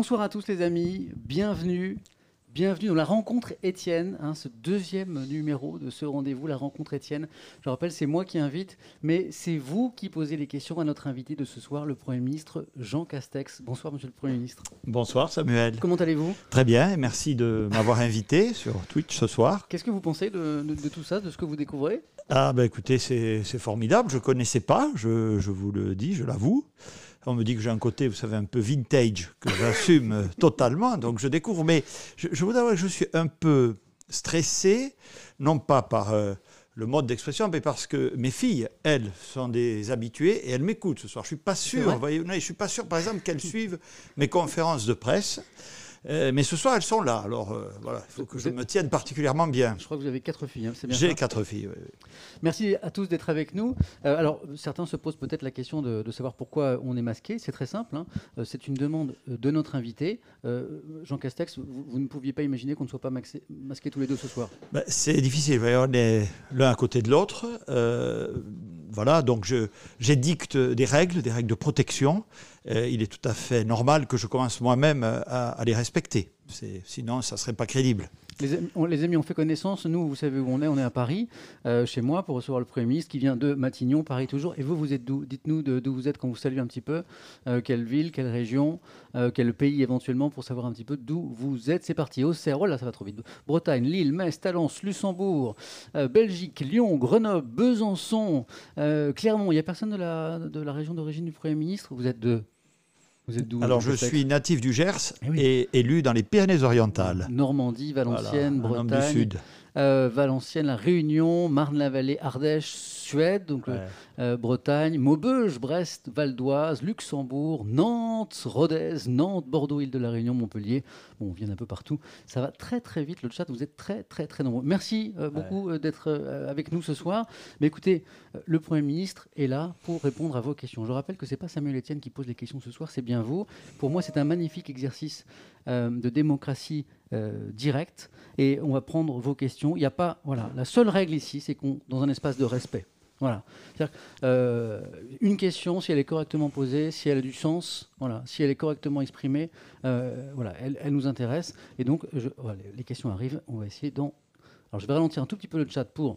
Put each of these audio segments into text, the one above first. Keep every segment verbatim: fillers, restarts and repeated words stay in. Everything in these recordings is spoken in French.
Bonsoir à tous les amis, bienvenue, bienvenue dans la rencontre Étienne, hein, ce deuxième numéro de ce rendez-vous, la rencontre Étienne. Je rappelle, c'est moi qui invite, mais c'est vous qui posez les questions à notre invité de ce soir, le Premier ministre Jean Castex. Bonsoir Monsieur le Premier ministre. Bonsoir Samuel. Comment allez-vous? Très bien, et merci de m'avoir invité sur Twitch ce soir. Qu'est-ce que vous pensez de, de, de tout ça, de ce que vous découvrez? Ah ben écoutez, c'est formidable, je ne connaissais pas, je, je vous le dis, je l'avoue. On me dit que j'ai un côté, vous savez, un peu vintage, que j'assume totalement, donc je découvre. Mais je, je vous avoue que je suis un peu stressé, non pas par euh, le mode d'expression, mais parce que mes filles, elles, sont des habituées et elles m'écoutent ce soir. Je ne suis pas sûr, vous voyez, non, je suis pas sûr, par exemple, qu'elles suivent mes conférences de presse. Euh, mais ce soir, elles sont là. Alors, euh, voilà, il faut que je me tienne particulièrement bien. Je crois que vous avez quatre filles, hein, c'est bien ça? J'ai quatre filles, oui, oui. Merci à tous d'être avec nous. Euh, alors, certains se posent peut-être la question de, de savoir pourquoi on est masqué. C'est très simple, hein. euh, c'est une demande de notre invité. Euh, Jean Castex, vous, vous ne pouviez pas imaginer qu'on ne soit pas masqué, masqué tous les deux ce soir? Ben, c'est difficile, vous voyez, on est l'un à côté de l'autre. Euh, voilà, donc j'édicte des règles, des règles de protection. Euh, il est tout à fait normal que je commence moi-même à, à les respecter. Sinon, ça ne serait pas crédible. Les amis, on, les amis, on fait connaissance. Nous, vous savez où on est. On est à Paris, euh, chez moi, pour recevoir le Premier ministre qui vient de Matignon, Paris toujours. Et vous, vous êtes d'où? Dites-nous d'où vous êtes quand vous saluez un petit peu. Euh, quelle ville, quelle région, euh, quel pays éventuellement, pour savoir un petit peu d'où vous êtes. C'est parti. Auxerre, oh là, ça va trop vite. Bretagne, Lille, Metz, Talence, Luxembourg, euh, Belgique, Lyon, Grenoble, Besançon, euh, Clermont. Il n'y a personne de la, de la région d'origine du Premier ministre? Vous êtes de... Vous êtes d'où? Alors, je suis natif du Gers eh oui. et élu dans les Pyrénées-Orientales. Normandie, Valenciennes, voilà, Bretagne. Du Sud. Euh, Valenciennes, La Réunion, Marne-la-Vallée, Ardèche, Suède, donc ouais. euh, Bretagne, Maubeuge, Brest, Val d'Oise, Luxembourg, Nantes, Rodez, Nantes, Bordeaux, Île de la Réunion, Montpellier. Bon, on vient d'un peu partout. Ça va très très vite le chat. Vous êtes très très très nombreux. Merci euh, beaucoup ouais. euh, d'être euh, avec nous ce soir. Mais écoutez, euh, le Premier ministre est là pour répondre à vos questions. Je rappelle que c'est pas Samuel Etienne qui pose les questions ce soir, c'est bien vous. Pour moi, c'est un magnifique exercice euh, de démocratie euh, directe. Et on va prendre vos questions. Il n'y a pas, voilà, la seule règle ici, c'est qu'on dans un espace de respect. Voilà. C'est-à-dire, euh, une question, si elle est correctement posée, si elle a du sens, voilà, si elle est correctement exprimée, euh, voilà, elle, elle nous intéresse. Et donc, je, voilà, les questions arrivent. On va essayer d'en. Alors, je vais ralentir un tout petit peu le chat pour.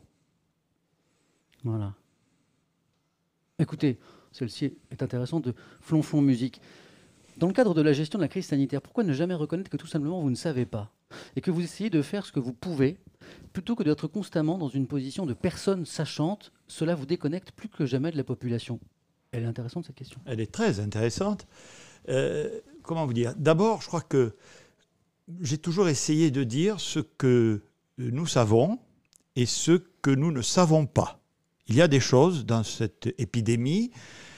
Voilà. Écoutez, celle-ci est intéressante de Flonflon Musique. Dans le cadre de la gestion de la crise sanitaire, pourquoi ne jamais reconnaître que tout simplement vous ne savez pas et que vous essayez de faire ce que vous pouvez plutôt que d'être constamment dans une position de personne sachante? Cela vous déconnecte plus que jamais de la population. Elle est intéressante cette question. Elle est très intéressante. Euh, comment vous dire? D'abord, je crois que j'ai toujours essayé de dire ce que nous savons et ce que nous ne savons pas. Il y a des choses dans cette épidémie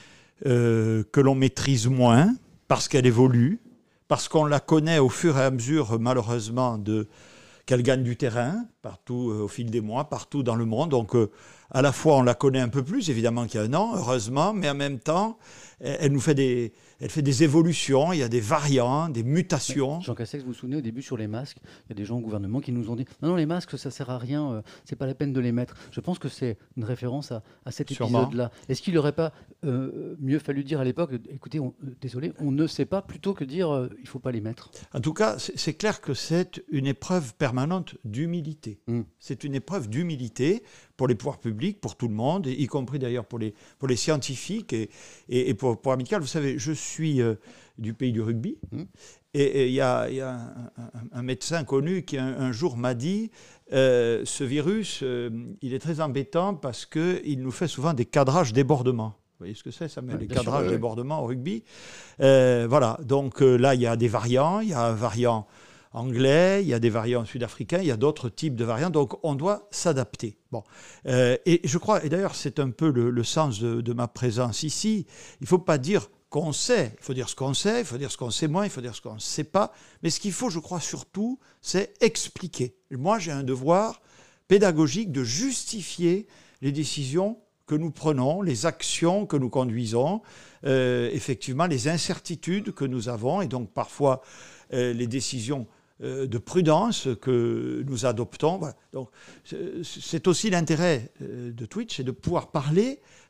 euh, que l'on maîtrise moins, parce qu'elle évolue, parce qu'on la connaît au fur et à mesure, malheureusement, de, qu'elle gagne du terrain, partout euh, au fil des mois, partout dans le monde. Donc, euh, à la fois, on la connaît un peu plus, évidemment, qu'il y a un an, heureusement, mais en même temps, elle, elle nous fait des, elle fait des évolutions, il y a des variants, des mutations. Jean Castex, vous vous souvenez, au début, sur les masques, il y a des gens au gouvernement qui nous ont dit « Non, non, les masques, ça ne sert à rien, euh, c'est pas la peine de les mettre ». Je pense que c'est une référence à, à cet épisode-là. Est-ce qu'il n'aurait pas euh, mieux fallu dire à l'époque « Écoutez, on, euh, désolé, on ne sait pas », plutôt que dire euh, « Il ne faut pas les mettre ». En tout cas, c'est clair que c'est une épreuve permanente d'humilité. Mm. C'est une épreuve d'humilité pour les pouvoirs publics, pour tout le monde, y compris d'ailleurs pour les, pour les scientifiques et, et, et pour, pour Amical. Vous savez, je suis euh, du pays du rugby, mmh. et il y a, y a un, un, un médecin connu qui un, un jour m'a dit euh, ce virus, euh, il est très embêtant parce qu'il nous fait souvent des cadrages débordements. Vous voyez ce que c'est, ça met ouais, les cadrages sûr, débordements oui. au rugby. Euh, voilà, donc euh, là, il y a des variants, il y a un variant anglais, il y a des variants sud-africains, il y a d'autres types de variants, donc on doit s'adapter. Bon, euh, et je crois, et d'ailleurs c'est un peu le, le sens de, de ma présence ici, il ne faut pas dire qu'on sait, il faut dire ce qu'on sait, il faut dire ce qu'on sait moins, il faut dire ce qu'on ne sait pas, mais ce qu'il faut, je crois surtout, c'est expliquer. Moi j'ai un devoir pédagogique de justifier les décisions que nous prenons, les actions que nous conduisons, euh, effectivement les incertitudes que nous avons, et donc parfois euh, les décisions de prudence que nous adoptons. Voilà. Donc, c'est aussi l'intérêt de Twitch, c'est de pouvoir parler,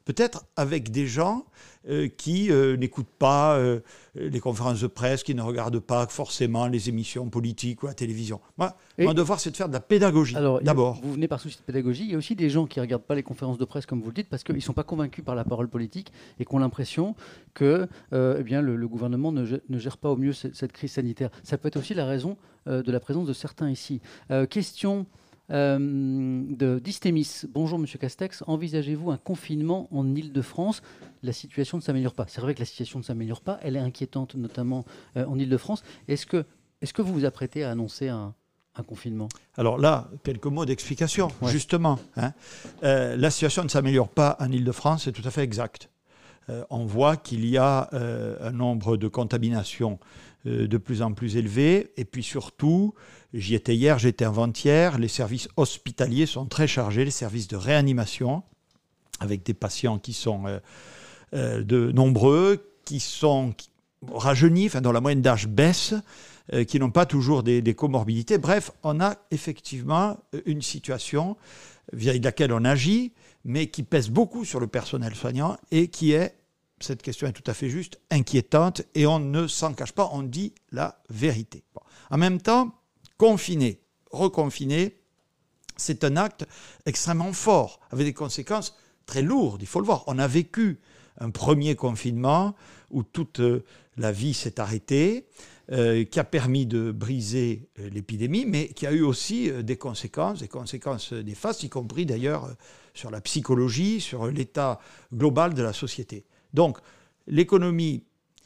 peut-être avec des gens euh, qui euh, n'écoutent pas euh, les conférences de presse, qui ne regardent pas forcément les émissions politiques ou la télévision. Moi, Et mon devoir, c'est de faire de la pédagogie, alors, d'abord. Vous venez par souci de pédagogie. Il y a aussi des gens qui ne regardent pas les conférences de presse, comme vous le dites, parce qu'ils ne sont pas convaincus par la parole politique et qui ont l'impression que euh, eh bien, le, le gouvernement ne, ne gère pas au mieux cette, cette crise sanitaire. Ça peut être aussi la raison euh, de la présence de certains ici. Euh, question... Euh, de d'Istémis. Bonjour Monsieur Castex, envisagez-vous un confinement en Île-de-France? La situation ne s'améliore pas. C'est vrai que la situation ne s'améliore pas, elle est inquiétante notamment euh, en Île-de-France. Est-ce que, est-ce que vous vous apprêtez à annoncer un, un confinement? Alors là, quelques mots d'explication, ouais. justement. Hein. Euh, la situation ne s'améliore pas en Île-de-France, c'est tout à fait exact. Euh, on voit qu'il y a euh, un nombre de contaminations euh, de plus en plus élevé. Et puis surtout, j'y étais hier, j'étais avant-hier, les services hospitaliers sont très chargés, les services de réanimation, avec des patients qui sont euh, euh, de nombreux, qui sont rajeunis, enfin, dont la moyenne d'âge baisse, euh, qui n'ont pas toujours des, des comorbidités. Bref, on a effectivement une situation vis-à-vis de laquelle on agit, mais qui pèse beaucoup sur le personnel soignant et qui est, cette question est tout à fait juste, inquiétante, et on ne s'en cache pas, on dit la vérité. Bon. En même temps, confiner, reconfiner, c'est un acte extrêmement fort, avec des conséquences très lourdes, il faut le voir. On a vécu un premier confinement où toute la vie s'est arrêtée, euh, qui a permis de briser l'épidémie, mais qui a eu aussi des conséquences, des conséquences néfastes, y compris d'ailleurs sur la psychologie, sur l'état global de la société. Donc, l'économie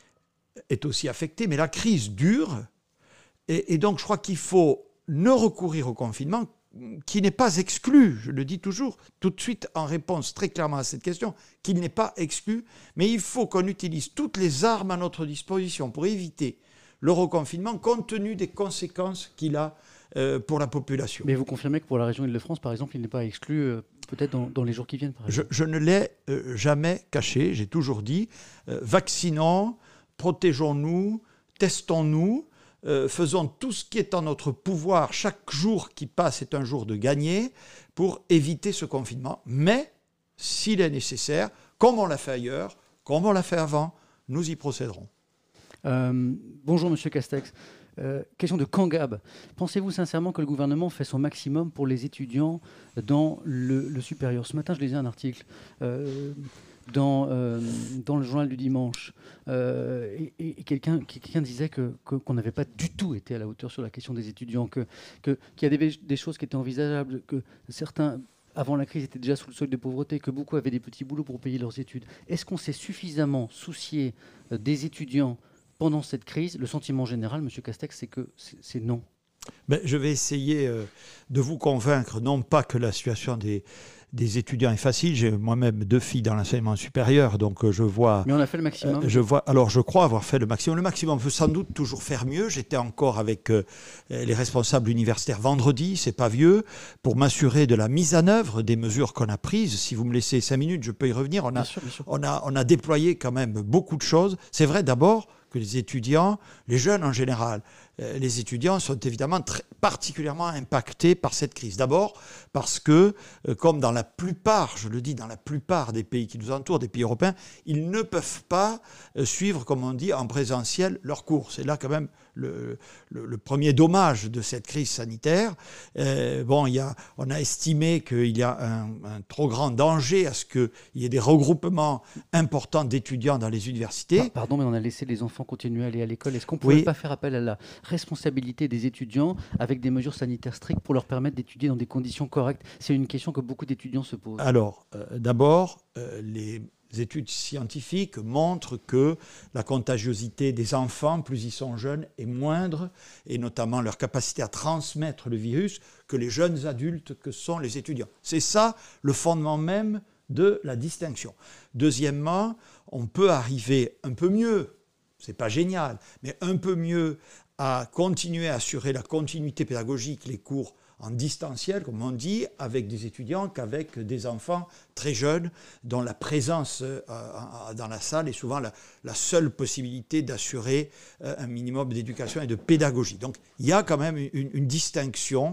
est aussi affectée, mais la crise dure. Et, et donc, je crois qu'il faut ne recourir au confinement, qui n'est pas exclu, je le dis toujours, tout de suite en réponse très clairement à cette question, qu'il n'est pas exclu, mais il faut qu'on utilise toutes les armes à notre disposition pour éviter le reconfinement, compte tenu des conséquences qu'il a euh, pour la population. Mais vous confirmez que pour la région Île-de-France, par exemple, il n'est pas exclu, euh, peut-être dans, dans les jours qui viennent, par exemple? Je, je ne l'ai euh, jamais caché, j'ai toujours dit, euh, vaccinons, protégeons-nous, testons-nous, Euh, faisons tout ce qui est en notre pouvoir. Chaque jour qui passe est un jour de gagner pour éviter ce confinement. Mais, s'il est nécessaire, comme on l'a fait ailleurs, comme on l'a fait avant, nous y procéderons. Euh, bonjour Monsieur Castex. Euh, question de Kangab. Pensez-vous sincèrement que le gouvernement fait son maximum pour les étudiants dans le, le supérieur? Ce matin, je lisais un article euh, dans, euh, dans le journal du dimanche euh, et, et quelqu'un, quelqu'un disait que, que, qu'on n'avait pas du tout été à la hauteur sur la question des étudiants, que, que, qu'il y a des, des choses qui étaient envisageables, que certains, avant la crise, étaient déjà sous le seuil de pauvreté, que beaucoup avaient des petits boulots pour payer leurs études. Est-ce qu'on s'est suffisamment soucié euh, des étudiants pendant cette crise? Le sentiment général, M. Castex, c'est que c'est, c'est non. Ben, je vais essayer euh, de vous convaincre, non pas que la situation des, des étudiants est facile. J'ai moi-même deux filles dans l'enseignement supérieur, donc euh, je vois... Mais on a fait le maximum. Euh, je vois, alors je crois avoir fait le maximum. Le maximum, on peut sans doute toujours faire mieux. J'étais encore avec euh, les responsables universitaires vendredi, c'est pas vieux, pour m'assurer de la mise en œuvre des mesures qu'on a prises. Si vous me laissez cinq minutes, je peux y revenir. On a, bien sûr, bien sûr. on a, on a déployé quand même beaucoup de choses. C'est vrai d'abord que les étudiants, les jeunes en général, euh, les étudiants sont évidemment très, particulièrement impactés par cette crise. D'abord parce que, euh, comme dans la plupart, je le dis, dans la plupart des pays qui nous entourent, des pays européens, ils ne peuvent pas euh, suivre, comme on dit, en présentiel leurs cours. C'est là quand même le, le, le premier dommage de cette crise sanitaire. Euh, bon, il y a, on a estimé qu'il y a un, un trop grand danger à ce qu'il y ait des regroupements importants d'étudiants dans les universités. Pardon, mais on a laissé les enfants continuer à aller à l'école. Est-ce qu'on ne pourrait oui. pas faire appel à la responsabilité des étudiants avec des mesures sanitaires strictes pour leur permettre d'étudier dans des conditions correctes? C'est une question que beaucoup d'étudiants se posent. Alors, euh, d'abord, euh, les études scientifiques montrent que la contagiosité des enfants, plus ils sont jeunes, est moindre, et notamment leur capacité à transmettre le virus, que les jeunes adultes que sont les étudiants. C'est ça le fondement même de la distinction. Deuxièmement, on peut arriver un peu mieux, c'est pas génial, mais un peu mieux à continuer à assurer la continuité pédagogique, les cours en distanciel, comme on dit, avec des étudiants qu'avec des enfants très jeunes dont la présence euh, dans la salle est souvent la, la seule possibilité d'assurer euh, un minimum d'éducation et de pédagogie. Donc il y a quand même une, une distinction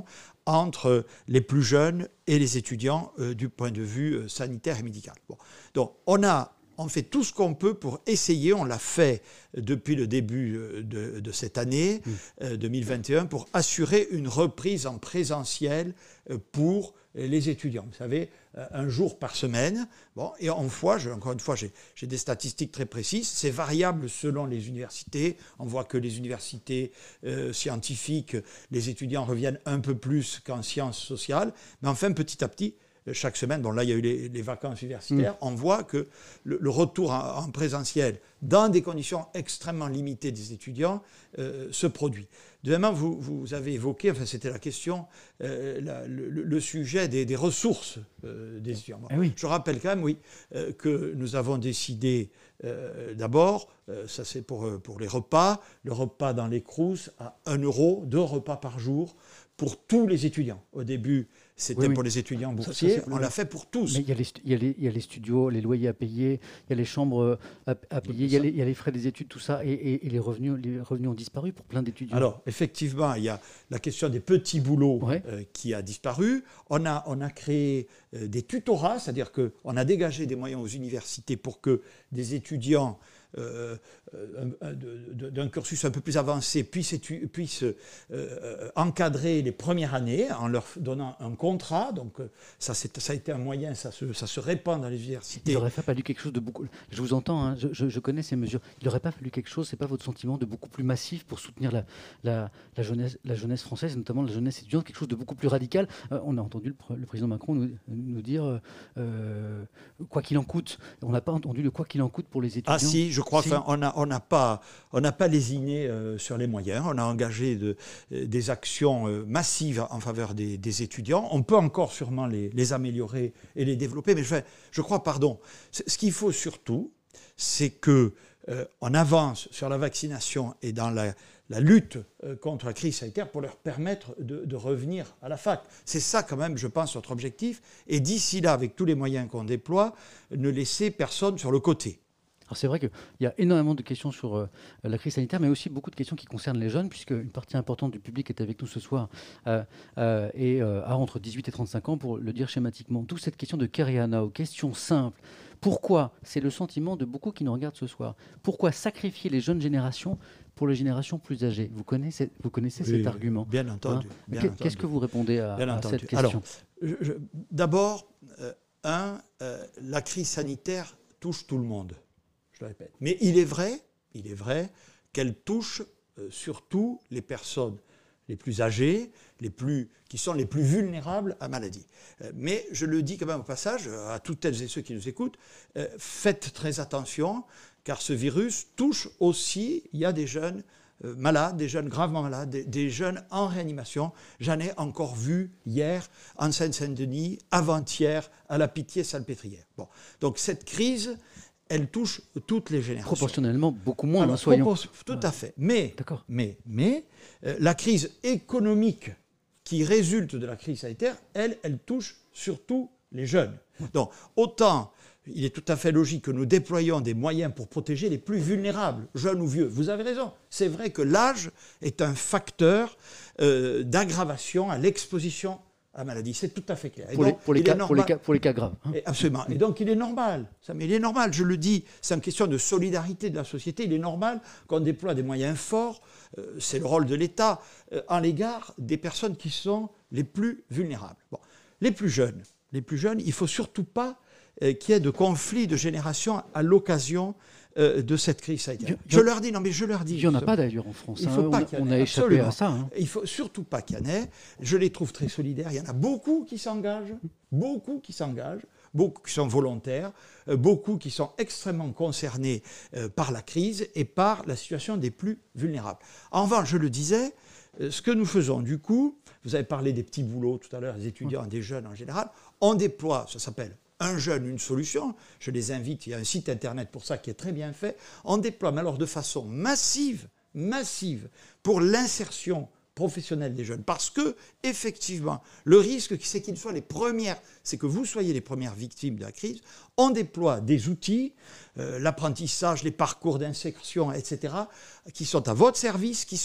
entre les plus jeunes et les étudiants euh, du point de vue euh, sanitaire et médical. Bon. Donc on a On fait tout ce qu'on peut pour essayer, on l'a fait depuis le début de, de cette année mmh. euh, deux mille vingt et un, pour assurer une reprise en présentiel pour les étudiants. Vous savez, un jour par semaine. Bon, et en fois, je, encore une fois, j'ai, j'ai des statistiques très précises. C'est variable selon les universités. On voit que les universités euh, scientifiques, les étudiants reviennent un peu plus qu'en sciences sociales. Mais enfin, petit à petit, chaque semaine, bon là il y a eu les, les vacances universitaires, mmh. on voit que le, le retour en, en présentiel dans des conditions extrêmement limitées des étudiants euh, se produit. Deuxièmement, vous, vous avez évoqué, enfin c'était la question, euh, la, le, le sujet des, des ressources euh, des étudiants. Bon, ah oui. Je rappelle quand même, oui, euh, que nous avons décidé euh, d'abord, euh, ça c'est pour, pour les repas, le repas dans les crous à un euro, deux repas par jour pour tous les étudiants. Au début, c'était oui, oui. pour les étudiants boursiers, ça, ça, on l'a fait pour tous. Mais il y, y, y a les studios, les loyers à payer, il y a les chambres à, à payer, il y, y a les frais des études, tout ça, et, et, et les, revenus, les revenus ont disparu pour plein d'étudiants. Alors, effectivement, il y a la question des petits boulots ouais. euh, qui a disparu. On a, on a créé euh, des tutorats, c'est-à-dire qu'on a dégagé des moyens aux universités pour que des étudiants Euh, euh, d'un cursus un peu plus avancé puissent, étu- puissent euh, encadrer les premières années en leur donnant un contrat. Donc ça, c'est, ça a été un moyen, ça se, ça se répand dans les universités. Il n'aurait pas fallu quelque chose de beaucoup... Je vous entends, hein, je, je, je connais ces mesures. Il n'aurait pas fallu quelque chose, c'est pas votre sentiment, de beaucoup plus massif pour soutenir la, la, la, jeunesse, la jeunesse française, notamment la jeunesse étudiante, quelque chose de beaucoup plus radical. Euh, on a entendu le, le président Macron nous, nous dire euh, quoi qu'il en coûte. On n'a pas entendu le quoi qu'il en coûte pour les étudiants. Ah si, je crois si. qu'on n'a on n'a pas, on n'a pas lésiné euh, sur les moyens. On a engagé de, euh, des actions euh, massives en faveur des, des étudiants. On peut encore sûrement les, les améliorer et les développer. Mais je, je crois, pardon, ce qu'il faut surtout, c'est qu'on euh, avance sur la vaccination et dans la, la lutte euh, contre la crise sanitaire pour leur permettre de, de revenir à la fac. C'est ça quand même, je pense, notre objectif. Et d'ici là, avec tous les moyens qu'on déploie, ne laisser personne sur le côté. Alors c'est vrai qu'il y a énormément de questions sur euh, la crise sanitaire, mais aussi beaucoup de questions qui concernent les jeunes, puisque une partie importante du public est avec nous ce soir euh, euh, et euh, a entre dix-huit et trente-cinq ans, pour le dire schématiquement. D'où cette question de Kerianao, question simple. Pourquoi, c'est le sentiment de beaucoup qui nous regardent ce soir, pourquoi sacrifier les jeunes générations pour les générations plus âgées? Vous connaissez, vous connaissez oui, cet argument? Bien entendu. Hein bien Qu'est-ce entendu. que vous répondez à, à cette question? Alors, je, je, d'abord, euh, un, euh, la crise sanitaire touche tout le monde. Je le répète. Mais il est vrai, il est vrai qu'elle touche euh, surtout les personnes les plus âgées, les plus, qui sont les plus vulnérables à maladie. Euh, mais je le dis quand même au passage, à toutes celles et ceux qui nous écoutent, euh, faites très attention, car ce virus touche aussi, il y a des jeunes euh, malades, des jeunes gravement malades, des, des jeunes en réanimation. J'en ai encore vu hier en Seine-Saint-Denis, avant-hier, à la Pitié-Salpêtrière. Bon. Donc cette crise, elle touche toutes les générations. Proportionnellement, beaucoup moins, Alors, hein, soyons. Propor- tout à fait. Mais, mais, mais euh, la crise économique qui résulte de la crise sanitaire, elle, elle touche surtout les jeunes. Donc, autant il est tout à fait logique que nous déployions des moyens pour protéger les plus vulnérables, jeunes ou vieux. Vous avez raison. C'est vrai que l'âge est un facteur euh, d'aggravation à l'exposition à maladie, c'est tout à fait clair. Et pour, donc, les, pour, les cas, normal... pour, les cas, pour les cas graves. Hein. Et absolument. Et donc il est normal, ça, mais il est normal, je le dis, c'est une question de solidarité de la société, il est normal qu'on déploie des moyens forts, euh, c'est le rôle de l'État, euh, en l'égard des personnes qui sont les plus vulnérables. Bon. Les plus jeunes, les plus jeunes, il ne faut surtout pas euh, qu'il y ait de conflits de génération à l'occasion Euh, de cette crise sanitaire. Je, je leur dis, non mais je leur dis... Il n'y en a pas d'ailleurs en France. Il faut hein, pas on, qu'il y en on ait, a échappé absolument. à ça. Hein. Il ne faut surtout pas qu'il y en ait. Je les trouve très solidaires. Il y en a beaucoup qui s'engagent, beaucoup qui s'engagent, beaucoup qui sont volontaires, euh, beaucoup qui sont extrêmement concernés euh, par la crise et par la situation des plus vulnérables. En revanche, je le disais, euh, ce que nous faisons du coup, vous avez parlé des petits boulots tout à l'heure, des étudiants, des jeunes en général, on déploie, ça s'appelle un jeune, une solution. Je les invite, il y a un site internet pour ça qui est très bien fait. On déploie, mais alors de façon massive, massive, pour l'insertion professionnelle des jeunes. Parce que, effectivement, le risque, c'est qu'ils soient les premières, c'est que vous soyez les premières victimes de la crise. On déploie des outils, euh, l'apprentissage, les parcours d'insertion, et cetera, qui sont à votre service, qui sont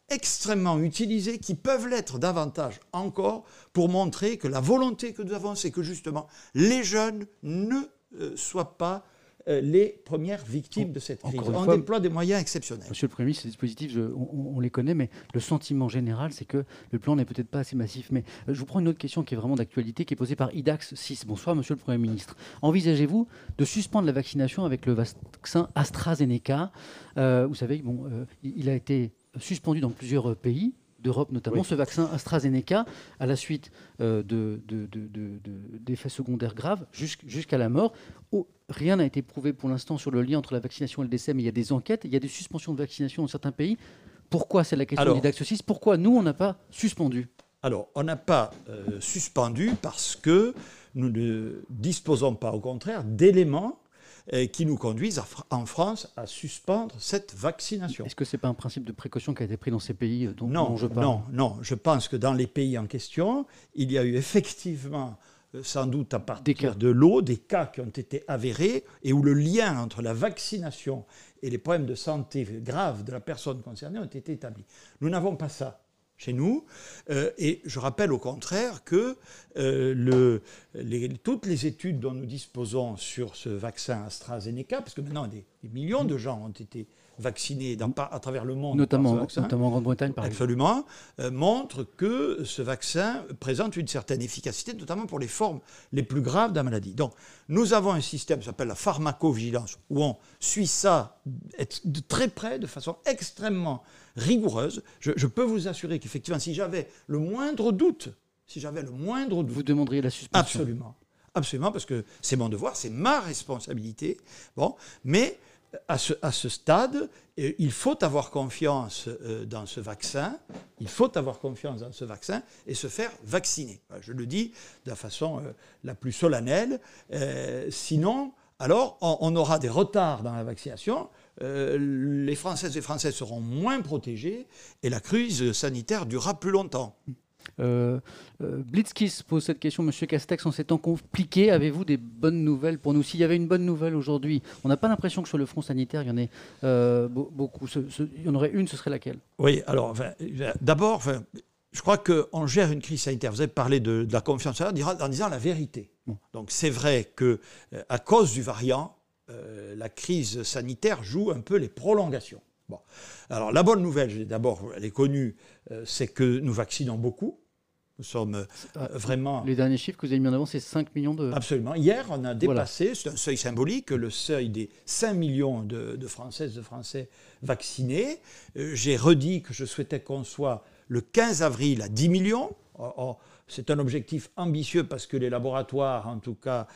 extrêmement utilisés, qui peuvent l'être davantage encore, pour montrer que la volonté que nous avons, c'est que justement les jeunes ne euh, soient pas euh, les premières victimes de cette crise. On fois, déploie des moyens exceptionnels. Monsieur le Premier ministre, ces dispositifs, je, on, on les connaît, mais le sentiment général, c'est que le plan n'est peut-être pas assez massif. Mais euh, je vous prends une autre question qui est vraiment d'actualité, qui est posée par Idax six. Bonsoir, Monsieur le Premier ministre. Envisagez-vous de suspendre la vaccination avec le vaccin AstraZeneca? euh, Vous savez, bon, euh, il a été suspendu dans plusieurs pays d'Europe notamment, oui. Ce vaccin AstraZeneca, à la suite euh, de, de, de, de, de, d'effets secondaires graves, jusqu'à la mort. Oh, rien n'a été prouvé pour l'instant sur le lien entre la vaccination et le décès, mais il y a des enquêtes, il y a des suspensions de vaccination dans certains pays. Pourquoi? C'est la question d'Idax six. Pourquoi nous, on n'a pas suspendu? Alors, on n'a pas euh, suspendu parce que nous ne disposons pas, au contraire, d'éléments qui nous conduisent en France à suspendre cette vaccination. Est-ce que ce n'est pas un principe de précaution qui a été pris dans ces pays dont, non, dont je parle? Non, non. Je pense que dans les pays en question, il y a eu effectivement, sans doute à partir de l'eau, des cas qui ont été avérés et où le lien entre la vaccination et les problèmes de santé graves de la personne concernée ont été établis. Nous n'avons pas ça chez nous. Euh, et je rappelle au contraire que euh, le, les, toutes les études dont nous disposons sur ce vaccin AstraZeneca, parce que maintenant des, des millions de gens ont été vaccinés dans, à travers le monde, notamment, par ce vaccin, notamment en Grande-Bretagne, par exemple. Absolument, euh, montrent que ce vaccin présente une certaine efficacité, notamment pour les formes les plus graves de la maladie. Donc, nous avons un système qui s'appelle la pharmacovigilance, où on suit ça de très près, de façon extrêmement rigoureuse. Je, je peux vous assurer qu'effectivement, si j'avais le moindre doute, si j'avais le moindre doute... Vous demanderiez la suspension? Absolument. Absolument, parce que c'est mon devoir, c'est ma responsabilité. Bon, mais à ce, à ce stade, il faut avoir confiance dans ce vaccin, il faut avoir confiance dans ce vaccin et se faire vacciner. Je le dis de la façon la plus solennelle. Euh, sinon, alors, on, on aura des retards dans la vaccination. Euh, les Françaises et Français seront moins protégés et la crise sanitaire durera plus longtemps. Euh, euh, Blitzkiss pose cette question, Monsieur Castex, en ces temps compliqués, avez-vous des bonnes nouvelles pour nous? S'il y avait une bonne nouvelle aujourd'hui, on n'a pas l'impression que sur le front sanitaire, il y en ait euh, beaucoup. Ce, ce, il y en aurait une, ce serait laquelle? Oui, alors, enfin, d'abord, enfin, je crois qu'on gère une crise sanitaire. Vous avez parlé de, de la confiance en disant la vérité. Bon. Donc, c'est vrai qu'à cause du variant, euh, la crise sanitaire joue un peu les prolongations. Bon. Alors, la bonne nouvelle, d'abord, elle est connue, euh, c'est que nous vaccinons beaucoup. Nous sommes euh, vraiment... Les derniers chiffres que vous avez mis en avant, c'est cinq millions de... Absolument. Hier, on a dépassé, voilà. C'est un seuil symbolique, le seuil des cinq millions de, de Françaises, de Français vaccinés. Euh, j'ai redit que je souhaitais qu'on soit le quinze avril à dix millions. Oh, oh, c'est un objectif ambitieux parce que les laboratoires, en tout cas,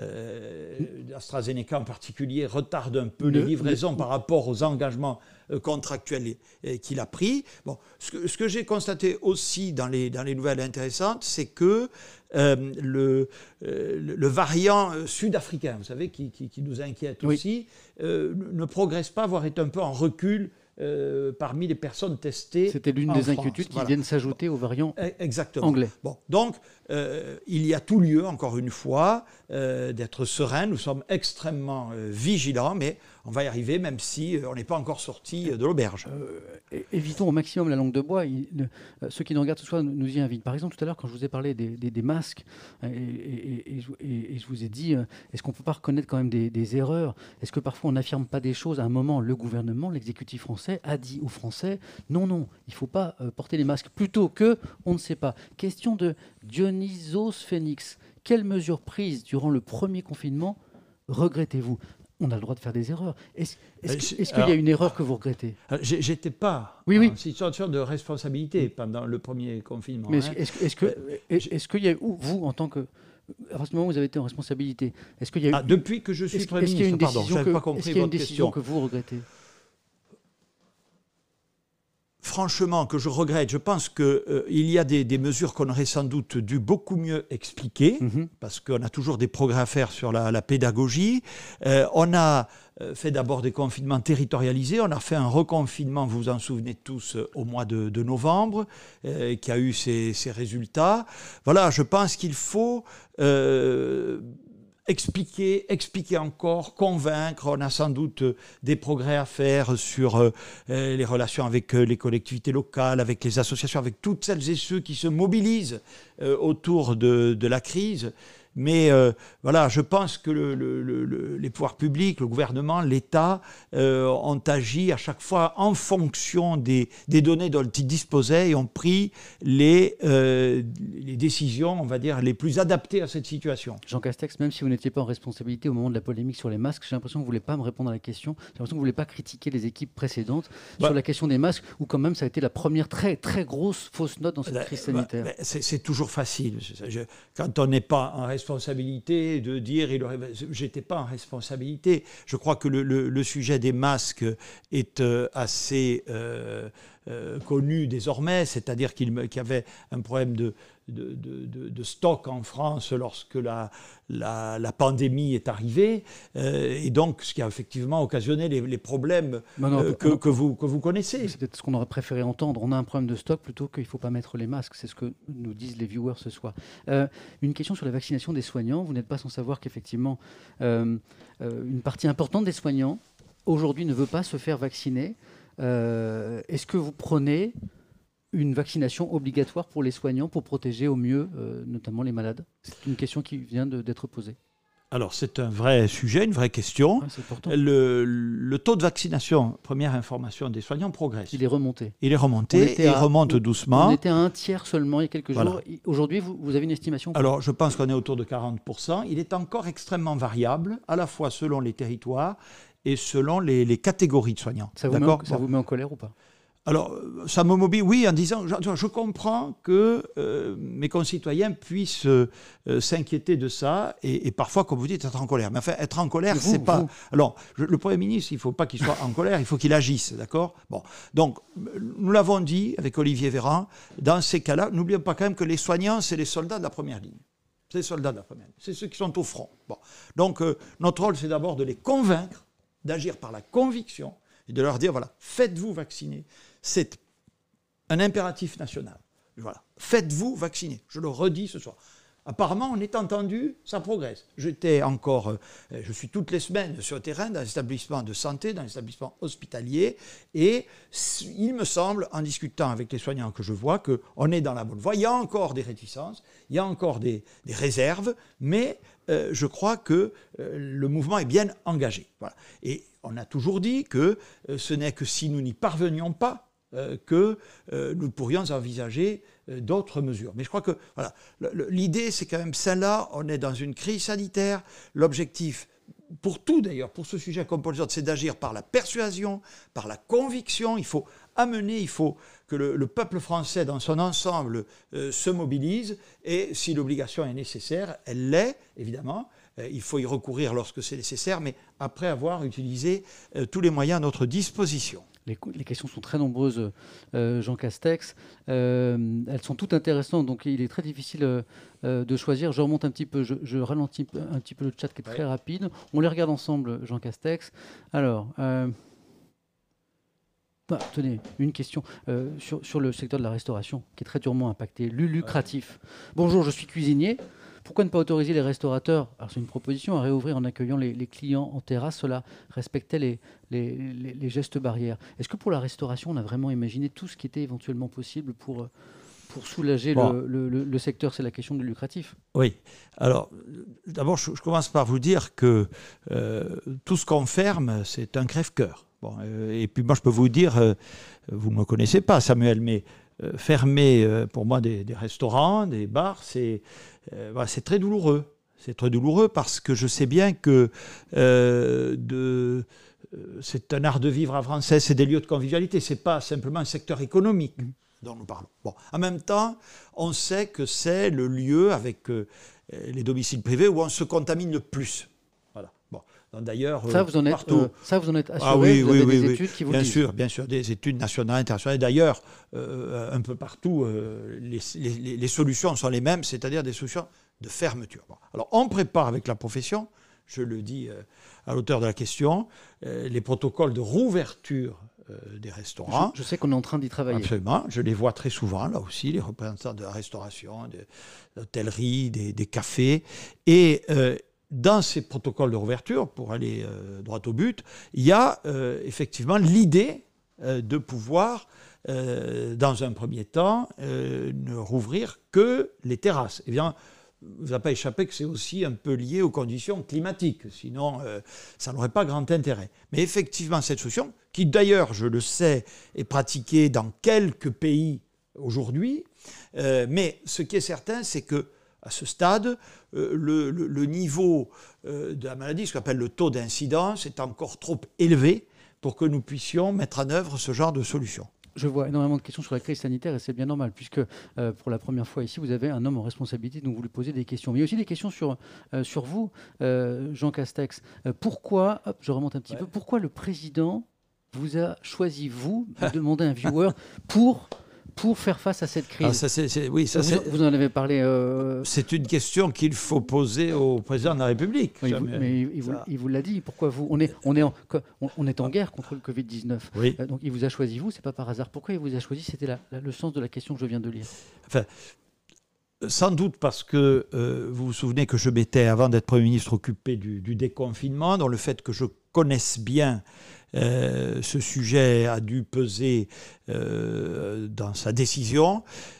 euh, AstraZeneca en particulier, retardent un peu le, les livraisons le... par rapport aux engagements euh, contractuels euh, qu'il a pris. Bon, ce que, ce que j'ai constaté aussi dans les, dans les nouvelles intéressantes, c'est que euh, le, euh, le variant sud-africain, vous savez, qui, qui, qui nous inquiète oui. aussi, euh, ne progresse pas, voire est un peu en recul. Euh, parmi les personnes testées. C'était l'une des France. inquiétudes qui voilà. viennent s'ajouter aux variants Exactement. anglais. Bon, donc, euh, il y a tout lieu, encore une fois, euh, d'être serein. Nous sommes extrêmement euh, vigilants, mais on va y arriver, même si euh, on n'est pas encore sorti de l'auberge. Euh, évitons au maximum la langue de bois. Il, euh, ceux qui nous regardent ce soir nous y invitent. Par exemple, tout à l'heure, quand je vous ai parlé des, des, des masques, et, et, et, et, et je vous ai dit, euh, est-ce qu'on ne peut pas reconnaître quand même des, des erreurs? Est-ce que parfois on n'affirme pas des choses? À un moment, le gouvernement, l'exécutif français, a dit aux Français non, non, il ne faut pas euh, porter les masques, plutôt que on ne sait pas. Question de Dionysos Phoenix. Quelles mesures prises durant le premier confinement regrettez-vous? On a le droit de faire des erreurs. Est-ce, est-ce, est-ce qu'il y a une erreur que vous regrettez? J'étais pas oui, oui. en situation de responsabilité pendant le premier confinement. Mais hein. est-ce, est-ce, que, est-ce, est-ce qu'il y a, ou vous, en tant que... À partir du moment où vous avez été en responsabilité, est-ce qu'il y a eu... Ah, depuis que je suis est-ce, Premier est-ce qu'il y a une ministre, pardon, je n'avais que, pas compris est-ce qu'il y a une votre décision question. que vous regrettez? Franchement, que je regrette, je pense qu'il euh, y a des, des mesures qu'on aurait sans doute dû beaucoup mieux expliquer, mm-hmm. parce qu'on a toujours des progrès à faire sur la, la pédagogie. Euh, on a euh, fait d'abord des confinements territorialisés, on a fait un reconfinement, vous vous en souvenez tous, euh, au mois de, de novembre, euh, qui a eu ses, ses résultats. Voilà, je pense qu'il faut... Euh, expliquer, expliquer encore, convaincre. On a sans doute des progrès à faire sur euh, les relations avec les collectivités locales, avec les associations, avec toutes celles et ceux qui se mobilisent euh, autour de, de la crise. Mais euh, voilà, je pense que le, le, le, les pouvoirs publics, le gouvernement, l'État euh, ont agi à chaque fois en fonction des, des données dont ils disposaient et ont pris les, euh, les décisions, on va dire, les plus adaptées à cette situation. Jean Castex, même si vous n'étiez pas en responsabilité au moment de la polémique sur les masques, j'ai l'impression que vous ne voulez pas me répondre à la question. J'ai l'impression que vous ne voulez pas critiquer les équipes précédentes bah, sur la question des masques, où quand même ça a été la première très, très grosse fausse note dans cette bah, crise sanitaire. Bah, c'est, c'est toujours facile. Je, quand on n'est pas en responsabilité, responsabilité de dire il aurait... j'étais pas en responsabilité. Je crois que le, le, le sujet des masques est euh, assez euh, euh, connu désormais, c'est-à-dire qu'il, qu'il y avait un problème de, de, de, de stock en France lorsque la, la, la pandémie est arrivée, euh, et donc ce qui a effectivement occasionné les, les problèmes non, non, euh, que, non, que, vous, que vous connaissez. C'est peut-être ce qu'on aurait préféré entendre. On a un problème de stock plutôt qu'il ne faut pas mettre les masques. C'est ce que nous disent les viewers ce soir. Euh, une question sur la vaccination des soignants. Vous n'êtes pas sans savoir qu'effectivement, euh, euh, une partie importante des soignants aujourd'hui ne veut pas se faire vacciner. Euh, est-ce que vous prenez une vaccination obligatoire pour les soignants pour protéger au mieux, euh, notamment les malades? C'est une question qui vient de, d'être posée. Alors, c'est un vrai sujet, une vraie question. Ouais, le, le taux de vaccination, première information des soignants, progresse. Il est remonté. Il est remonté, il à, remonte doucement. On était à un tiers seulement il y a quelques voilà. jours. Aujourd'hui, vous, vous avez une estimation? Alors, je pense qu'on est autour de quarante pour cent. Il est encore extrêmement variable, à la fois selon les territoires et selon les, les catégories de soignants. Ça, vous met, en, ça bon. vous met en colère ou pas? Alors, ça me mobilise, oui, en disant, je, je comprends que euh, mes concitoyens puissent euh, s'inquiéter de ça et, et parfois, comme vous dites, être en colère. Mais enfin, être en colère, vous, c'est pas... Vous. Alors, je, le Premier ministre, il ne faut pas qu'il soit en colère, il faut qu'il agisse, d'accord? Bon, donc, nous l'avons dit avec Olivier Véran, dans ces cas-là, n'oublions pas quand même que les soignants, c'est les soldats de la première ligne. C'est les soldats de la première ligne, c'est ceux qui sont au front. Bon. Donc, euh, notre rôle, c'est d'abord de les convaincre, d'agir par la conviction et de leur dire, voilà, faites-vous vacciner. C'est un impératif national. Voilà. Faites-vous vacciner. Je le redis ce soir. Apparemment, on est entendu, ça progresse. J'étais encore, euh, je suis toutes les semaines sur le terrain, dans les établissements de santé, dans les établissements hospitaliers, et il me semble, en discutant avec les soignants que je vois, qu'on est dans la bonne voie. Il y a encore des réticences, il y a encore des, des réserves, mais euh, je crois que euh, le mouvement est bien engagé. Voilà. Et on a toujours dit que euh, ce n'est que si nous n'y parvenions pas, Euh, que euh, nous pourrions envisager euh, d'autres mesures. Mais je crois que voilà, le, le, l'idée, c'est quand même celle-là. On est dans une crise sanitaire. L'objectif, pour tout d'ailleurs, pour ce sujet comme pour les autres, c'est d'agir par la persuasion, par la conviction. Il faut amener, il faut que le, le peuple français dans son ensemble euh, se mobilise. Et si l'obligation est nécessaire, elle l'est, évidemment. Euh, il faut y recourir lorsque c'est nécessaire, mais après avoir utilisé euh, tous les moyens à notre disposition. Les, les questions sont très nombreuses, euh, Jean Castex. Euh, elles sont toutes intéressantes, donc il est très difficile euh, de choisir. Je remonte un petit peu, je, je ralentis un petit peu le chat qui est très ouais. rapide. On les regarde ensemble, Jean Castex. Alors, euh, bah, tenez, une question euh, sur, sur le secteur de la restauration, qui est très durement impacté, le lucratif. Ouais. Bonjour, je suis cuisinier. Pourquoi ne pas autoriser les restaurateurs, alors c'est une proposition, à réouvrir en accueillant les, les clients en terrasse? Cela respectait les, les, les, les gestes barrières. Est-ce que pour la restauration, on a vraiment imaginé tout ce qui était éventuellement possible pour, pour soulager bon. le, le, le secteur? C'est la question du lucratif. Oui. Alors, d'abord, je, je commence par vous dire que euh, tout ce qu'on ferme, c'est un crève-cœur. Bon, euh, et puis moi, je peux vous dire, euh, vous ne me connaissez pas, Samuel, mais euh, fermer, euh, pour moi, des, des restaurants, des bars, c'est... Euh, voilà, c'est très douloureux. C'est très douloureux parce que je sais bien que euh, de, euh, c'est un art de vivre à français, c'est des lieux de convivialité, c'est pas simplement un secteur économique dont nous parlons. Bon, en même temps, on sait que c'est le lieu avec euh, les domiciles privés où on se contamine le plus. Voilà. Bon. D'ailleurs, ça, vous en êtes, partout. Euh, ça, vous en êtes assuré, ah, oui, vous oui, avez oui, des oui. études qui vous bien le disent. sûr, bien sûr, des études nationales, internationales. D'ailleurs, euh, un peu partout, euh, les, les, les solutions sont les mêmes, c'est-à-dire des solutions de fermeture. Bon. Alors, on prépare avec la profession, je le dis euh, à l'auteur de la question, euh, les protocoles de rouverture euh, des restaurants. Je, je sais qu'on est en train d'y travailler. Absolument, je les vois très souvent, là aussi, les représentants de la restauration, de l'hôtellerie, des, des cafés. Et... Euh, dans ces protocoles de réouverture, pour aller euh, droit au but, il y a euh, effectivement l'idée euh, de pouvoir, euh, dans un premier temps, euh, ne rouvrir que les terrasses. Eh bien, vous n'a pas échappé que c'est aussi un peu lié aux conditions climatiques, sinon euh, ça n'aurait pas grand intérêt. Mais effectivement, cette solution, qui d'ailleurs, je le sais, est pratiquée dans quelques pays aujourd'hui, euh, mais ce qui est certain, c'est que à ce stade, euh, le, le, le niveau euh, de la maladie, ce qu'on appelle le taux d'incidence, est encore trop élevé pour que nous puissions mettre en œuvre ce genre de solution. Je vois énormément de questions sur la crise sanitaire et c'est bien normal puisque euh, pour la première fois ici, vous avez un homme en responsabilité, donc vous lui posez des questions. Mais il y a aussi des questions sur, euh, sur vous, euh, Jean Castex. Euh, pourquoi, hop, je remonte un petit ouais. peu, pourquoi le président vous a choisi, vous, de demander un viewer pour... pour faire face à cette crise? Ah, ça, c'est, c'est, oui, ça, vous, c'est, vous en avez parlé. Euh... C'est une question qu'il faut poser au président de la République. Oui, vous, mais il, il, vous, il vous l'a dit. Pourquoi vous on est, on, est en, on est en guerre contre le covid dix-neuf. Oui. Donc il vous a choisi, vous, c'est pas par hasard. Pourquoi il vous a choisi? C'était la, la, le sens de la question que je viens de lire. Enfin, sans doute parce que euh, vous vous souvenez que je m'étais, avant d'être Premier ministre, occupé du, du déconfinement, dans le fait que je connaisse bien Euh, ce sujet a dû peser euh, dans sa décision.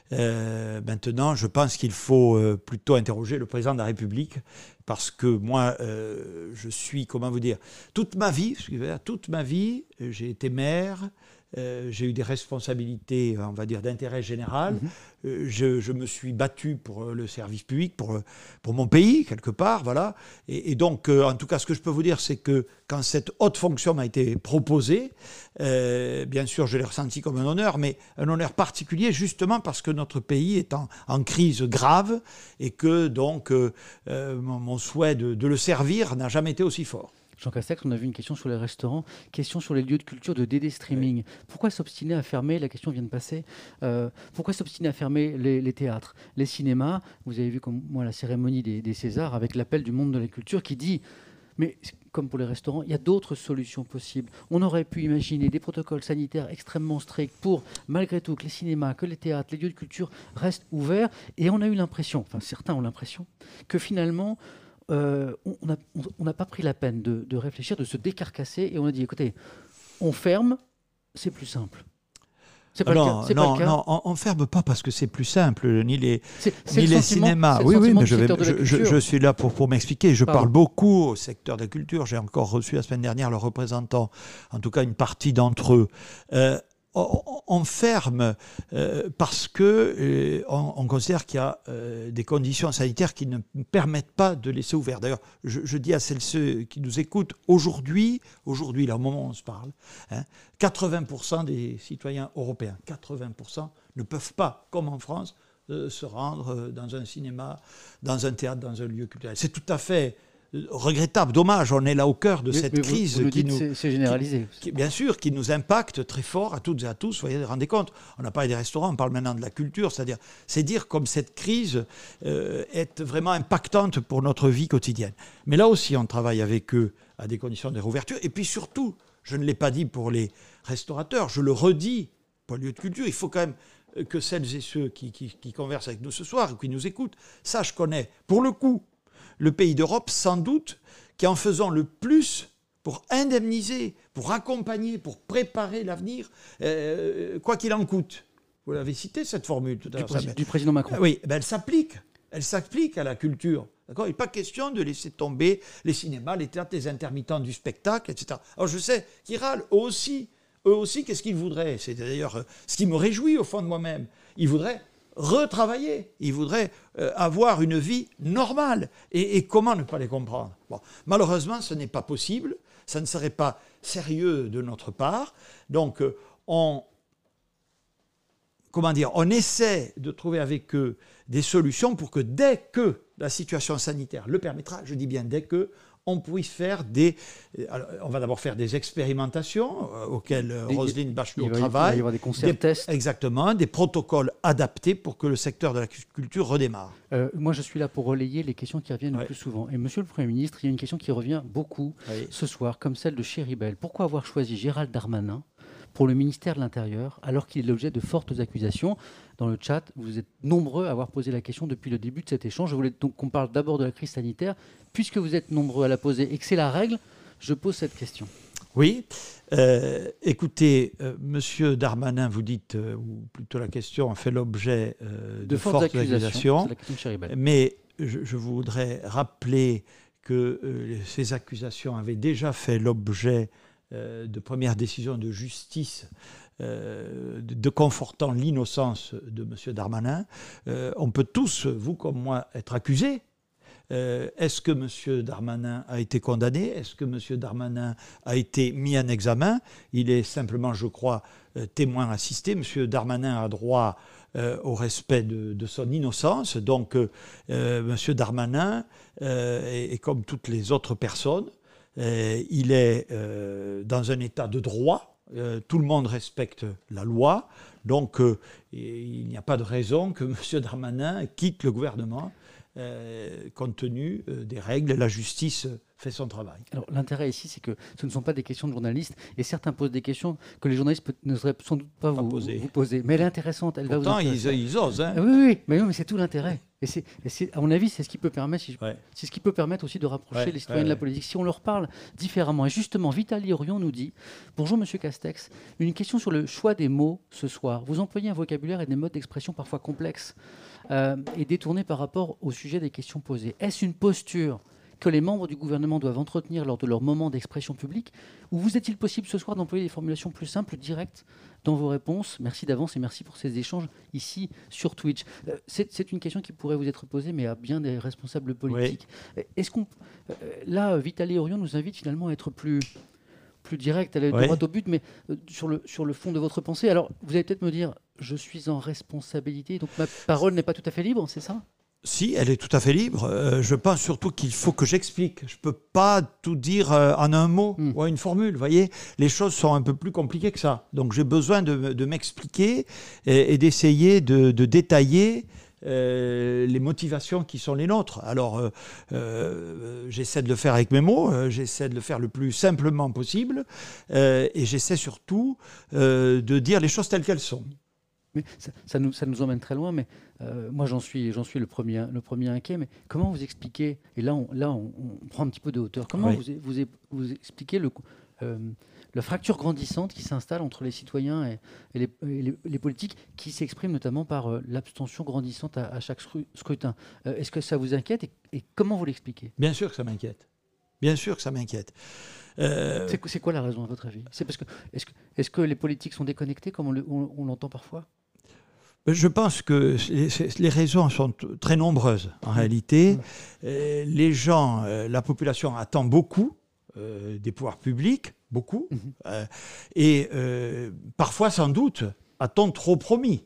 Euh, maintenant, je pense qu'il faut euh, plutôt interroger le président de la République parce que moi, euh, je suis, comment vous dire, toute ma vie, toute ma vie, j'ai été maire. Euh, j'ai eu des responsabilités, on va dire, d'intérêt général. Mmh. Euh, je, je me suis battu pour le service public, pour, pour mon pays, quelque part, voilà. Et, et donc, euh, en tout cas, ce que je peux vous dire, c'est que quand cette haute fonction m'a été proposée, euh, bien sûr, je l'ai ressenti comme un honneur, mais un honneur particulier, justement parce que notre pays est en, en crise grave et que, donc, euh, euh, mon, mon souhait de, de le servir n'a jamais été aussi fort. Jean Castex, on a vu une question sur les restaurants, question sur les lieux de culture de D D streaming. Oui. Pourquoi s'obstiner à fermer, la question vient de passer, euh, pourquoi s'obstiner à fermer les, les théâtres, les cinémas? Vous avez vu comme moi la cérémonie des, des Césars avec l'appel du monde de la culture qui dit, mais comme pour les restaurants, il y a d'autres solutions possibles. On aurait pu imaginer des protocoles sanitaires extrêmement stricts pour, malgré tout, que les cinémas, que les théâtres, les lieux de culture restent ouverts. Et on a eu l'impression, enfin certains ont l'impression, que finalement... Euh, on n'a pas pris la peine de, de réfléchir, de se décarcasser et on a dit écoutez, on ferme, c'est plus simple. C'est pas non, le cas. Non, pas le cas. non, on ne ferme pas parce que c'est plus simple, ni les, c'est, c'est ni les cinémas. Oui, oui, mais je, vais, je, je, je suis là pour, pour m'expliquer. Je Pardon. parle beaucoup au secteur de la culture. J'ai encore reçu la semaine dernière leurs représentants, en tout cas une partie d'entre eux. Euh, On ferme euh, parce que euh, on, on considère qu'il y a euh, des conditions sanitaires qui ne permettent pas de laisser ouvert. D'ailleurs, je, je dis à celles ceux qui nous écoutent, aujourd'hui, aujourd'hui, là, au moment où on se parle, hein, quatre-vingts pour cent des citoyens européens, quatre-vingts pour cent ne peuvent pas, comme en France, euh, se rendre dans un cinéma, dans un théâtre, dans un lieu culturel. C'est tout à fait regrettable, dommage, on est là au cœur de mais, cette mais crise vous, vous qui nous, nous, c'est généralisé. Qui, qui, bien sûr, qui nous impacte très fort à toutes et à tous. Vous vous rendez compte, on a parlé des restaurants, on parle maintenant de la culture, c'est-à-dire, c'est dire comme cette crise euh, est vraiment impactante pour notre vie quotidienne. Mais là aussi, on travaille avec eux à des conditions de réouverture. Et puis surtout, je ne l'ai pas dit pour les restaurateurs, je le redis pour les lieux de culture, il faut quand même que celles et ceux qui, qui, qui conversent avec nous ce soir ou qui nous écoutent sachent qu'on est, pour le coup, le pays d'Europe, sans doute, qui en faisant le plus pour indemniser, pour accompagner, pour préparer l'avenir, euh, quoi qu'il en coûte. Vous l'avez cité, cette formule tout à l'heure. Du, président, du président Macron. Oui, ben elle s'applique. Elle s'applique à la culture. D'accord ? Il n'est pas question de laisser tomber les cinémas, les théâtres, les intermittents du spectacle, et cetera. Alors je sais qu'ils râlent, eux aussi. Eux aussi, qu'est-ce qu'ils voudraient ? C'est d'ailleurs ce qui me réjouit au fond de moi-même. Ils voudraient retravailler. Ils voudraient euh, avoir une vie normale. Et, et comment ne pas les comprendre ? Bon, malheureusement, ce n'est pas possible. Ça ne serait pas sérieux de notre part. Donc, euh, on, comment dire, on essaie de trouver avec eux des solutions pour que dès que la situation sanitaire le permettra, je dis bien dès que, on puisse faire des... Alors, on va d'abord faire des expérimentations euh, auxquelles euh, Roselyne Bachelot travaille. Il va y avoir des concerts-tests. Exactement, des protocoles adaptés pour que le secteur de la culture redémarre. Euh, moi, je suis là pour relayer les questions qui reviennent ouais. le plus souvent. Et Monsieur le Premier ministre, il y a une question qui revient beaucoup oui. ce soir, comme celle de Chéribel. Pourquoi avoir choisi Gérald Darmanin pour le ministère de l'Intérieur, alors qu'il est l'objet de fortes accusations. Dans le chat, vous êtes nombreux à avoir posé la question depuis le début de cet échange. Je voulais donc qu'on parle d'abord de la crise sanitaire. Puisque vous êtes nombreux à la poser et que c'est la règle, je pose cette question. Oui. Euh, écoutez, euh, Monsieur Darmanin, vous dites, euh, ou plutôt la question a fait l'objet euh, de, de fortes, fortes accusations. accusations c'est la question de Chéribel. Mais je, je voudrais rappeler que euh, ces accusations avaient déjà fait l'objet euh, de premières décisions de justice euh, de, de confortant l'innocence de M. Darmanin. Euh, on peut tous, vous comme moi, être accusés. Euh, est-ce que M. Darmanin a été condamné? Est-ce que M. Darmanin a été mis en examen? Il est simplement, je crois, euh, témoin assisté. M. Darmanin a droit euh, au respect de, de son innocence. Donc, euh, M. Darmanin euh, est, est comme toutes les autres personnes. Euh, il est euh, dans un état de droit. Euh, tout le monde respecte la loi. Donc, euh, il n'y a pas de raison que M. Darmanin quitte le gouvernement. Euh, compte tenu euh, des règles, la justice fait son travail. Alors, l'intérêt ici, c'est que ce ne sont pas des questions de journalistes, et certains posent des questions que les journalistes ne seraient sans doute pas, pas vous, poser. vous poser. Mais elle est intéressante, elle Pourtant, va vous ils, ils osent. Hein. Ah, oui, oui, mais, non, mais c'est tout l'intérêt. Et, c'est, et c'est, à mon avis, c'est ce qui peut permettre, si je, ouais. c'est ce qui peut permettre aussi de rapprocher ouais, les citoyens ouais, de la politique, si on leur parle différemment. Et justement, Vitaly Orion nous dit, bonjour Monsieur Castex, une question sur le choix des mots ce soir. Vous employez un vocabulaire et des modes d'expression parfois complexes euh, et détournés par rapport au sujet des questions posées. Est-ce une posture que les membres du gouvernement doivent entretenir lors de leur moment d'expression publique, ou vous est-il possible ce soir d'employer des formulations plus simples, directes dans vos réponses? Merci d'avance et merci pour ces échanges ici sur Twitch. Euh, c'est, c'est une question qui pourrait vous être posée, mais à bien des responsables politiques. Oui. Est-ce qu'on, euh, là, Vitaly Orion nous invite finalement à être plus, plus direct, à aller oui. droit au but, mais euh, sur, le, sur le fond de votre pensée. Alors, vous allez peut-être me dire, je suis en responsabilité, donc ma parole n'est pas tout à fait libre, c'est ça ? Si, elle est tout à fait libre. Euh, je pense surtout qu'il faut que j'explique. Je ne peux pas tout dire euh, en un mot mm. ou en une formule. Vous voyez, les choses sont un peu plus compliquées que ça. Donc j'ai besoin de, de m'expliquer et, et d'essayer de, de détailler euh, les motivations qui sont les nôtres. Alors, euh, euh, j'essaie de le faire avec mes mots, euh, j'essaie de le faire le plus simplement possible euh, et j'essaie surtout euh, de dire les choses telles qu'elles sont. Mais ça, ça, nous, ça nous emmène très loin, mais euh, moi j'en suis, j'en suis le, premier, le premier inquiet. Mais comment vous expliquez, et là on, là on, on prend un petit peu de hauteur, comment oui. vous, vous, vous expliquez le, euh, la fracture grandissante qui s'installe entre les citoyens et, et, les, et les, les politiques, qui s'exprime notamment par euh, l'abstention grandissante à, à chaque scrutin. Euh, est-ce que ça vous inquiète et, et comment vous l'expliquez? Bien sûr que ça m'inquiète. Bien sûr que ça m'inquiète. Euh... C'est, c'est quoi la raison à votre avis? C'est parce que, est-ce, que, est-ce que les politiques sont déconnectés comme on, le, on, on l'entend parfois? Je pense que les raisons sont très nombreuses en mmh. réalité. Mmh. Euh, les gens, euh, la population attend beaucoup euh, des pouvoirs publics, beaucoup. Mmh. Euh, et euh, parfois, sans doute, a-t-on trop promis.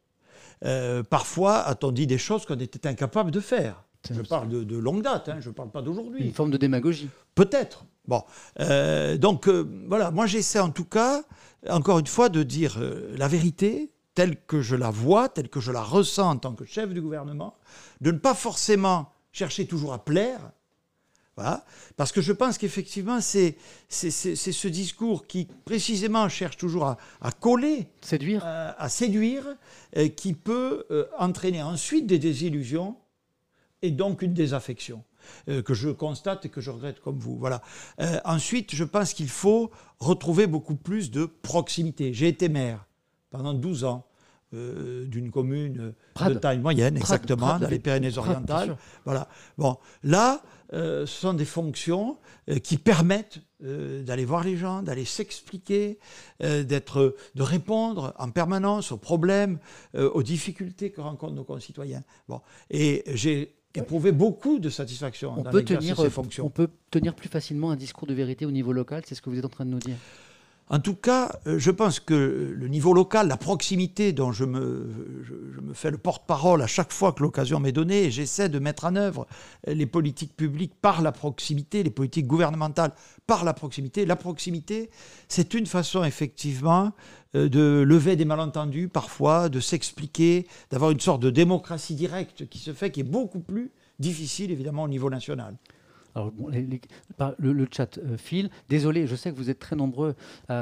Euh, parfois, a-t-on dit des choses qu'on était incapable de faire. Je parle de, de longue date, hein, je ne parle pas d'aujourd'hui. Une forme de démagogie. Peut-être. Bon, euh, donc euh, voilà, moi j'essaie en tout cas, encore une fois, de dire euh, la vérité telle que je la vois, telle que je la ressens en tant que chef du gouvernement, de ne pas forcément chercher toujours à plaire, voilà, parce que je pense qu'effectivement c'est, c'est, c'est, c'est ce discours qui précisément cherche toujours à, à coller, séduire, à, à séduire, euh, qui peut euh, entraîner ensuite des désillusions et donc une désaffection. Euh, que je constate et que je regrette comme vous. Voilà. Euh, ensuite, je pense qu'il faut retrouver beaucoup plus de proximité. J'ai été maire pendant douze ans euh, d'une commune Prades. de taille moyenne, Prades. exactement, Prades. dans les Pyrénées-Orientales. Voilà. Bon, là, euh, ce sont des fonctions euh, qui permettent euh, d'aller voir les gens, d'aller s'expliquer, euh, d'être, de répondre en permanence aux problèmes, euh, aux difficultés que rencontrent nos concitoyens. Bon. Et j'ai éprouvé beaucoup de satisfaction on dans peut l'exercice tenir, de ces fonctions. On peut tenir plus facilement un discours de vérité au niveau local, c'est ce que vous êtes en train de nous dire? En tout cas, je pense que le niveau local, la proximité dont je me, je, je me fais le porte-parole à chaque fois que l'occasion m'est donnée, et j'essaie de mettre en œuvre les politiques publiques par la proximité, les politiques gouvernementales par la proximité. La proximité, c'est une façon effectivement de lever des malentendus parfois, de s'expliquer, d'avoir une sorte de démocratie directe qui se fait, qui est beaucoup plus difficile évidemment au niveau national. Alors, bon, les, les, le, le chat euh, file. Désolé, je sais que vous êtes très nombreux à,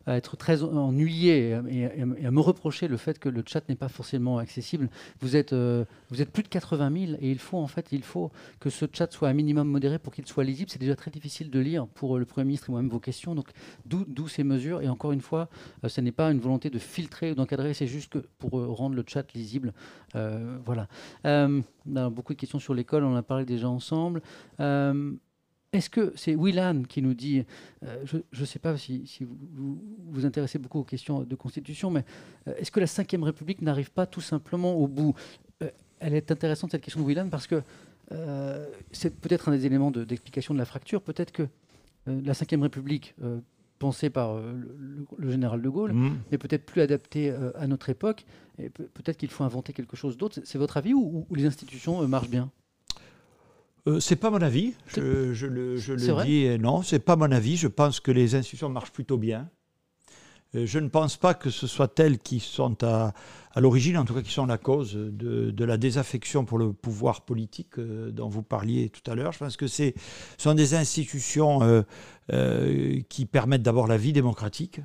à être très ennuyé et, et, et à me reprocher le fait que le chat n'est pas forcément accessible. Vous êtes, euh, vous êtes plus de quatre-vingt mille et il faut en fait, il faut que ce chat soit un minimum modéré pour qu'il soit lisible. C'est déjà très difficile de lire pour le Premier ministre et moi-même vos questions. Donc d'où ces mesures. Et encore une fois, euh, ce n'est pas une volonté de filtrer ou d'encadrer, c'est juste que pour euh, rendre le chat lisible. Euh, voilà. Euh, on a beaucoup de questions sur l'école, on en a parlé déjà ensemble. Euh, Est-ce que c'est Willan qui nous dit, euh, je ne sais pas si, si vous, vous vous intéressez beaucoup aux questions de constitution, mais euh, est-ce que la cinquième République n'arrive pas tout simplement au bout? euh, Elle est intéressante cette question de Willan parce que euh, c'est peut-être un des éléments de, d'explication de la fracture. Peut-être que euh, la cinquième République, euh, pensée par euh, le, le général de Gaulle, mmh. n'est peut-être plus adaptée euh, à notre époque. Et pe- peut-être qu'il faut inventer quelque chose d'autre. C'est, c'est votre avis ou, ou les institutions euh, marchent bien? Euh, c'est pas mon avis, je, je le, je le dis, non, c'est pas mon avis. Je pense que les institutions marchent plutôt bien. Euh, je ne pense pas que ce soit elles qui sont à, à l'origine, en tout cas qui sont la cause de, de la désaffection pour le pouvoir politique euh, dont vous parliez tout à l'heure. Je pense que c'est, ce sont des institutions euh, euh, qui permettent d'abord la vie démocratique.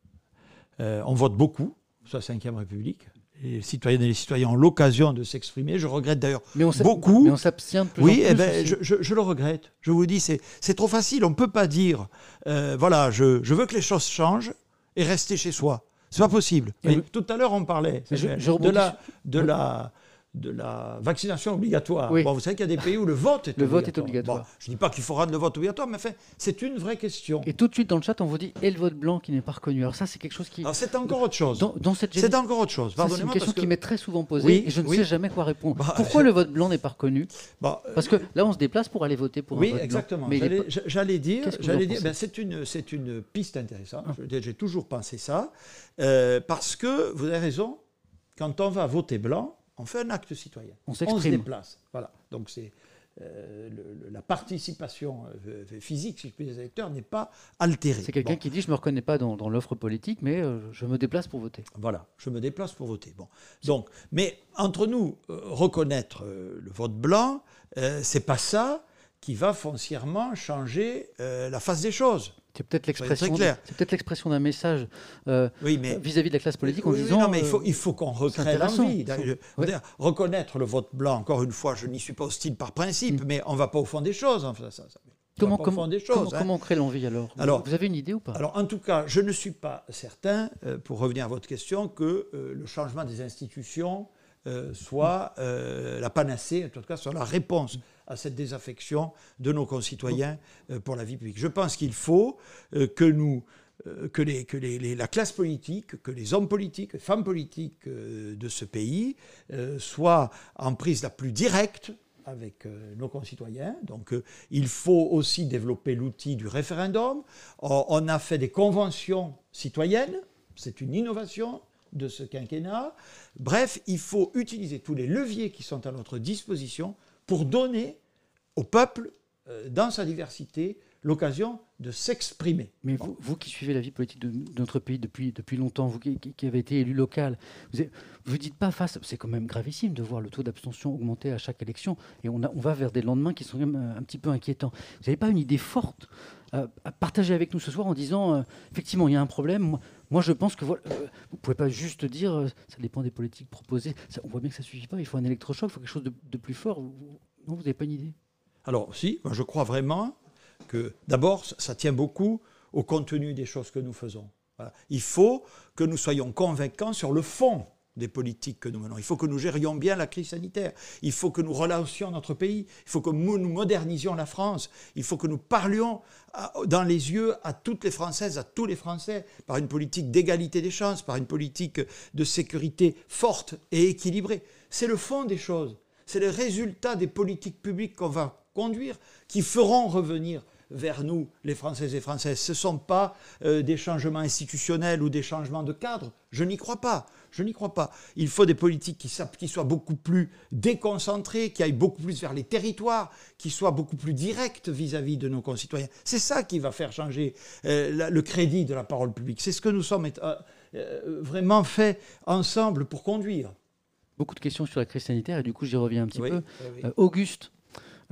Euh, on vote beaucoup sur la cinquième République. Les citoyennes et les citoyens ont l'occasion de s'exprimer. Je regrette d'ailleurs beaucoup. Mais on s'abstient de plus oui, en plus. Eh ben, je, je, je le regrette. Je vous dis, c'est, c'est trop facile. On ne peut pas dire, euh, voilà, je, je veux que les choses changent et rester chez soi. C'est pas possible. Mais, oui. Tout à l'heure, on parlait je, je de, la, de, oui. la, de la vaccination obligatoire. Oui. Bon, vous savez qu'il y a des pays où le vote est le obligatoire. Vote est obligatoire. Bon, je ne dis pas qu'il faut rendre le vote obligatoire, mais enfin, c'est une vraie question. Et tout de suite, dans le chat, on vous dit « et le vote blanc qui n'est pas reconnu ». Alors ça, c'est quelque chose qui... Alors c'est encore autre chose. Dans, dans cette c'est encore autre chose. Ça, c'est une question que... qui m'est très souvent posée oui, et je ne oui. sais jamais quoi répondre. Bah, Pourquoi je... le vote blanc n'est pas reconnu bah, Parce que là, on se déplace pour aller voter pour oui, un vote exactement. blanc. J'allais, pas... j'allais dire, j'allais dire ben, c'est, une, c'est une piste intéressante. Ah. Je, j'ai toujours pensé ça. Euh, parce que, vous avez raison, quand on va voter blanc, on fait un acte citoyen. On s'exprime. On se déplace. Voilà. Donc c'est euh, le, le, la participation euh, physique, si je puis dire, des électeurs n'est pas altérée. C'est quelqu'un bon. qui dit je ne me reconnais pas dans, dans l'offre politique, mais euh, je me déplace pour voter. Voilà, je me déplace pour voter. Bon. Donc, mais entre nous, euh, reconnaître euh, le vote blanc, euh, c'est pas ça qui va foncièrement changer euh, la face des choses. C'est peut-être l'expression, de, c'est peut-être l'expression d'un message euh, oui, mais, vis-à-vis de la classe politique en oui, disant... Oui, non, mais il faut, il faut qu'on recrée l'envie. Je, oui. dire, reconnaître le vote blanc, encore une fois, je n'y suis pas hostile par principe, mm. mais on ne va pas au fond des choses. Enfin, ça, ça, comment, comment, des choses, comment, hein. comment on crée l'envie alors, alors Vous avez une idée ou pas? Alors, en tout cas, je ne suis pas certain, euh, pour revenir à votre question, que euh, le changement des institutions euh, soit euh, la panacée, en tout cas, soit la réponse à cette désaffection de nos concitoyens euh, pour la vie publique. Je pense qu'il faut euh, que nous, euh, que, les, que les, les, la classe politique, que les hommes politiques, les femmes politiques euh, de ce pays euh, soient en prise la plus directe avec euh, nos concitoyens. Donc euh, il faut aussi développer l'outil du référendum. On, on a fait des conventions citoyennes, c'est une innovation de ce quinquennat. Bref, il faut utiliser tous les leviers qui sont à notre disposition pour donner au peuple, euh, dans sa diversité, l'occasion de s'exprimer. Mais vous, vous qui suivez la vie politique de, de notre pays depuis, depuis longtemps, vous qui, qui avez été élu local, vous ne vous dites pas face... C'est quand même gravissime de voir le taux d'abstention augmenter à chaque élection, et on, a, on va vers des lendemains qui sont quand même un petit peu inquiétants. Vous n'avez pas une idée forte euh, à partager avec nous ce soir en disant, euh, effectivement, il y a un problème, moi, moi je pense que... Voilà, euh, vous ne pouvez pas juste dire, euh, ça dépend des politiques proposées, ça, on voit bien que ça ne suffit pas, il faut un électrochoc, il faut quelque chose de, de plus fort. Vous, non, vous n'avez pas une idée? Alors, si, moi je crois vraiment que, d'abord, ça tient beaucoup au contenu des choses que nous faisons. Voilà. Il faut que nous soyons convaincants sur le fond des politiques que nous menons. Il faut que nous gérions bien la crise sanitaire. Il faut que nous relancions notre pays. Il faut que nous modernisions la France. Il faut que nous parlions à, dans les yeux à toutes les Françaises, à tous les Français, par une politique d'égalité des chances, par une politique de sécurité forte et équilibrée. C'est le fond des choses. C'est le résultat des politiques publiques qu'on va conduire qui feront revenir vers nous, les Françaises et Françaises. Ce ne sont pas euh, des changements institutionnels ou des changements de cadre. Je n'y crois pas. Je n'y crois pas. Il faut des politiques qui, qui soient beaucoup plus déconcentrées, qui aillent beaucoup plus vers les territoires, qui soient beaucoup plus directes vis-à-vis de nos concitoyens. C'est ça qui va faire changer euh, la, le crédit de la parole publique. C'est ce que nous sommes euh, euh, vraiment faits ensemble pour conduire. Beaucoup de questions sur la crise sanitaire, et du coup, j'y reviens un petit oui, peu. Oui, oui. Euh, Auguste,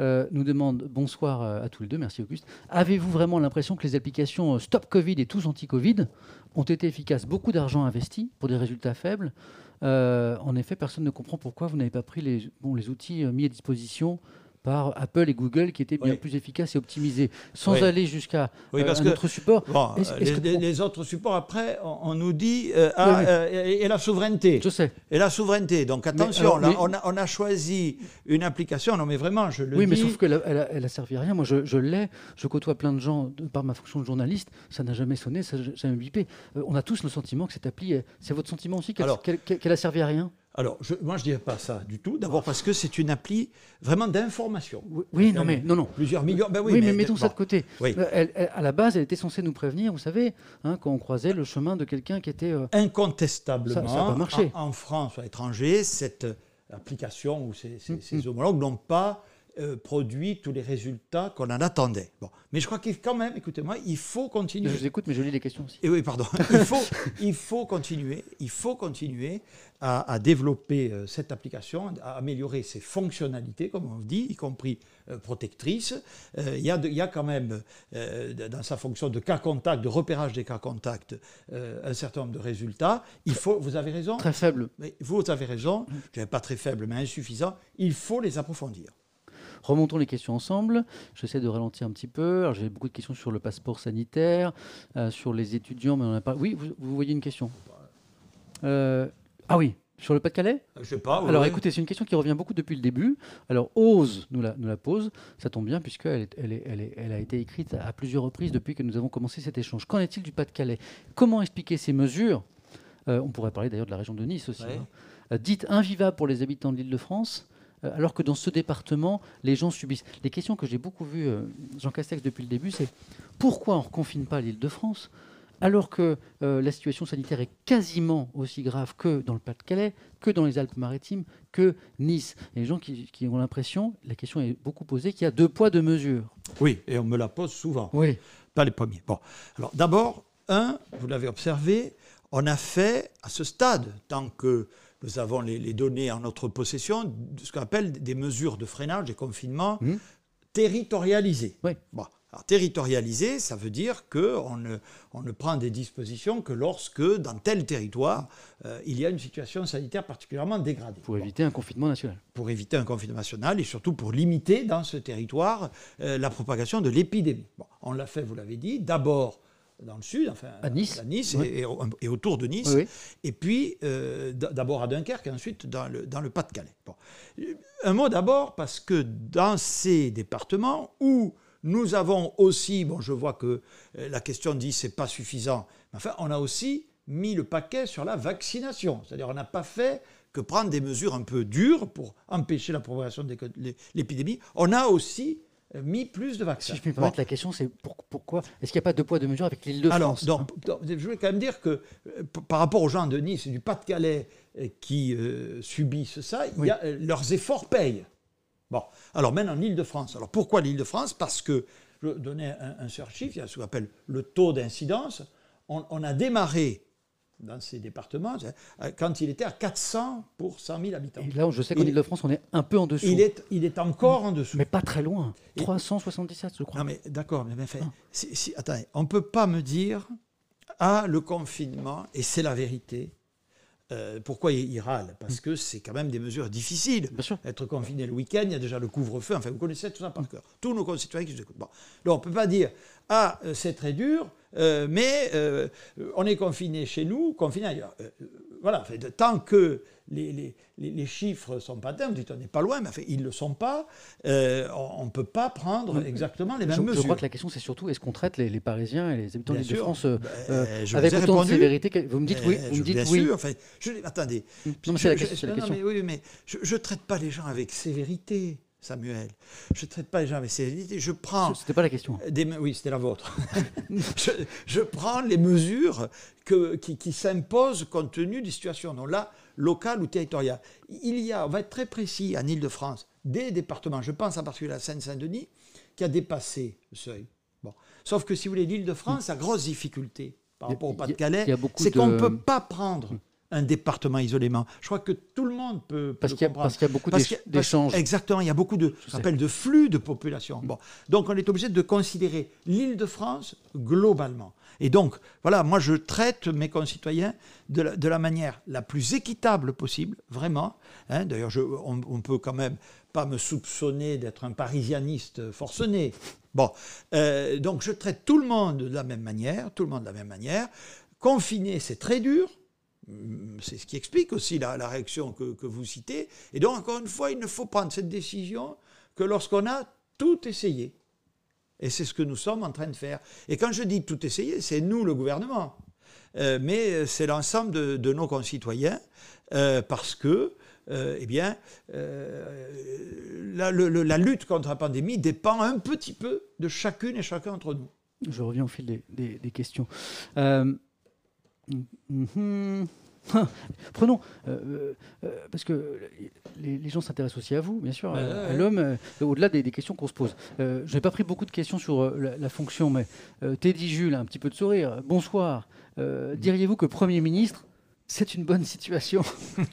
euh, nous demande, bonsoir à tous les deux, merci Auguste, avez-vous vraiment l'impression que les applications Stop Covid et Tous Anti-Covid ont été efficaces? Beaucoup d'argent investi pour des résultats faibles. Euh, en effet, personne ne comprend pourquoi vous n'avez pas pris les, bon, les outils mis à disposition par Apple et Google qui étaient bien oui. plus efficaces et optimisés, sans oui. aller jusqu'à oui, euh, un autre support. Bon, est-ce, est-ce les, que... les autres supports, après, on, on nous dit euh, ah, oui, euh, et, et la souveraineté. Je sais. Et la souveraineté. Donc attention, mais, alors, là, mais... on, a, on a choisi une application, non mais vraiment, je le oui, dis. Oui, mais sauf qu'elle n'a elle a, elle a servi à rien. Moi, je, je l'ai, je côtoie plein de gens de, par ma fonction de journaliste, ça n'a jamais sonné, ça n'a jamais bipé. Euh, on a tous le sentiment que cette appli, c'est votre sentiment aussi, qu'elle, alors, qu'elle, qu'elle a servi à rien? Alors, je, moi, je ne dirais pas ça du tout. D'abord parce que c'est une appli vraiment d'information. Oui, oui non, mais non, non. Plusieurs millions. Ben oui, oui, mais, mais mettons bon. ça de côté. Oui. Elle, elle, à la base, elle était censée nous prévenir, vous savez, hein, quand on croisait le chemin de quelqu'un qui était... Euh... Incontestablement, ça, ça a pas marché. En, en France ou à l'étranger, cette application ou ces, ces, mmh, ces homologues n'ont pas euh, produit tous les résultats qu'on en attendait. Bon. Mais je crois qu'il quand même, écoutez-moi, il faut continuer. Je vous écoute, mais je lis les questions aussi. Et oui, pardon. il, faut, il faut continuer, il faut continuer à, à développer euh, cette application, à améliorer ses fonctionnalités, comme on dit, y compris euh, protectrices. Euh, il y a de, il y a quand même, euh, dans sa fonction de cas contact, de repérage des cas contacts, euh, un certain nombre de résultats. Il faut, vous avez raison. Très faible. Mais vous avez raison. Je ne dirais pas très faible, mais insuffisant. Il faut les approfondir. Remontons les questions ensemble. J'essaie de ralentir un petit peu. Alors, j'ai beaucoup de questions sur le passeport sanitaire, euh, sur les étudiants, mais on n'a pas. Oui, vous, vous voyez une question. Euh, ah oui, sur le Pas-de-Calais. Je sais pas. Alors, ouais. écoutez, c'est une question qui revient beaucoup depuis le début. Alors, Ose nous la, nous la pose. Ça tombe bien puisqu'elle est, elle est, elle est, elle a été écrite à plusieurs reprises depuis que nous avons commencé cet échange. Qu'en est-il du Pas-de-Calais? Comment expliquer ces mesures? euh, On pourrait parler d'ailleurs de la région de Nice aussi. Ouais. Hein. Dites invivables pour les habitants de l'Île-de-France, alors que dans ce département, les gens subissent. Les questions que j'ai beaucoup vues, euh, Jean Castex, depuis le début, c'est pourquoi on ne reconfine pas l'Île-de-France alors que euh, la situation sanitaire est quasiment aussi grave que dans le Pas-de-Calais, que dans les Alpes-Maritimes, que Nice. Et les gens qui, qui ont l'impression, la question est beaucoup posée, qu'il y a deux poids, deux mesures. Oui, et on me la pose souvent. Oui. Pas les premiers. Bon, alors d'abord, un, vous l'avez observé, on a fait à ce stade, tant que nous avons les, les données en notre possession, ce qu'on appelle des mesures de freinage et confinement mmh. territorialisées. Oui. Bon, alors, territorialisées, ça veut dire qu'on ne, on ne prend des dispositions que lorsque, dans tel territoire, euh, il y a une situation sanitaire particulièrement dégradée. Pour bon. éviter un confinement national. Pour éviter un confinement national et surtout pour limiter dans ce territoire euh, la propagation de l'épidémie. Bon, on l'a fait, vous l'avez dit, d'abord dans le sud, enfin à Nice, à Nice oui. et, et, et autour de Nice, oui, oui. et puis euh, d'abord à Dunkerque et ensuite dans le, dans le Pas-de-Calais. Bon. Un mot d'abord parce que dans ces départements où nous avons aussi, bon je vois que la question dit c'est pas suffisant, mais enfin on a aussi mis le paquet sur la vaccination, c'est-à-dire on n'a pas fait que prendre des mesures un peu dures pour empêcher la propagation de l'épidémie, on a aussi mis plus de vaccins. Si je peux me permettre, bon. la question c'est pour, pourquoi est-ce qu'il n'y a pas de poids de mesure avec l'Île-de-France? Alors, donc, donc, je voulais quand même dire que euh, par rapport aux gens de Nice et du Pas-de-Calais euh, qui euh, subissent ça, oui. y a, euh, leurs efforts payent. Bon, alors maintenant en Île-de-France. Alors pourquoi l'Île-de-France? Parce que, je vais donner un, un seul chiffre, il y a ce qu'on appelle le taux d'incidence. On, on a démarré dans ces départements, quand il était à quatre cents pour cent mille habitants. Et là, je sais qu'en Île-de-France, on est un peu en dessous. Il est, il est encore en dessous. Mais pas très loin. Et trois cent soixante-dix-sept, je crois. Non, mais d'accord, mais fait, ah. si, si, attendez, on ne peut pas me dire, ah, le confinement, et c'est la vérité, euh, pourquoi il, il râle? Parce que c'est quand même des mesures difficiles. Bien sûr. Être confiné le week-end, il y a déjà le couvre-feu, enfin, vous connaissez tout ça par cœur. Tous nos concitoyens qui nous écoutent. Bon. Donc, on ne peut pas dire, ah, c'est très dur, Euh, mais euh, on est confiné chez nous, confiné ailleurs. Euh, voilà, fait, tant que les, les, les chiffres ne sont pas atteints, vous dites on n'est pas loin, mais enfin, ils ne le sont pas, euh, on ne peut pas prendre exactement les mêmes je, mesures. Je crois que la question c'est surtout est-ce qu'on traite les, les Parisiens et les habitants de l'Île-de-France euh, ben, avec autant répondu. de sévérité que... Vous me dites oui, vous je, me dites bien oui. sûr, enfin, je, attendez, non, je, la, je, je, non, la non, mais, oui, mais je ne traite pas les gens avec sévérité. Samuel, je ne traite pas les gens avec sévérité, je prends... C'était pas la question. Des, oui, c'était la vôtre. je, je prends les mesures que, qui, qui s'imposent compte tenu des situations, donc là, locales ou territoriales. Il y a, on va être très précis, en Île-de-France, des départements, je pense en particulier à Seine-Saint-Denis, qui a dépassé le seuil. Bon. Sauf que si vous voulez, l'Île-de-France a grosse difficulté par rapport au Pas-de-Calais, c'est qu'on ne peut pas prendre un département isolément. Je crois que tout le monde peut, peut parce le qu'il y a, comprendre. Parce qu'il y a beaucoup parce d'échanges. Exactement, il y a beaucoup de, rappelle, de flux de population. Bon. Donc on est obligé de considérer l'Île-de-France globalement. Et donc, voilà, moi je traite mes concitoyens de la, de la manière la plus équitable possible, vraiment. Hein, d'ailleurs, je, on ne peut quand même pas me soupçonner d'être un parisianiste forcené. Bon, euh, donc je traite tout le monde de la même manière, tout le monde de la même manière. Confiner, c'est très dur. C'est ce qui explique aussi la, la réaction que, que vous citez. Et donc, encore une fois, il ne faut prendre cette décision que lorsqu'on a tout essayé. Et c'est ce que nous sommes en train de faire. Et quand je dis tout essayer, c'est nous, le gouvernement. Euh, mais c'est l'ensemble de, de nos concitoyens, euh, parce que, euh, eh bien, euh, la, le, la lutte contre la pandémie dépend un petit peu de chacune et chacun d'entre nous. Je reviens au fil des, des, des questions. Euh, mm-hmm. Prenons, euh, euh, parce que les, les gens s'intéressent aussi à vous, bien sûr, ouais, à, ouais. à l'homme, euh, au-delà des, des questions qu'on se pose. Euh, je n'ai pas pris beaucoup de questions sur euh, la, la fonction, mais euh, Teddy Jules, un petit peu de sourire. Bonsoir. Euh, diriez-vous que Premier ministre, c'est une bonne situation?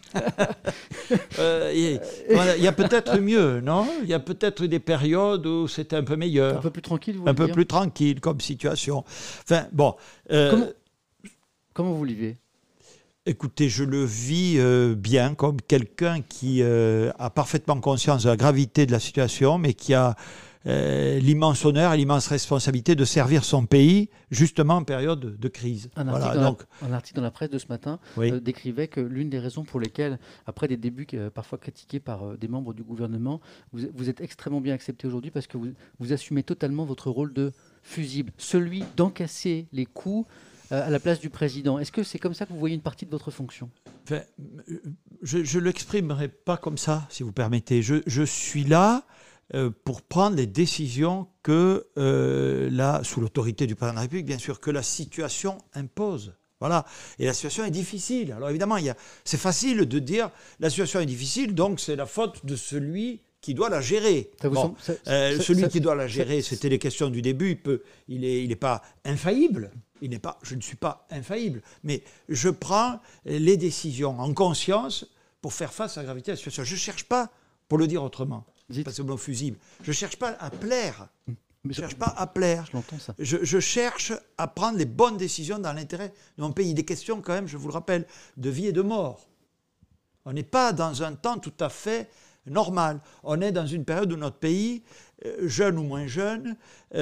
euh, Il voilà, y a peut-être mieux, non? Il y a peut-être des périodes où c'était un peu meilleur. Un peu plus tranquille, vous Un voulez peu dire plus tranquille comme situation. Enfin, bon. Euh, comment, comment vous vivez? Écoutez, je le vis euh, bien, comme quelqu'un qui euh, a parfaitement conscience de la gravité de la situation, mais qui a euh, l'immense honneur et l'immense responsabilité de servir son pays, justement en période de, de crise. Un, voilà, article donc, la, un article dans la presse de ce matin oui. euh, décrivait que l'une des raisons pour lesquelles, après des débuts euh, parfois critiqués par euh, des membres du gouvernement, vous, vous êtes extrêmement bien accepté aujourd'hui parce que vous, vous assumez totalement votre rôle de fusible, celui d'encasser les coups à la place du président. Est-ce que c'est comme ça que vous voyez une partie de votre fonction? Enfin, je ne l'exprimerai pas comme ça, si vous permettez. Je, je suis là euh, pour prendre les décisions que, euh, là, sous l'autorité du président de la République, bien sûr, que la situation impose. Voilà. Et la situation est difficile. Alors évidemment, il y a, c'est facile de dire la situation est difficile, donc c'est la faute de celui qui doit la gérer. Bon, semble, ça, euh, ça, celui ça, qui doit la gérer, ça, c'était les questions du début, il peut, il est, il n'est pas infaillible. Il n'est pas, je ne suis pas infaillible, mais je prends les décisions en conscience pour faire face à la gravité de la situation. Je ne cherche pas, pour le dire autrement, Dites. parce que c'est mon fusible, je ne cherche pas à plaire. Mais je ne cherche pas à plaire. Je l'entends, ça. Je, je cherche à prendre les bonnes décisions dans l'intérêt de mon pays. Il est question quand même, je vous le rappelle, de vie et de mort. On n'est pas dans un temps tout à fait normal. On est dans une période où notre pays, euh, jeune ou moins jeune,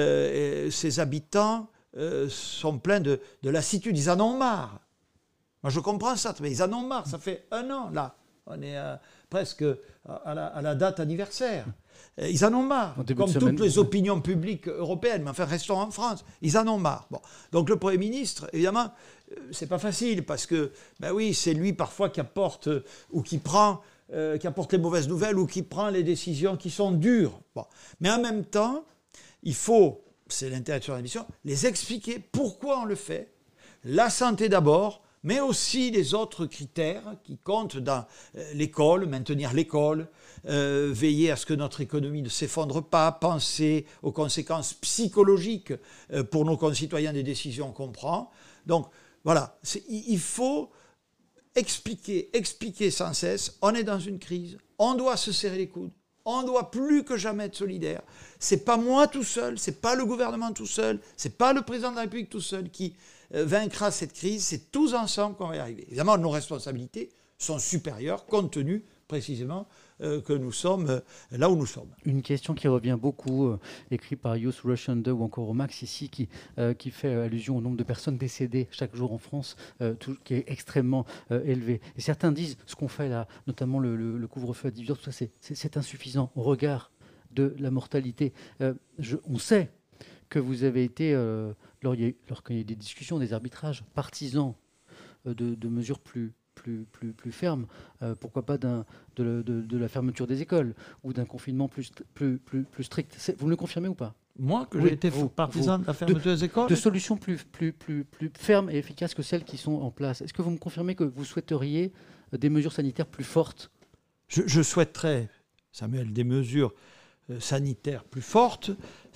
euh, ses habitants euh, sont pleins de, de lassitude. Ils en ont marre. Moi, je comprends ça, mais ils en ont marre. Ça fait un an, là. On est euh, presque à la, à la date anniversaire. Ils en ont marre, comme toutes les opinions publiques européennes, mais enfin, restons en France. Ils en ont marre. Bon. Donc le Premier ministre, évidemment, c'est pas facile, parce que, ben oui, c'est lui parfois qui apporte, ou qui prend, euh, qui apporte les mauvaises nouvelles, ou qui prend les décisions qui sont dures. Bon. Mais en même temps, il faut, c'est l'intérêt de son émission, les expliquer pourquoi on le fait. La santé d'abord, mais aussi les autres critères qui comptent dans l'école, maintenir l'école, euh, veiller à ce que notre économie ne s'effondre pas, penser aux conséquences psychologiques euh, pour nos concitoyens des décisions qu'on prend. Donc voilà, c'est, il faut expliquer, expliquer sans cesse, on est dans une crise, on doit se serrer les coudes, on doit plus que jamais être solidaire. C'est pas moi tout seul, c'est pas le gouvernement tout seul, c'est pas le président de la République tout seul qui euh, vaincra cette crise, c'est tous ensemble qu'on va y arriver. Évidemment, nos responsabilités sont supérieures compte tenu précisément euh, que nous sommes euh, là où nous sommes. Une question qui revient beaucoup, euh, écrite par Youth Russian deux ou encore au Max ici, qui, euh, qui fait allusion au nombre de personnes décédées chaque jour en France, euh, tout, qui est extrêmement euh, élevé. Et certains disent, ce qu'on fait là, notamment le, le, le couvre-feu à dix-huit heures, tout ça, c'est, c'est, c'est insuffisant au regard de la mortalité. Euh, je, on sait que vous avez été, euh, lorsqu'il y a eu des discussions, des arbitrages partisans euh, de, de mesures plus Plus, plus, plus ferme, euh, pourquoi pas d'un, de, de, de la fermeture des écoles ou d'un confinement plus, plus, plus, plus strict. C'est, vous me le confirmez ou pas? Moi, que oui, j'ai été vous, partisan vous, de la fermeture de, des écoles de solutions plus, plus, plus, plus fermes et efficaces que celles qui sont en place. Est-ce que vous me confirmez que vous souhaiteriez des mesures sanitaires plus fortes? je, je souhaiterais, Samuel, des mesures euh, sanitaires plus fortes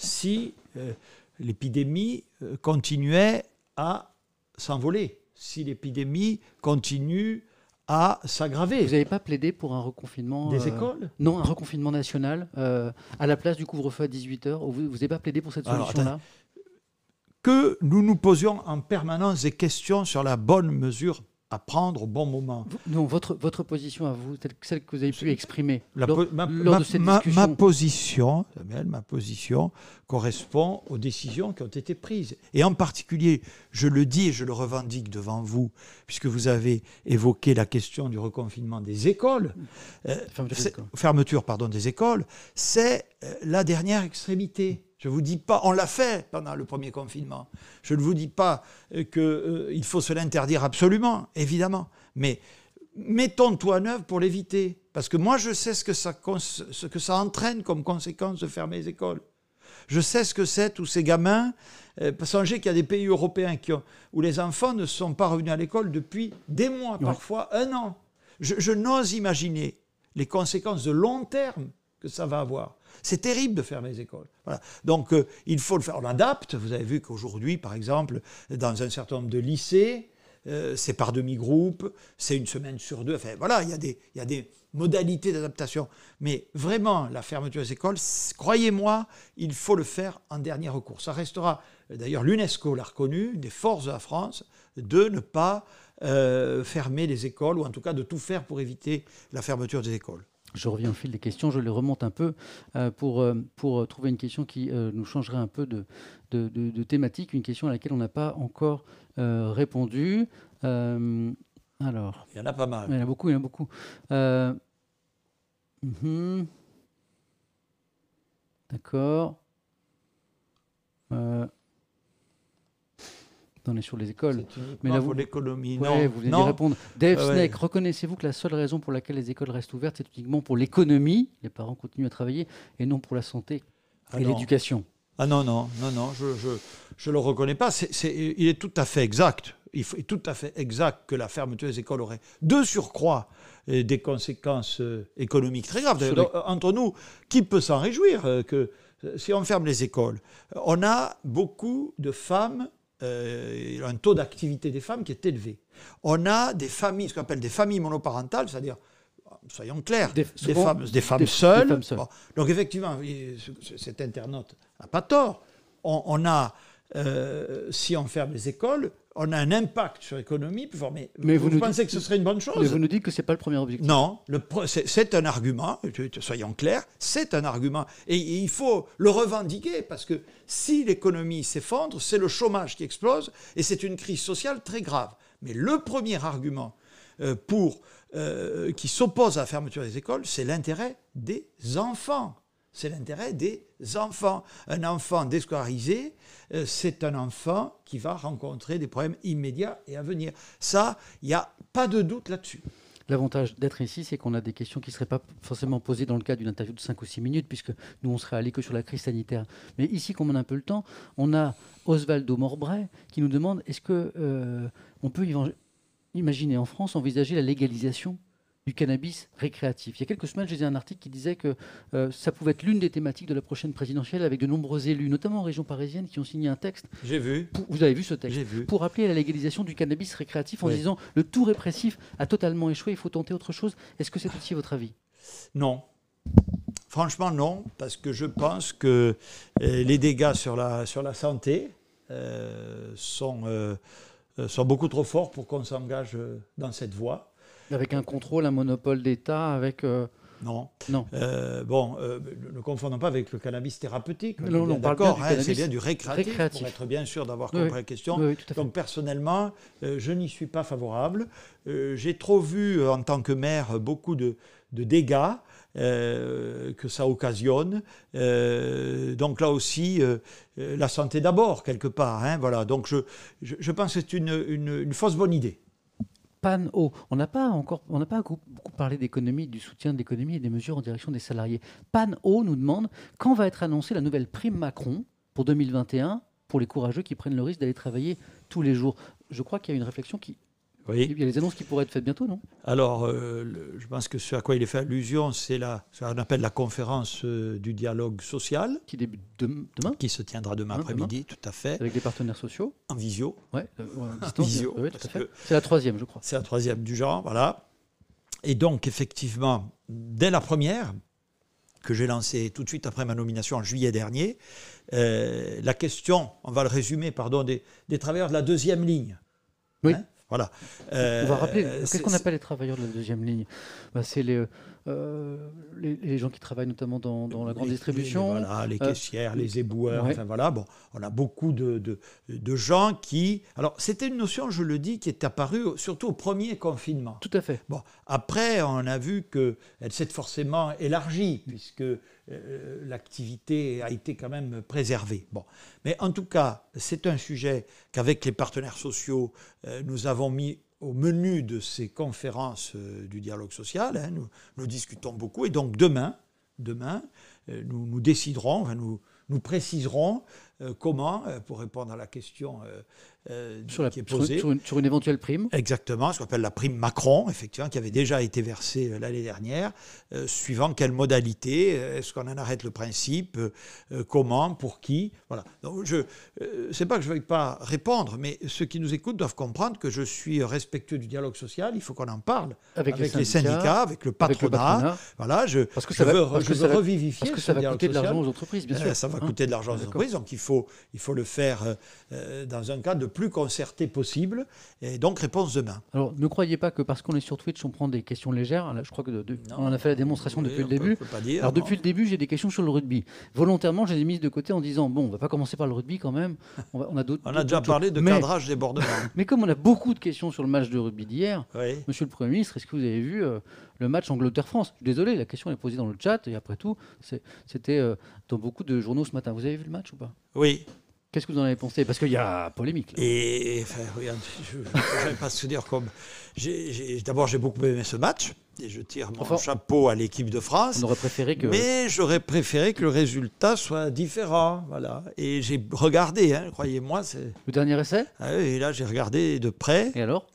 si euh, l'épidémie euh, continuait à s'envoler. Si l'épidémie continue à s'aggraver. Vous n'avez pas plaidé pour un reconfinement des euh, écoles? Non, un reconfinement national euh, à la place du couvre-feu à dix-huit heures. Vous n'avez pas plaidé pour cette solution-là? Que nous nous posions en permanence des questions sur la bonne mesure à prendre au bon moment. Non, votre, votre position à vous, celle que vous avez pu exprimer la, lors, ma, lors ma, de cette ma, discussion. Ma position, Samuel, ma position correspond aux décisions qui ont été prises. Et en particulier, je le dis et je le revendique devant vous, puisque vous avez évoqué la question du reconfinement des écoles, euh, fermeture, fermeture pardon, des écoles, c'est euh, la dernière extrémité. Je ne vous dis pas, on l'a fait pendant le premier confinement. Je ne vous dis pas qu'il euh, faut se l'interdire absolument, évidemment. Mais mettons tout en œuvre pour l'éviter. Parce que moi, je sais ce que ça, ce que ça entraîne comme conséquence de fermer les écoles. Je sais ce que c'est, tous ces gamins. Euh, songez qu'il y a des pays européens qui ont, où les enfants ne sont pas revenus à l'école depuis des mois, ouais. parfois un an. Je, je n'ose imaginer les conséquences de long terme que ça va avoir. C'est terrible de fermer les écoles. Voilà. Donc, euh, il faut le faire. On adapte. Vous avez vu qu'aujourd'hui, par exemple, dans un certain nombre de lycées, euh, c'est par demi-groupe, c'est une semaine sur deux. Enfin, voilà, il y a des, il y a des modalités d'adaptation. Mais vraiment, la fermeture des écoles, croyez-moi, il faut le faire en dernier recours. Ça restera, d'ailleurs, l'UNESCO l'a reconnu, des forces de la France, de ne pas euh, fermer les écoles, ou en tout cas de tout faire pour éviter la fermeture des écoles. Je reviens au fil des questions, je les remonte un peu euh, pour, euh, pour trouver une question qui euh, nous changerait un peu de, de, de, de thématique, une question à laquelle on n'a pas encore euh, répondu. Euh, alors, il y en a pas mal. Il y en a beaucoup, il y en a beaucoup. Euh, mm-hmm. D'accord. Euh, On est sur les écoles. Mais là, vous... pour l'économie. Ouais, non, vous venez non. d'y répondre. Dave ah ouais. Snake, reconnaissez-vous que la seule raison pour laquelle les écoles restent ouvertes, c'est uniquement pour l'économie, les parents continuent à travailler, et non pour la santé ah et non. l'éducation? Ah non, non, non, non, je je, je le reconnais pas. C'est, c'est, il est tout à fait exact. Il est tout à fait exact que la fermeture des écoles aurait de surcroît des conséquences économiques très graves. Les... Entre nous, qui peut s'en réjouir que si on ferme les écoles, on a beaucoup de femmes. Euh, un taux d'activité des femmes qui est élevé. On a des familles, ce qu'on appelle des familles monoparentales, c'est-à-dire, soyons clairs, des, des, femmes, des femmes des, seules. Des femmes seules. Bon. Donc effectivement, cet internaute n'a pas tort. On, on a, euh, si on ferme les écoles, on a un impact sur l'économie plus fort. Mais, mais vous, vous pensez dites, que ce serait une bonne chose? Mais vous nous dites que ce n'est pas le premier objectif. Non, le, c'est, c'est un argument, soyons clairs, c'est un argument. Et, et il faut le revendiquer, parce que si l'économie s'effondre, c'est le chômage qui explose, et c'est une crise sociale très grave. Mais le premier argument euh, pour, euh, qui s'oppose à la fermeture des écoles, c'est l'intérêt des enfants. C'est l'intérêt des enfants. Un enfant déscolarisé, euh, c'est un enfant qui va rencontrer des problèmes immédiats et à venir. Ça, il n'y a pas de doute là-dessus. L'avantage d'être ici, c'est qu'on a des questions qui ne seraient pas forcément posées dans le cadre d'une interview de cinq ou six minutes, puisque nous, on serait allé que sur la crise sanitaire. Mais ici, comme on a un peu le temps, on a Osvaldo Morbray qui nous demande, est-ce qu'on euh, peut imaginer en France envisager la légalisation du cannabis récréatif. Il y a quelques semaines, j'ai lu un article qui disait que euh, ça pouvait être l'une des thématiques de la prochaine présidentielle, avec de nombreux élus, notamment en région parisienne, qui ont signé un texte. J'ai vu. Pour, vous avez vu ce texte? J'ai vu. Pour appeler à la légalisation du cannabis récréatif en oui. disant le tout répressif a totalement échoué, il faut tenter autre chose. Est-ce que c'est aussi votre avis? Non. Franchement, non, parce que je pense que euh, les dégâts sur la, sur la santé euh, sont, euh, sont beaucoup trop forts pour qu'on s'engage dans cette voie. Avec un contrôle, un monopole d'État, avec... Euh... Non. non. Euh, bon, euh, ne confondons pas avec le cannabis thérapeutique. Non, non, d'accord, hein, c'est bien du récréatif, récréatif, pour être bien sûr d'avoir compris oui, la question. Oui, oui, tout à fait. Donc personnellement, euh, je n'y suis pas favorable. Euh, j'ai trop vu, en tant que maire, beaucoup de, de dégâts euh, que ça occasionne. Euh, donc là aussi, euh, la santé d'abord, quelque part. Hein, voilà. Donc je, je, je pense que c'est une, une, une fausse bonne idée. Pan-Eau. On n'a pas encore, on n'a pas beaucoup parlé d'économie, du soutien de l'économie et des mesures en direction des salariés. Pan-Eau nous demande quand va être annoncée la nouvelle prime Macron pour deux mille vingt et un pour les courageux qui prennent le risque d'aller travailler tous les jours. Je crois qu'il y a une réflexion qui... Oui. Il y a les annonces qui pourraient être faites bientôt, non? Alors, euh, le, je pense que ce à quoi il est fait allusion, c'est la, ce qu'on appelle la conférence euh, du dialogue social. Qui débute de, demain Qui se tiendra demain hein, après-midi, demain. Tout à fait. Avec les partenaires sociaux. En visio. Ouais, euh, en distance, visio. Oui, tout à fait. C'est la troisième, je crois. C'est la troisième du genre, voilà. et donc, effectivement, dès la première, que j'ai lancée tout de suite après ma nomination en juillet dernier, euh, la question, on va le résumer, pardon, des, des travailleurs de la deuxième ligne. Oui. Hein, voilà. Euh, on va rappeler, qu'est-ce qu'on appelle les travailleurs de la deuxième ligne? Bah, c'est les, euh, les, les gens qui travaillent notamment dans, dans la grande les, distribution. Les, voilà, les caissières, euh, les éboueurs, ouais. enfin voilà. Bon, on a beaucoup de, de, de gens qui... Alors, c'était une notion, je le dis, qui est apparue surtout au premier confinement. Tout à fait. Bon, après, on a vu qu'elle s'est forcément élargie, puisque euh, l'activité a été quand même préservée. Bon. Mais en tout cas, c'est un sujet qu'avec les partenaires sociaux, euh, nous avons mis au menu de ces conférences euh, du dialogue social. Hein, nous, nous discutons beaucoup. Et donc demain, demain euh, nous, nous déciderons, enfin, nous, nous préciserons euh, comment, euh, pour répondre à la question euh, euh, sur la, qui est posée. Sur une, sur une éventuelle prime. Exactement, ce qu'on appelle la prime Macron, effectivement, qui avait déjà été versée euh, l'année dernière, euh, suivant quelle modalité, euh, est-ce qu'on en arrête le principe, euh, comment, pour qui, voilà. Donc je, euh, c'est pas que je ne veuille pas répondre, mais ceux qui nous écoutent doivent comprendre que je suis respectueux du dialogue social, il faut qu'on en parle avec, avec les, syndicats, les syndicats, avec le patronat, avec le patronat. Voilà, je, parce que je ça va, veux, parce je que veux ça va, revivifier parce que ça va coûter de l'argent aux entreprises, bien sûr. Euh, ça va hein coûter de l'argent aux entreprises, donc il faut, il faut le faire euh, dans un cadre le plus concerté possible, et donc réponse demain. Alors ne croyez pas que parce qu'on est sur Twitch on prend des questions légères. Là, je crois que de, de, non, on a fait la démonstration oui, depuis le début. Peut, peut pas dire, Alors non. depuis le début j'ai des questions sur le rugby. Volontairement je les ai mises de côté en disant bon on va pas commencer par le rugby quand même. On, va, on a d'autres. On a déjà parlé de mais, cadrage débordement. Mais comme on a beaucoup de questions sur le match de rugby d'hier, oui. Monsieur le Premier ministre, est-ce que vous avez vu euh, le match Angleterre-France? Désolé, la question est posée dans le chat et après tout c'était euh, dans beaucoup de journaux ce matin. Vous avez vu le match ou pas? Oui. Qu'est-ce que vous en avez pensé? Parce qu'il y a polémique. Là. Et enfin, regarde, je ne vais pas se dire comme. J'ai, j'ai, d'abord, j'ai beaucoup aimé ce match et je tire mon enfin, chapeau à l'équipe de France. On aurait préféré que. Mais j'aurais préféré que le résultat soit différent, voilà. Et j'ai regardé, hein, croyez-moi. C'est... Le dernier essai? Ah oui, et là, j'ai regardé de près. Et alors?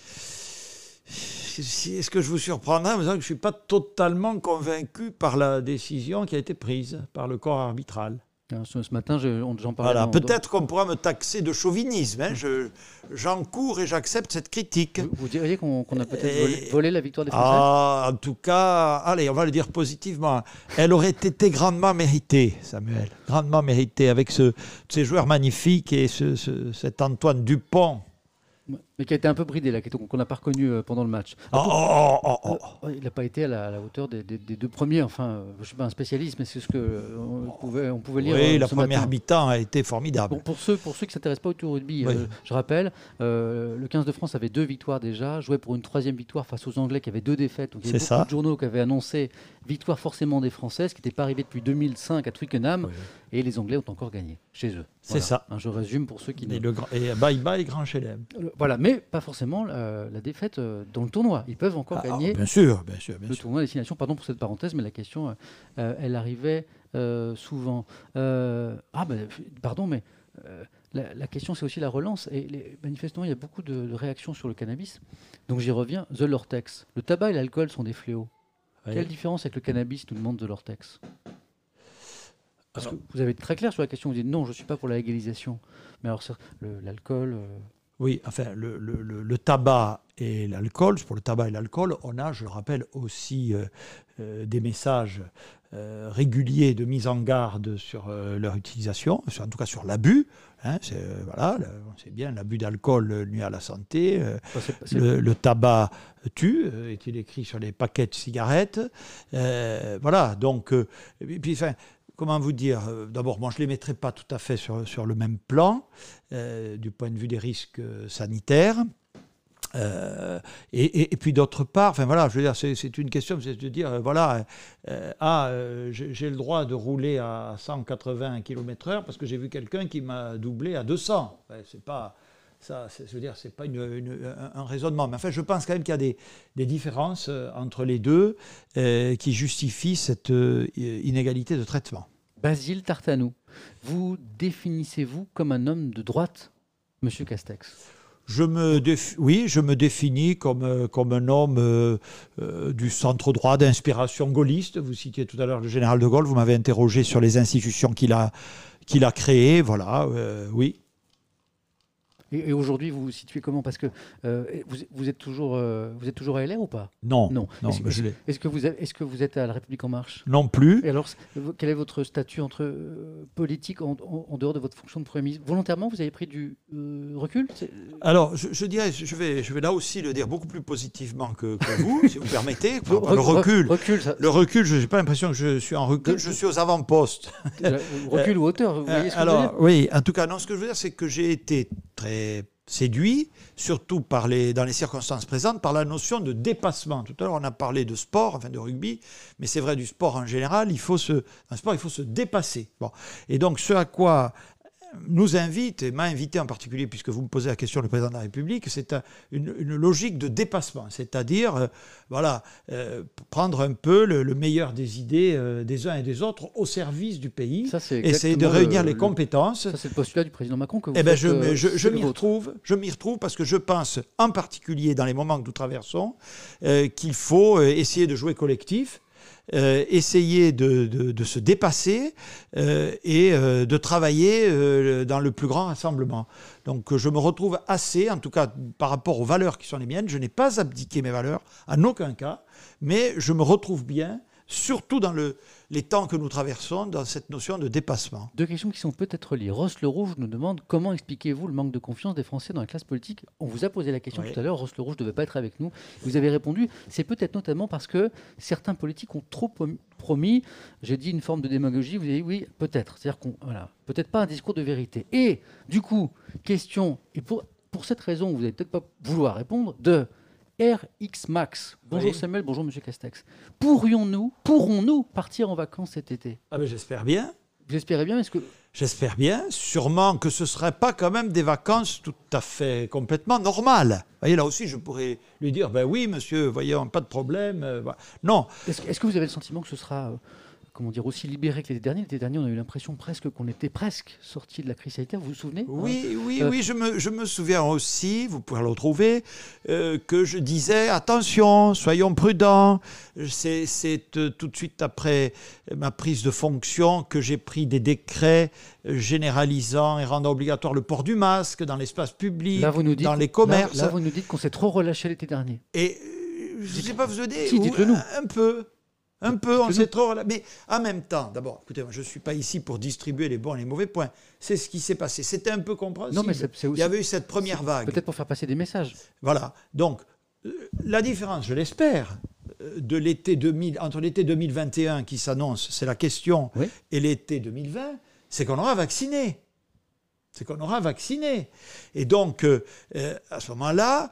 Est-ce que je vous surprendrai en me disant que je ne suis pas totalement convaincu par la décision qui a été prise par le corps arbitral? Ce, ce matin, je, j'en parlais. Voilà, dans, peut-être dans... qu'on pourra me taxer de chauvinisme. Hein. Je, j'encours et j'accepte cette critique. Vous, vous diriez qu'on, qu'on a peut-être et... volé, volé la victoire des Français? Ah, en tout cas, allez, on va le dire positivement. Elle aurait été grandement méritée, Samuel. Grandement méritée, avec ce, ces joueurs magnifiques et ce, ce, cet Antoine Dupont. Mais qui a été un peu bridé, là, qu'on n'a pas reconnu euh, pendant le match. Oh, oh, oh, oh. Euh, il n'a pas été à la, à la hauteur des, des, des deux premiers. Enfin, euh, je ne suis pas un spécialiste, mais c'est ce qu'on euh, pouvait, on pouvait lire. Oui, euh, la première mi-temps a été formidable. Bon, pour, ceux, pour ceux qui ne s'intéressent pas au tour rugby, oui. euh, je rappelle, euh, le quinze de France avait deux victoires déjà, jouait pour une troisième victoire face aux Anglais qui avaient deux défaites. Donc il y avait c'est beaucoup ça. de journaux qui avaient annoncé victoire forcément des Français, ce qui n'était pas arrivé depuis deux mille cinq à Twickenham. Oui. Et les Anglais ont encore gagné chez eux. C'est voilà. ça. Hein, je résume pour ceux qui... Et, ne... le grand... et bye bye Grand Chelem. Voilà, mais pas forcément la, la défaite euh, dans le tournoi. Ils peuvent encore ah, gagner bien sûr, bien sûr, bien le sûr. tournoi des Six Nations. Pardon pour cette parenthèse, mais la question, euh, elle arrivait euh, souvent. Euh, ah, ben, pardon, mais euh, la, la question, c'est aussi la relance. Et les, manifestement, il y a beaucoup de, de réactions sur le cannabis. Donc j'y reviens. The Lortex. Le tabac et l'alcool sont des fléaux. Oui. Quelle différence avec le cannabis, nous demande The Lortex? Parce alors, que vous avez été très clair sur la question, vous dites non, je ne suis pas pour la légalisation. Mais alors, le, l'alcool... Euh... Oui, enfin, le, le, le, le tabac et l'alcool, pour le tabac et l'alcool, on a, je le rappelle, aussi euh, euh, des messages euh, réguliers de mise en garde sur euh, leur utilisation, sur, en tout cas sur l'abus. Hein, c'est, euh, voilà, le, on sait bien, l'abus d'alcool nuit à la santé. Euh, bah, c'est, c'est... Le, le tabac tue, euh, est-il écrit sur les paquets de cigarettes. Euh, voilà, donc, euh, et puis, enfin... Comment vous dire? D'abord, moi, je ne les mettrai pas tout à fait sur, sur le même plan, euh, du point de vue des risques sanitaires. Euh, et, et, et puis d'autre part, enfin voilà, je veux dire, c'est, c'est une question, c'est de dire, euh, voilà, euh, ah, euh, j'ai, j'ai le droit de rouler à cent quatre-vingts kilomètres heure parce que j'ai vu quelqu'un qui m'a doublé à deux cents. Ouais, c'est pas... Ça, c'est, je veux dire, c'est pas une, une, un, un raisonnement. Mais enfin, je pense quand même qu'il y a des, des différences euh, entre les deux euh, qui justifient cette euh, inégalité de traitement. Basile Tartanou, vous définissez-vous comme un homme de droite, Monsieur Castex? Je me déf... Oui, je me définis comme, comme un homme euh, euh, du centre droit d'inspiration gaulliste. Vous citiez tout à l'heure le général de Gaulle, vous m'avez interrogé sur les institutions qu'il a, qu'il a créées. Voilà, euh, oui. Et, et aujourd'hui, vous vous situez comment? Parce que euh, vous, vous, êtes toujours, euh, vous êtes toujours à L R ou pas? Non. Non. non est-ce, je est-ce, est-ce, que vous, est-ce que vous êtes à La République En Marche? Non plus. Et alors, quel est votre statut entre euh, politique en, en, en dehors de votre fonction de Premier ministre? Volontairement, vous avez pris du euh, recul? C'est... Alors, je, je dirais, je vais, je vais là aussi le dire beaucoup plus positivement que, que vous, si vous permettez. Enfin, Re, le recul, recul ça, le recul, je n'ai pas l'impression que je suis en recul, de, je suis aux avant-postes. Recul ou hauteur, vous voyez ce que alors, je veux dire? Oui, en tout cas, non, ce que je veux dire, c'est que j'ai été très séduit, surtout par les, dans les circonstances présentes, par la notion de dépassement. Tout à l'heure, on a parlé de sport, enfin de rugby, mais c'est vrai du sport en général, il faut se, dans le sport, il faut se dépasser. Bon. Et donc, ce à quoi nous invite, et m'a invité en particulier, puisque vous me posez la question, le président de la République, c'est une, une logique de dépassement, c'est-à-dire euh, voilà, euh, prendre un peu le, le meilleur des idées euh, des uns et des autres au service du pays, ça, essayer de réunir le, les compétences. Ça, c'est le postulat du président Macron que vous eh ben faites, je, euh, je, je m'y retrouve, je m'y retrouve parce que je pense, en particulier dans les moments que nous traversons, euh, qu'il faut euh, essayer de jouer collectif. Euh, essayer de, de, de se dépasser euh, et euh, de travailler euh, dans le plus grand rassemblement. Donc je me retrouve assez, en tout cas par rapport aux valeurs qui sont les miennes, je n'ai pas abdiqué mes valeurs, en aucun cas, mais je me retrouve bien, surtout dans le, les temps que nous traversons, dans cette notion de dépassement. Deux questions qui sont peut-être liées. Ross Le Rouge nous demande comment expliquez-vous le manque de confiance des Français dans la classe politique? On vous a posé la question oui. tout à l'heure, Ross Le Rouge ne devait pas être avec nous. Vous avez répondu, c'est peut-être notamment parce que certains politiques ont trop promis, j'ai dit une forme de démagogie, vous avez dit oui, peut-être. C'est-à-dire qu'on, voilà, peut-être pas un discours de vérité. Et du coup, question, et pour, pour cette raison, vous n'allez peut-être pas vouloir répondre, de R X Max. Bonjour oui. Samuel, bonjour Monsieur Castex. Pourrions-nous, pourrons-nous partir en vacances cet été? Ah ben j'espère bien. Vous espérez bien, est-ce que... J'espère bien, sûrement que ce ne seraient pas quand même des vacances tout à fait complètement normales. Vous voyez, là aussi, je pourrais lui dire, ben oui, monsieur, voyons, pas de problème. Euh, voilà. Non. Est-ce, est-ce que vous avez le sentiment que ce sera... Euh, comment dire, aussi libéré que l'été dernier. L'été dernier, on a eu l'impression presque qu'on était presque sorti de la crise sanitaire. Vous vous souvenez? Oui, hein oui, euh... oui, je me, je me souviens aussi, vous pouvez le retrouver, euh, que je disais, attention, soyons prudents. C'est, c'est euh, tout de suite après ma prise de fonction que j'ai pris des décrets généralisant et rendant obligatoire le port du masque dans l'espace public, là, vous nous dites, dans les commerces. Là, là, vous nous dites qu'on s'est trop relâché l'été dernier. Et je ne sais pas vous aider. Si, dites-le nous. Un peu. Un peu, on s'est trop... Mais en même temps, d'abord, écoutez, moi, je ne suis pas ici pour distribuer les bons et les mauvais points. C'est ce qui s'est passé. C'était un peu compréhensible. Non, mais c'est, c'est aussi... Il y avait eu cette première vague. Peut-être pour faire passer des messages. Voilà. Donc, euh, la différence, je l'espère, euh, de l'été deux mille, entre l'été deux mille vingt et un qui s'annonce, c'est la question, oui. et l'été deux mille vingt, c'est qu'on aura vacciné. C'est qu'on aura vacciné. Et donc, euh, à ce moment-là,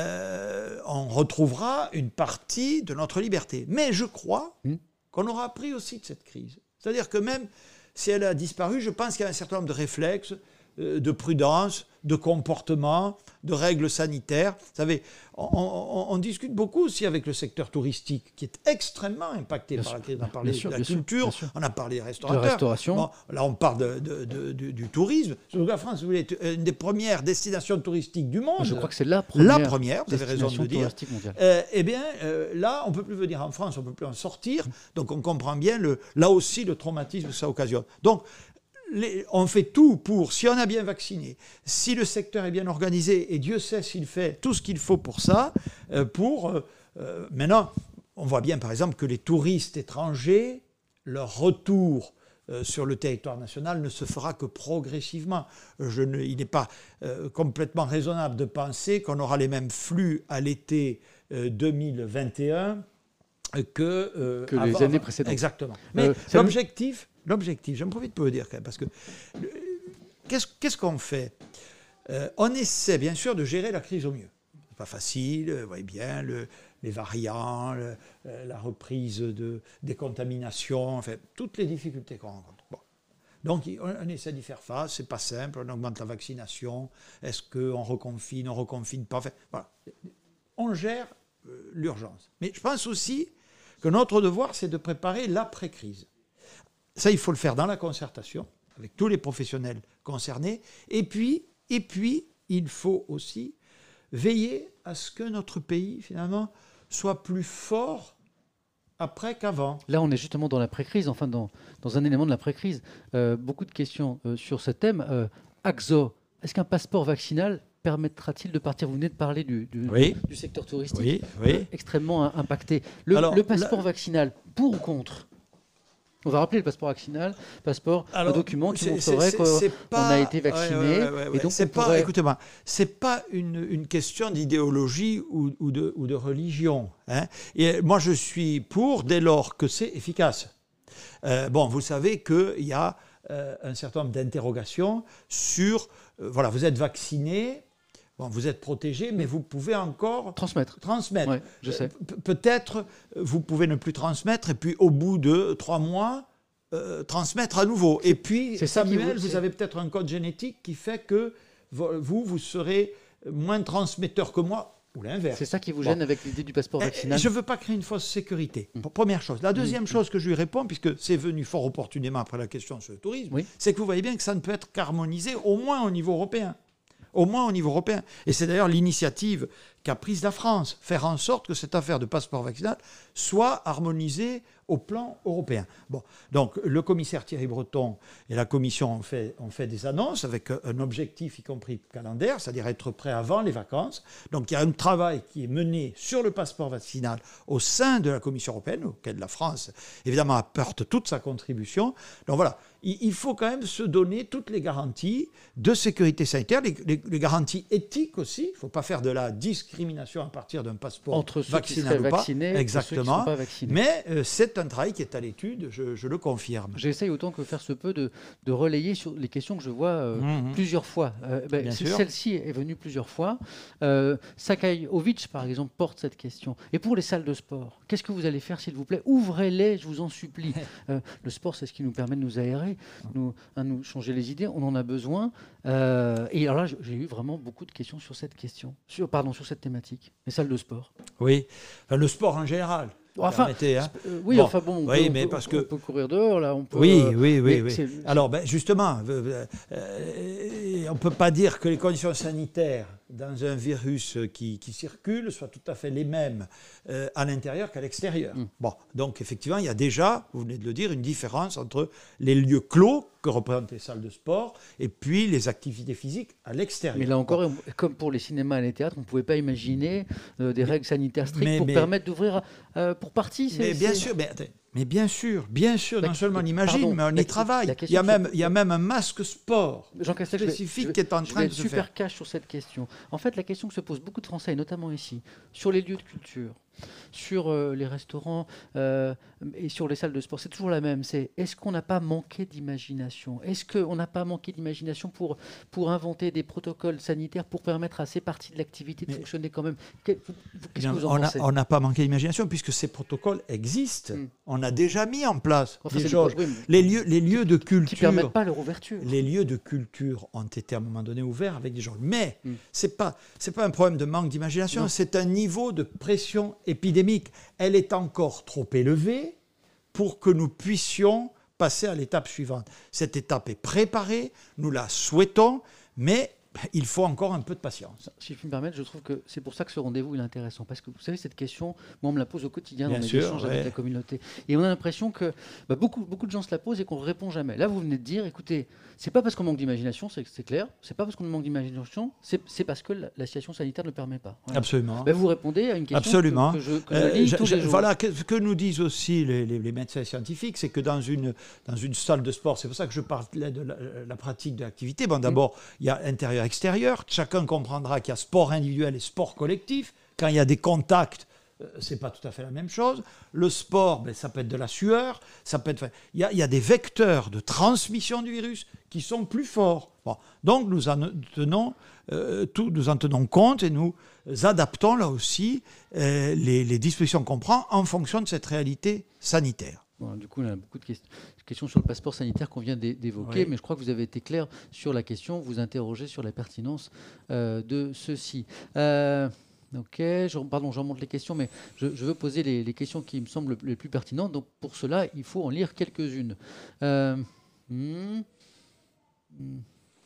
euh, on retrouvera une partie de notre liberté. Mais je crois mmh. qu'on aura appris aussi de cette crise. C'est-à-dire que même si elle a disparu, je pense qu'il y a un certain nombre de réflexes, euh, de prudence, de comportement, de règles sanitaires. Vous savez, on, on, on discute beaucoup aussi avec le secteur touristique, qui est extrêmement impacté bien par la crise. On a parlé sûr, de la culture, sûr, on a parlé des restaurateurs. De restauration. Bon, là, on parle de, de, de, de, du tourisme. Surtout que la France, vous voulez, est une des premières destinations touristiques du monde. Je crois que c'est la première. La première, vous avez raison de le dire. Euh, eh bien, euh, là, on ne peut plus venir en France, on ne peut plus en sortir. Donc, on comprend bien, le, là aussi, le traumatisme que ça occasionne. Donc, Les, on fait tout pour, si on a bien vacciné, si le secteur est bien organisé, et Dieu sait s'il fait tout ce qu'il faut pour ça, euh, pour... Euh, euh, maintenant, on voit bien par exemple que les touristes étrangers, leur retour euh, sur le territoire national ne se fera que progressivement. Je ne, il n'est pas euh, complètement raisonnable de penser qu'on aura les mêmes flux à l'été euh, deux mille vingt et un que, euh, que les avant, années précédentes. Exactement. Mais euh, l'objectif... L'objectif, j'en profite pour le dire quand même, parce que le, qu'est-ce, qu'est-ce qu'on fait euh, On essaie bien sûr de gérer la crise au mieux. C'est pas facile, vous voyez bien, le, les variants, le, la reprise de, des contaminations, enfin, toutes les difficultés qu'on rencontre. Bon. Donc on, on essaie d'y faire face, c'est pas simple, on augmente la vaccination, est-ce qu'on reconfine, on reconfine pas, enfin, voilà. On gère euh, l'urgence. Mais je pense aussi que notre devoir, c'est de préparer l'après-crise. Ça, il faut le faire dans la concertation, avec tous les professionnels concernés. Et puis, et puis, il faut aussi veiller à ce que notre pays, finalement, soit plus fort après qu'avant. Là, on est justement dans l'après-crise, enfin, dans, dans un élément de l'après-crise. Euh, beaucoup de questions euh, sur ce thème. Euh, Axo, est-ce qu'un passeport vaccinal permettra-t-il de partir? Vous venez de parler du, du, oui. du secteur touristique, oui, oui. Euh, extrêmement impacté. Le, Alors, le passeport la... vaccinal, pour ou contre? On va rappeler le passeport vaccinal, passeport, Alors, un document qui montrerait qu'on a été vacciné. Ouais, ouais, ouais, ouais. Et donc c'est pas, pourrait... écoutez-moi, c'est pas une, une question d'idéologie ou, ou, de, ou de religion. Hein. Et moi, je suis pour dès lors que c'est efficace. Euh, bon, vous savez qu'il y a euh, un certain nombre d'interrogations sur, euh, voilà, vous êtes vacciné. Bon, vous êtes protégé, mais vous pouvez encore transmettre. transmettre. Ouais, je sais. Pe- peut-être vous pouvez ne plus transmettre, et puis au bout de trois mois, euh, transmettre à nouveau. Et puis, c'est Samuel, vous, vous avez peut-être un code génétique qui fait que vous, vous serez moins transmetteur que moi, ou l'inverse. C'est ça qui vous gêne bon. avec l'idée du passeport vaccinal? Je ne veux pas créer une fausse sécurité. Mmh. Première chose. La deuxième mmh. chose que je lui réponds, puisque c'est venu fort opportunément après la question sur le tourisme, oui. c'est que vous voyez bien que ça ne peut être qu'harmonisé, au moins au niveau européen. Au moins au niveau européen. Et c'est d'ailleurs l'initiative qu'a prise la France, faire en sorte que cette affaire de passeport vaccinal soit harmonisée au plan européen. Bon, donc le commissaire Thierry Breton et la commission ont fait, ont fait des annonces avec un objectif, y compris calendaire, c'est-à-dire être prêt avant les vacances. Donc il y a un travail qui est mené sur le passeport vaccinal au sein de la Commission européenne, auquel la France, évidemment, apporte toute sa contribution. Donc voilà, il faut quand même se donner toutes les garanties de sécurité sanitaire, les, les, les garanties éthiques aussi. Il ne faut pas faire de la discrimination à partir d'un passeport entre ceux vaccinal qui ou pas. Vaccinés Exactement. Et ceux qui sont pas vaccinés. Mais euh, c'est un travail qui est à l'étude, je, je le confirme. J'essaye autant que faire se peut de, de relayer sur les questions que je vois euh, mmh. plusieurs fois. Euh, ben, celle-ci est venue plusieurs fois. Euh, Sakajovic, par exemple, porte cette question. Et pour les salles de sport, qu'est-ce que vous allez faire, s'il vous plaît? Ouvrez-les, je vous en supplie. euh, le sport, c'est ce qui nous permet de nous aérer, nous, à nous changer les idées. On en a besoin. Euh, et alors là, j'ai eu vraiment beaucoup de questions sur cette question, sur, pardon, sur cette thématique, les salles de sport. Oui, enfin, le sport en général. Enfin, hein. euh, oui, bon, enfin bon, on, oui, peut, mais on, parce peut, que... on peut courir dehors, là, on peut... Oui, oui, oui. oui. C'est, Alors, ben, justement, euh, euh, on ne peut pas dire que les conditions sanitaires dans un virus qui, qui circule soient tout à fait les mêmes euh, à l'intérieur qu'à l'extérieur. Mm. Bon, donc effectivement, il y a déjà, vous venez de le dire, une différence entre les lieux clos que représentent les salles de sport et puis les activités physiques à l'extérieur. Mais là encore, bon. comme pour les cinémas et les théâtres, on ne pouvait pas imaginer euh, des règles sanitaires strictes mais, pour mais, permettre d'ouvrir euh, pour partie. C'est, mais bien c'est... sûr, mais, mais bien sûr, bien sûr, la, non seulement on imagine, pardon, mais on la, y travaille. La il, y a même, il y a même un masque sport Jean Castex, spécifique je vais, qui est en train je vais de se super faire. cash sur cette question. En fait, la question que se posent beaucoup de Français, et notamment ici, sur les lieux de culture, sur euh, les restaurants euh, et sur les salles de sport, c'est toujours la même. C'est est-ce qu'on n'a pas manqué d'imagination? Est-ce qu'on n'a pas manqué d'imagination pour, pour inventer des protocoles sanitaires pour permettre à ces parties de l'activité de Mais fonctionner quand même? Qu'est-ce que vous en pensez? On n'a pas manqué d'imagination puisque ces protocoles existent. Mm. On a déjà mis en place enfin, des choses. Oui, les, lieux, les lieux de culture. Qui ne permettent pas leur ouverture. Les lieux de culture ont été à un moment donné ouverts avec des gens. Mais mm. ce n'est pas, c'est pas un problème de manque d'imagination, non. C'est un niveau de pression épidémique. Elle est encore trop élevée pour que nous puissions passer à l'étape suivante. Cette étape est préparée, nous la souhaitons, mais il faut encore un peu de patience. Si je puis me permettre, je trouve que c'est pour ça que ce rendez-vous est intéressant. Parce que vous savez, cette question, moi, on me la pose au quotidien Bien dans mes sûr, échanges ouais. avec la communauté. Et on a l'impression que bah, beaucoup, beaucoup de gens se la posent et qu'on ne répond jamais. Là, vous venez de dire, écoutez, c'est pas parce qu'on manque d'imagination, c'est, c'est clair, c'est pas parce qu'on manque d'imagination, c'est, c'est parce que la, la situation sanitaire ne le permet pas. Voilà. Absolument. Bah, vous répondez à une question Absolument. que, que je, que euh, je lis je, tous je, les jours. Voilà, ce que nous disent aussi les, les, les médecins scientifiques, c'est que dans une, dans une salle de sport, c'est pour ça que je parlais de la, la pratique de l'activité, bon, d'abord, il mmh. y a intérieur-extérieur, chacun comprendra qu'il y a sport individuel et sport collectif. Quand il y a des contacts, euh, ce n'est pas tout à fait la même chose. Le sport, ben, ça peut être de la sueur, ça peut être... il, y a, il y a des vecteurs de transmission du virus qui sont plus forts. Bon. Donc nous en tenons, euh, tout, nous en tenons compte et nous adaptons là aussi euh, les, les dispositions qu'on prend en fonction de cette réalité sanitaire. Bon, du coup, on a beaucoup de questions sur le passeport sanitaire qu'on vient d'évoquer, oui. Mais je crois que vous avez été clair sur la question, vous interrogez sur la pertinence euh, de ceci. Euh, ok, je, pardon, j'en montre les questions, mais je, je veux poser les, les questions qui me semblent les plus pertinentes. Donc pour cela, il faut en lire quelques-unes. Euh, hmm, hmm.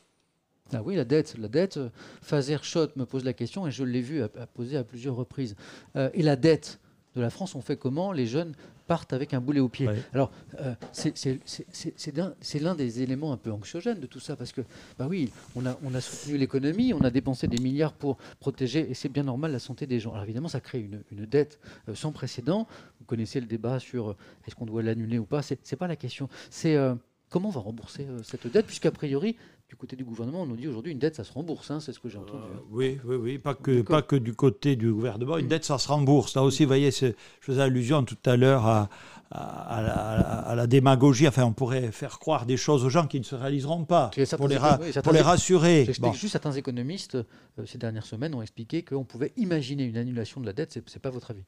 Ah oui, la dette. La dette, Fazer Schott me pose la question, et je l'ai vu à, à poser à plusieurs reprises. Euh, et la dette de la France, on fait comment? Les jeunes partent avec un boulet au pied. Ouais. Alors, euh, c'est, c'est, c'est, c'est, c'est, l'un, c'est l'un des éléments un peu anxiogènes de tout ça, parce que, bah oui, on a, on a soutenu l'économie, on a dépensé des milliards pour protéger, et c'est bien normal, la santé des gens. Alors évidemment, ça crée une, une dette euh, sans précédent. Vous connaissez le débat sur euh, est-ce qu'on doit l'annuler ou pas. C'est, c'est pas la question. C'est euh, comment on va rembourser euh, cette dette, puisqu'a priori, du côté du gouvernement, on nous dit aujourd'hui une dette, ça se rembourse, hein, c'est ce que j'ai entendu. Euh, oui, oui, oui, pas que, pas que du côté du gouvernement. Une dette, ça se rembourse. Là aussi, vous voyez, je faisais allusion tout à l'heure à, à, à, la, à la démagogie. Enfin, on pourrait faire croire des choses aux gens qui ne se réaliseront pas, pour les, ra- oui, pour les rassurer. J'explique bon. juste, certains économistes, euh, ces dernières semaines, ont expliqué qu'on pouvait imaginer une annulation de la dette. Ce n'est pas votre avis?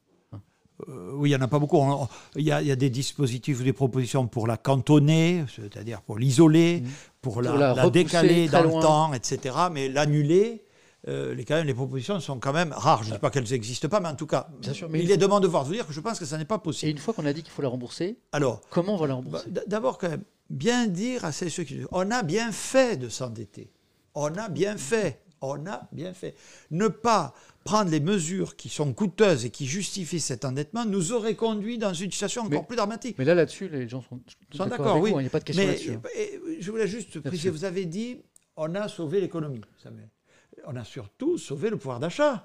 Euh, oui, il n'y en a pas beaucoup. Il y, y a des dispositifs ou des propositions pour la cantonner, c'est-à-dire pour l'isoler, mmh. pour, pour la, la, la décaler dans loin. le temps, et cetera. Mais l'annuler, euh, les, quand même, les propositions sont quand même rares. Je ne dis pas qu'elles n'existent pas, mais en tout cas, bien sûr, mais il est faut... demandé de voir. Je veux dire que je pense que ça n'est pas possible. Et une fois qu'on a dit qu'il faut la rembourser, alors, comment on va la rembourser? bah, D'abord, quand même, bien dire à ceux qui disent on a bien fait de s'endetter. On a bien fait. On a bien fait. Ne pas prendre les mesures qui sont coûteuses et qui justifient cet endettement nous aurait conduit dans une situation encore mais, plus dramatique. Mais là, là-dessus, les gens sont, sont d'accord, d'accord oui. Il hein, n'y a pas de question mais, là-dessus. Et, et, je voulais juste préciser, vous avez dit, on a sauvé l'économie. On a surtout sauvé le pouvoir d'achat.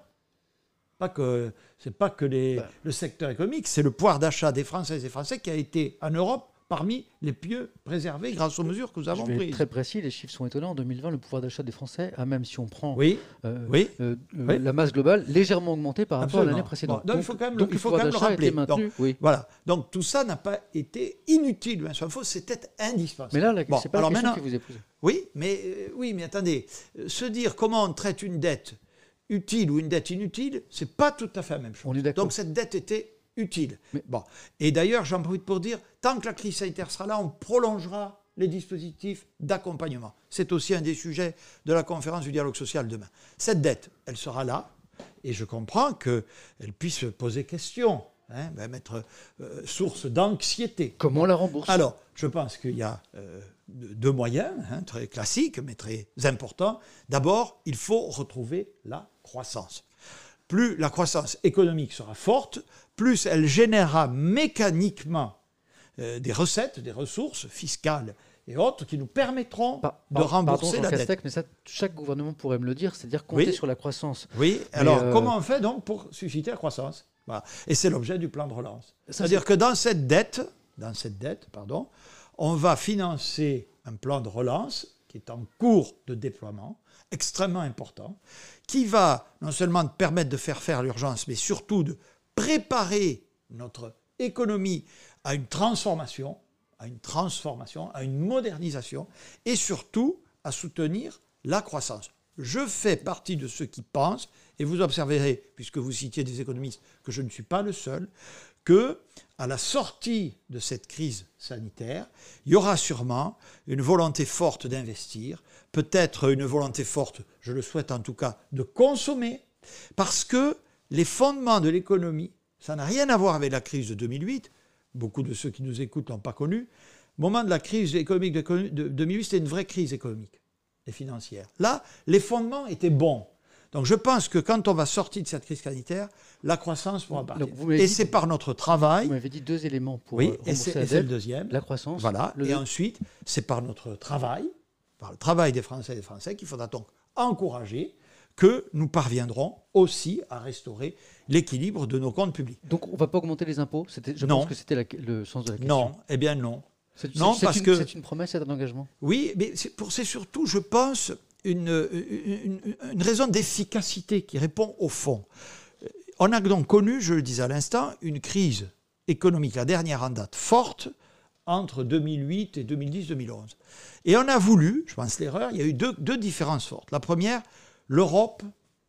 Pas que, c'est pas que les, ben. le secteur économique, c'est le pouvoir d'achat des Françaises et des Français qui a été, en Europe, parmi les mieux préservés grâce aux mesures que nous avons Je vais prises. Être très précis, les chiffres sont étonnants. En deux mille vingt, le pouvoir d'achat des Français a, même si on prend oui, euh, oui, euh, oui. la masse globale, légèrement augmenté par rapport Absolument. à l'année précédente. Bon, donc, donc il faut quand même, donc, il faut quand même le rappeler. Donc, oui. voilà. donc tout ça n'a pas été inutile. Bien sûr, c'était indispensable. Mais là, la, bon, c'est pas la question qui vous est posée. Oui, mais, euh, oui, mais attendez. Euh, se dire comment on traite une dette utile ou une dette inutile, c'est pas tout à fait la même chose. On est d'accord. Donc cette dette était utile. Mais, bon. Et d'ailleurs, j'en profite pour dire, tant que la crise sanitaire sera là, on prolongera les dispositifs d'accompagnement. C'est aussi un des sujets de la conférence du dialogue social demain. Cette dette, elle sera là, et je comprends qu'elle puisse poser question, hein, même être euh, source d'anxiété. Comment on la rembourse? Alors, je pense qu'il y a euh, deux moyens, hein, très classiques, mais très importants. D'abord, il faut retrouver la croissance. Plus la croissance économique sera forte, plus elle générera mécaniquement euh, des recettes, des ressources fiscales et autres qui nous permettront par, de par, rembourser pardon, la dette. Mais ça, chaque gouvernement pourrait me le dire, c'est-à-dire compter oui. sur la croissance. Oui, mais alors euh... comment on fait donc pour susciter la croissance? Voilà. Et c'est l'objet du plan de relance. Ça, C'est-à-dire c'est... que dans cette dette, dans cette dette, pardon, on va financer un plan de relance qui est en cours de déploiement, extrêmement important, qui va non seulement permettre de faire faire l'urgence, mais surtout de préparer notre économie à une transformation, à une transformation, à une modernisation, et surtout à soutenir la croissance. Je fais partie de ceux qui pensent, et vous observerez, puisque vous citiez des économistes, que je ne suis pas le seul, que à la sortie de cette crise sanitaire, il y aura sûrement une volonté forte d'investir, peut-être une volonté forte, je le souhaite en tout cas, de consommer, parce que les fondements de l'économie, ça n'a rien à voir avec la crise de deux mille huit, beaucoup de ceux qui nous écoutent ne l'ont pas connu. Au moment de la crise économique de deux mille huit, c'était une vraie crise économique et financière. Là, les fondements étaient bons. Donc je pense que quand on va sortir de cette crise sanitaire, la croissance pourra partir. Et dit, c'est par notre travail... Vous m'avez dit deux éléments pour oui, rembourser et c'est, la et c'est le deuxième. La croissance. Voilà. Le... Et ensuite, c'est par notre travail, par le travail des Français et des Français, qu'il faudra donc encourager que nous parviendrons aussi à restaurer l'équilibre de nos comptes publics. Donc on ne va pas augmenter les impôts? C'était, je non. pense que c'était la, le sens de la question. Non, eh bien non. C'est, non, c'est, parce une, que... c'est une promesse, c'est un engagement? Oui, mais c'est, pour, c'est surtout, je pense... Une, une, une raison d'efficacité qui répond au fond. On a donc connu, je le disais à l'instant, une crise économique, la dernière en date, forte, entre deux mille huit et deux mille dix deux mille onze. Et on a voulu, je pense l'erreur, il y a eu deux, deux différences fortes. La première, l'Europe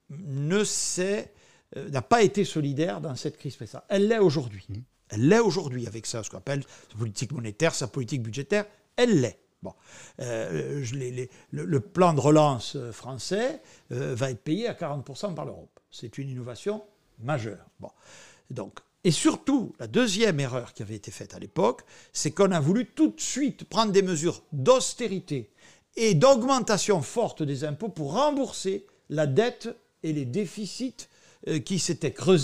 ne s'est, euh, n'a pas été solidaire dans cette crise précédente. Elle l'est aujourd'hui. Mmh. Elle l'est aujourd'hui avec ça, ce qu'on appelle sa politique monétaire, sa politique budgétaire, elle l'est. Bon, euh, je, les, les, le, le plan de relance français euh, va être payé à quarante pour cent par l'Europe. C'est une innovation majeure. Bon, donc, et surtout, la deuxième erreur qui avait été faite à l'époque, c'est qu'on a voulu tout de suite prendre des mesures d'austérité et d'augmentation forte des impôts pour rembourser la dette et les déficits euh, qui s'étaient creusés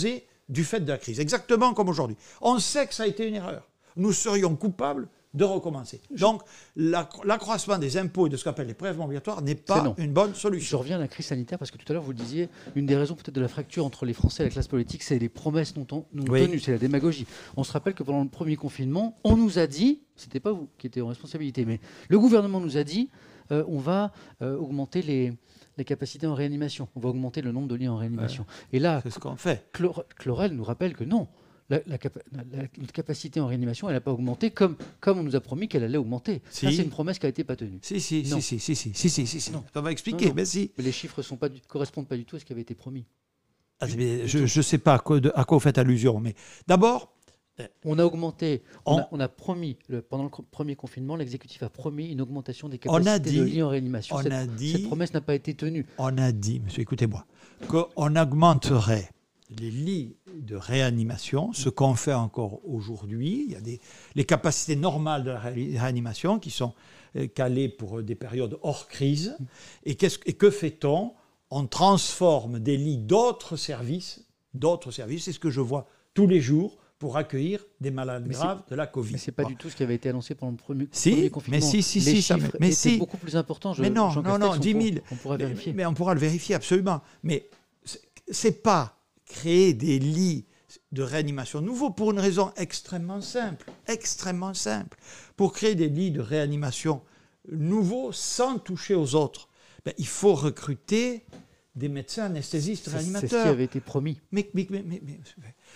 du fait de la crise, exactement comme aujourd'hui. On sait que ça a été une erreur. Nous serions coupables de recommencer. Donc, l'accroissement des impôts et de ce qu'on appelle les prélèvements obligatoires n'est pas une bonne solution. Je reviens à la crise sanitaire parce que tout à l'heure, vous le disiez, une des raisons peut-être de la fracture entre les Français et la classe politique, c'est les promesses non, non oui. tenues, c'est la démagogie. On se rappelle que pendant le premier confinement, on nous a dit, c'était pas vous qui étiez en responsabilité, mais le gouvernement nous a dit, euh, on va euh, augmenter les... les capacités en réanimation. On va augmenter le nombre de lits en réanimation. Ouais, et là, c'est ce qu'on fait. Clorel nous rappelle que non. La, la, capa la, la capacité en réanimation, elle n'a pas augmenté comme, comme on nous a promis qu'elle allait augmenter. Si. Ça, c'est une promesse qui n'a été pas tenue. Si, si, non. si, si, si, si, si, si, si. On va expliquer, non, non. mais si. Mais les chiffres ne correspondent pas du tout à ce qui avait été promis. Ah, je ne sais pas à quoi, de, à quoi vous faites allusion, mais d'abord... On a augmenté, on, on, a, on a promis, le, pendant le premier confinement, l'exécutif a promis une augmentation des capacités dit, de lits en réanimation. On cette, a dit, cette promesse n'a pas été tenue. On a dit, monsieur, écoutez-moi, qu'on augmenterait les lits de réanimation, ce qu'on fait encore aujourd'hui. Il y a des, les capacités normales de la réanimation qui sont euh, calées pour des périodes hors crise. Et, qu'est-ce, et que fait-on? On transforme des lits d'autres services, d'autres services, c'est ce que je vois tous les jours, pour accueillir des malades mais graves de la Covid. Mais ce n'est pas bon. du tout ce qui avait été annoncé pendant le premier, si, premier confinement. Mais si, si, Les si, chiffres ça, mais étaient si. beaucoup plus importants. Je, mais non, Jean non, Castex, non, dix mille. On, pour, on pourra vérifier. Mais, mais on pourra le vérifier, absolument. Mais ce n'est pas créer des lits de réanimation nouveaux pour une raison extrêmement simple. Extrêmement simple. Pour créer des lits de réanimation nouveaux sans toucher aux autres, ben, il faut recruter des médecins anesthésistes réanimateurs. C'est ce qui avait été promis. Mais, mais, mais, mais, mais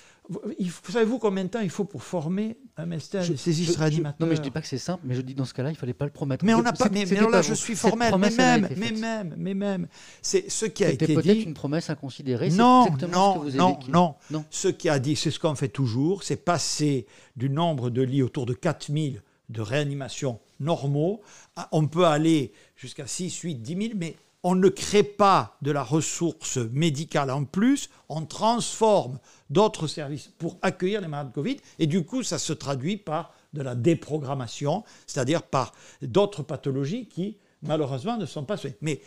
savez-vous combien de temps il faut pour former un médecin anesthésiste réanimateur? Non, mais je ne dis pas que c'est simple, mais je dis dans ce cas-là, il ne fallait pas le promettre. Mais on n'a pas. Mais, mais là, je suis formel. Mais même, mais même, mais même, c'est ce qui a été dit. C'était peut-être une promesse inconsidérée. Non, exactement non, ce que vous non, avez non, non. Ce qui a dit, c'est ce qu'on fait toujours, c'est passer du nombre de lits autour de quatre mille de réanimation normaux. On peut aller jusqu'à six, huit, dix mille, mais on ne crée pas de la ressource médicale en plus, on transforme d'autres services pour accueillir les malades Covid, et du coup, ça se traduit par de la déprogrammation, c'est-à-dire par d'autres pathologies qui, malheureusement, ne sont pas soignées. Mais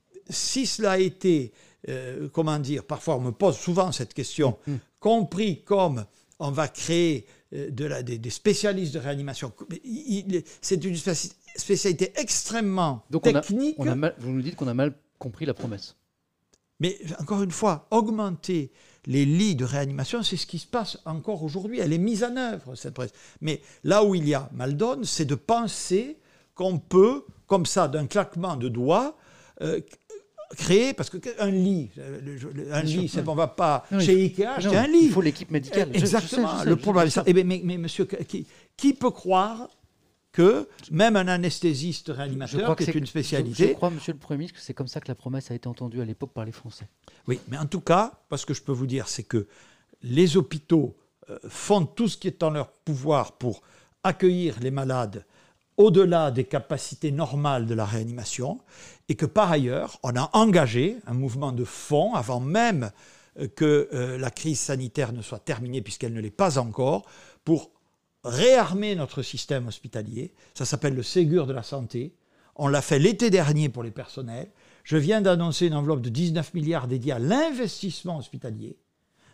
si cela a été, euh, comment dire, parfois on me pose souvent cette question, mmh. compris comme on va créer euh, de la, des, des spécialistes de réanimation, il, c'est une spécialité spécialité extrêmement Donc technique. On a, on a mal, vous nous dites qu'on a mal compris la promesse. Mais encore une fois, augmenter les lits de réanimation, c'est ce qui se passe encore aujourd'hui. Elle est mise en œuvre, cette promesse. Mais là où il y a mal donne, c'est de penser qu'on peut, comme ça, d'un claquement de doigts, euh, créer, parce qu'un lit, un lit, c'est, on ne va pas non, chez Ikea acheter un lit. Il faut l'équipe médicale. Exactement. Je sais, je sais, le problème, c'est ça. Eh bien, mais, mais monsieur, qui, qui peut croire que même un anesthésiste réanimateur, qui est, est une spécialité... Je, je crois, monsieur le Premier ministre, que c'est comme ça que la promesse a été entendue à l'époque par les Français. Oui, mais en tout cas, parce que je peux vous dire, c'est que les hôpitaux euh, font tout ce qui est en leur pouvoir pour accueillir les malades au-delà des capacités normales de la réanimation, et que par ailleurs, on a engagé un mouvement de fond, avant même euh, que euh, la crise sanitaire ne soit terminée, puisqu'elle ne l'est pas encore, pour réarmer notre système hospitalier. Ça s'appelle le Ségur de la santé. On l'a fait l'été dernier pour les personnels. Je viens d'annoncer une enveloppe de dix-neuf milliards dédiée à l'investissement hospitalier. D'accord ?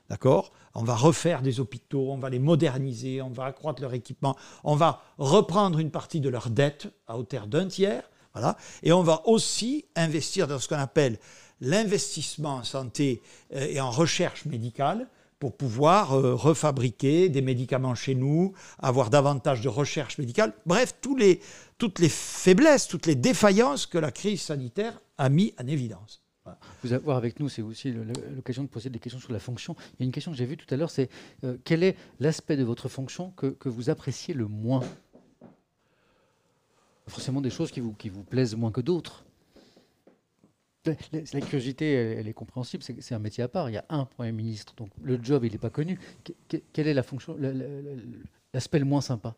On va refaire des hôpitaux, on va les moderniser, on va accroître leur équipement, on va reprendre une partie de leur dette à hauteur d'un tiers. Voilà. Et on va aussi investir dans ce qu'on appelle l'investissement en santé et en recherche médicale, pour pouvoir euh, refabriquer des médicaments chez nous, avoir davantage de recherche médicale. Bref, tous les, toutes les faiblesses, toutes les défaillances que la crise sanitaire a mis en évidence. Voilà. Vous avoir avec nous, c'est aussi l'occasion de poser des questions sur la fonction. Il y a une question que j'ai vue tout à l'heure, c'est euh, quel est l'aspect de votre fonction que, que vous appréciez le moins ? Forcément des choses qui vous, qui vous plaisent moins que d'autres. La, la curiosité, elle, elle est compréhensible, c'est, c'est un métier à part. Il y a un Premier ministre, donc le job, il n'est pas connu. Que, quelle est la fonction, la, la, la, l'aspect le moins sympa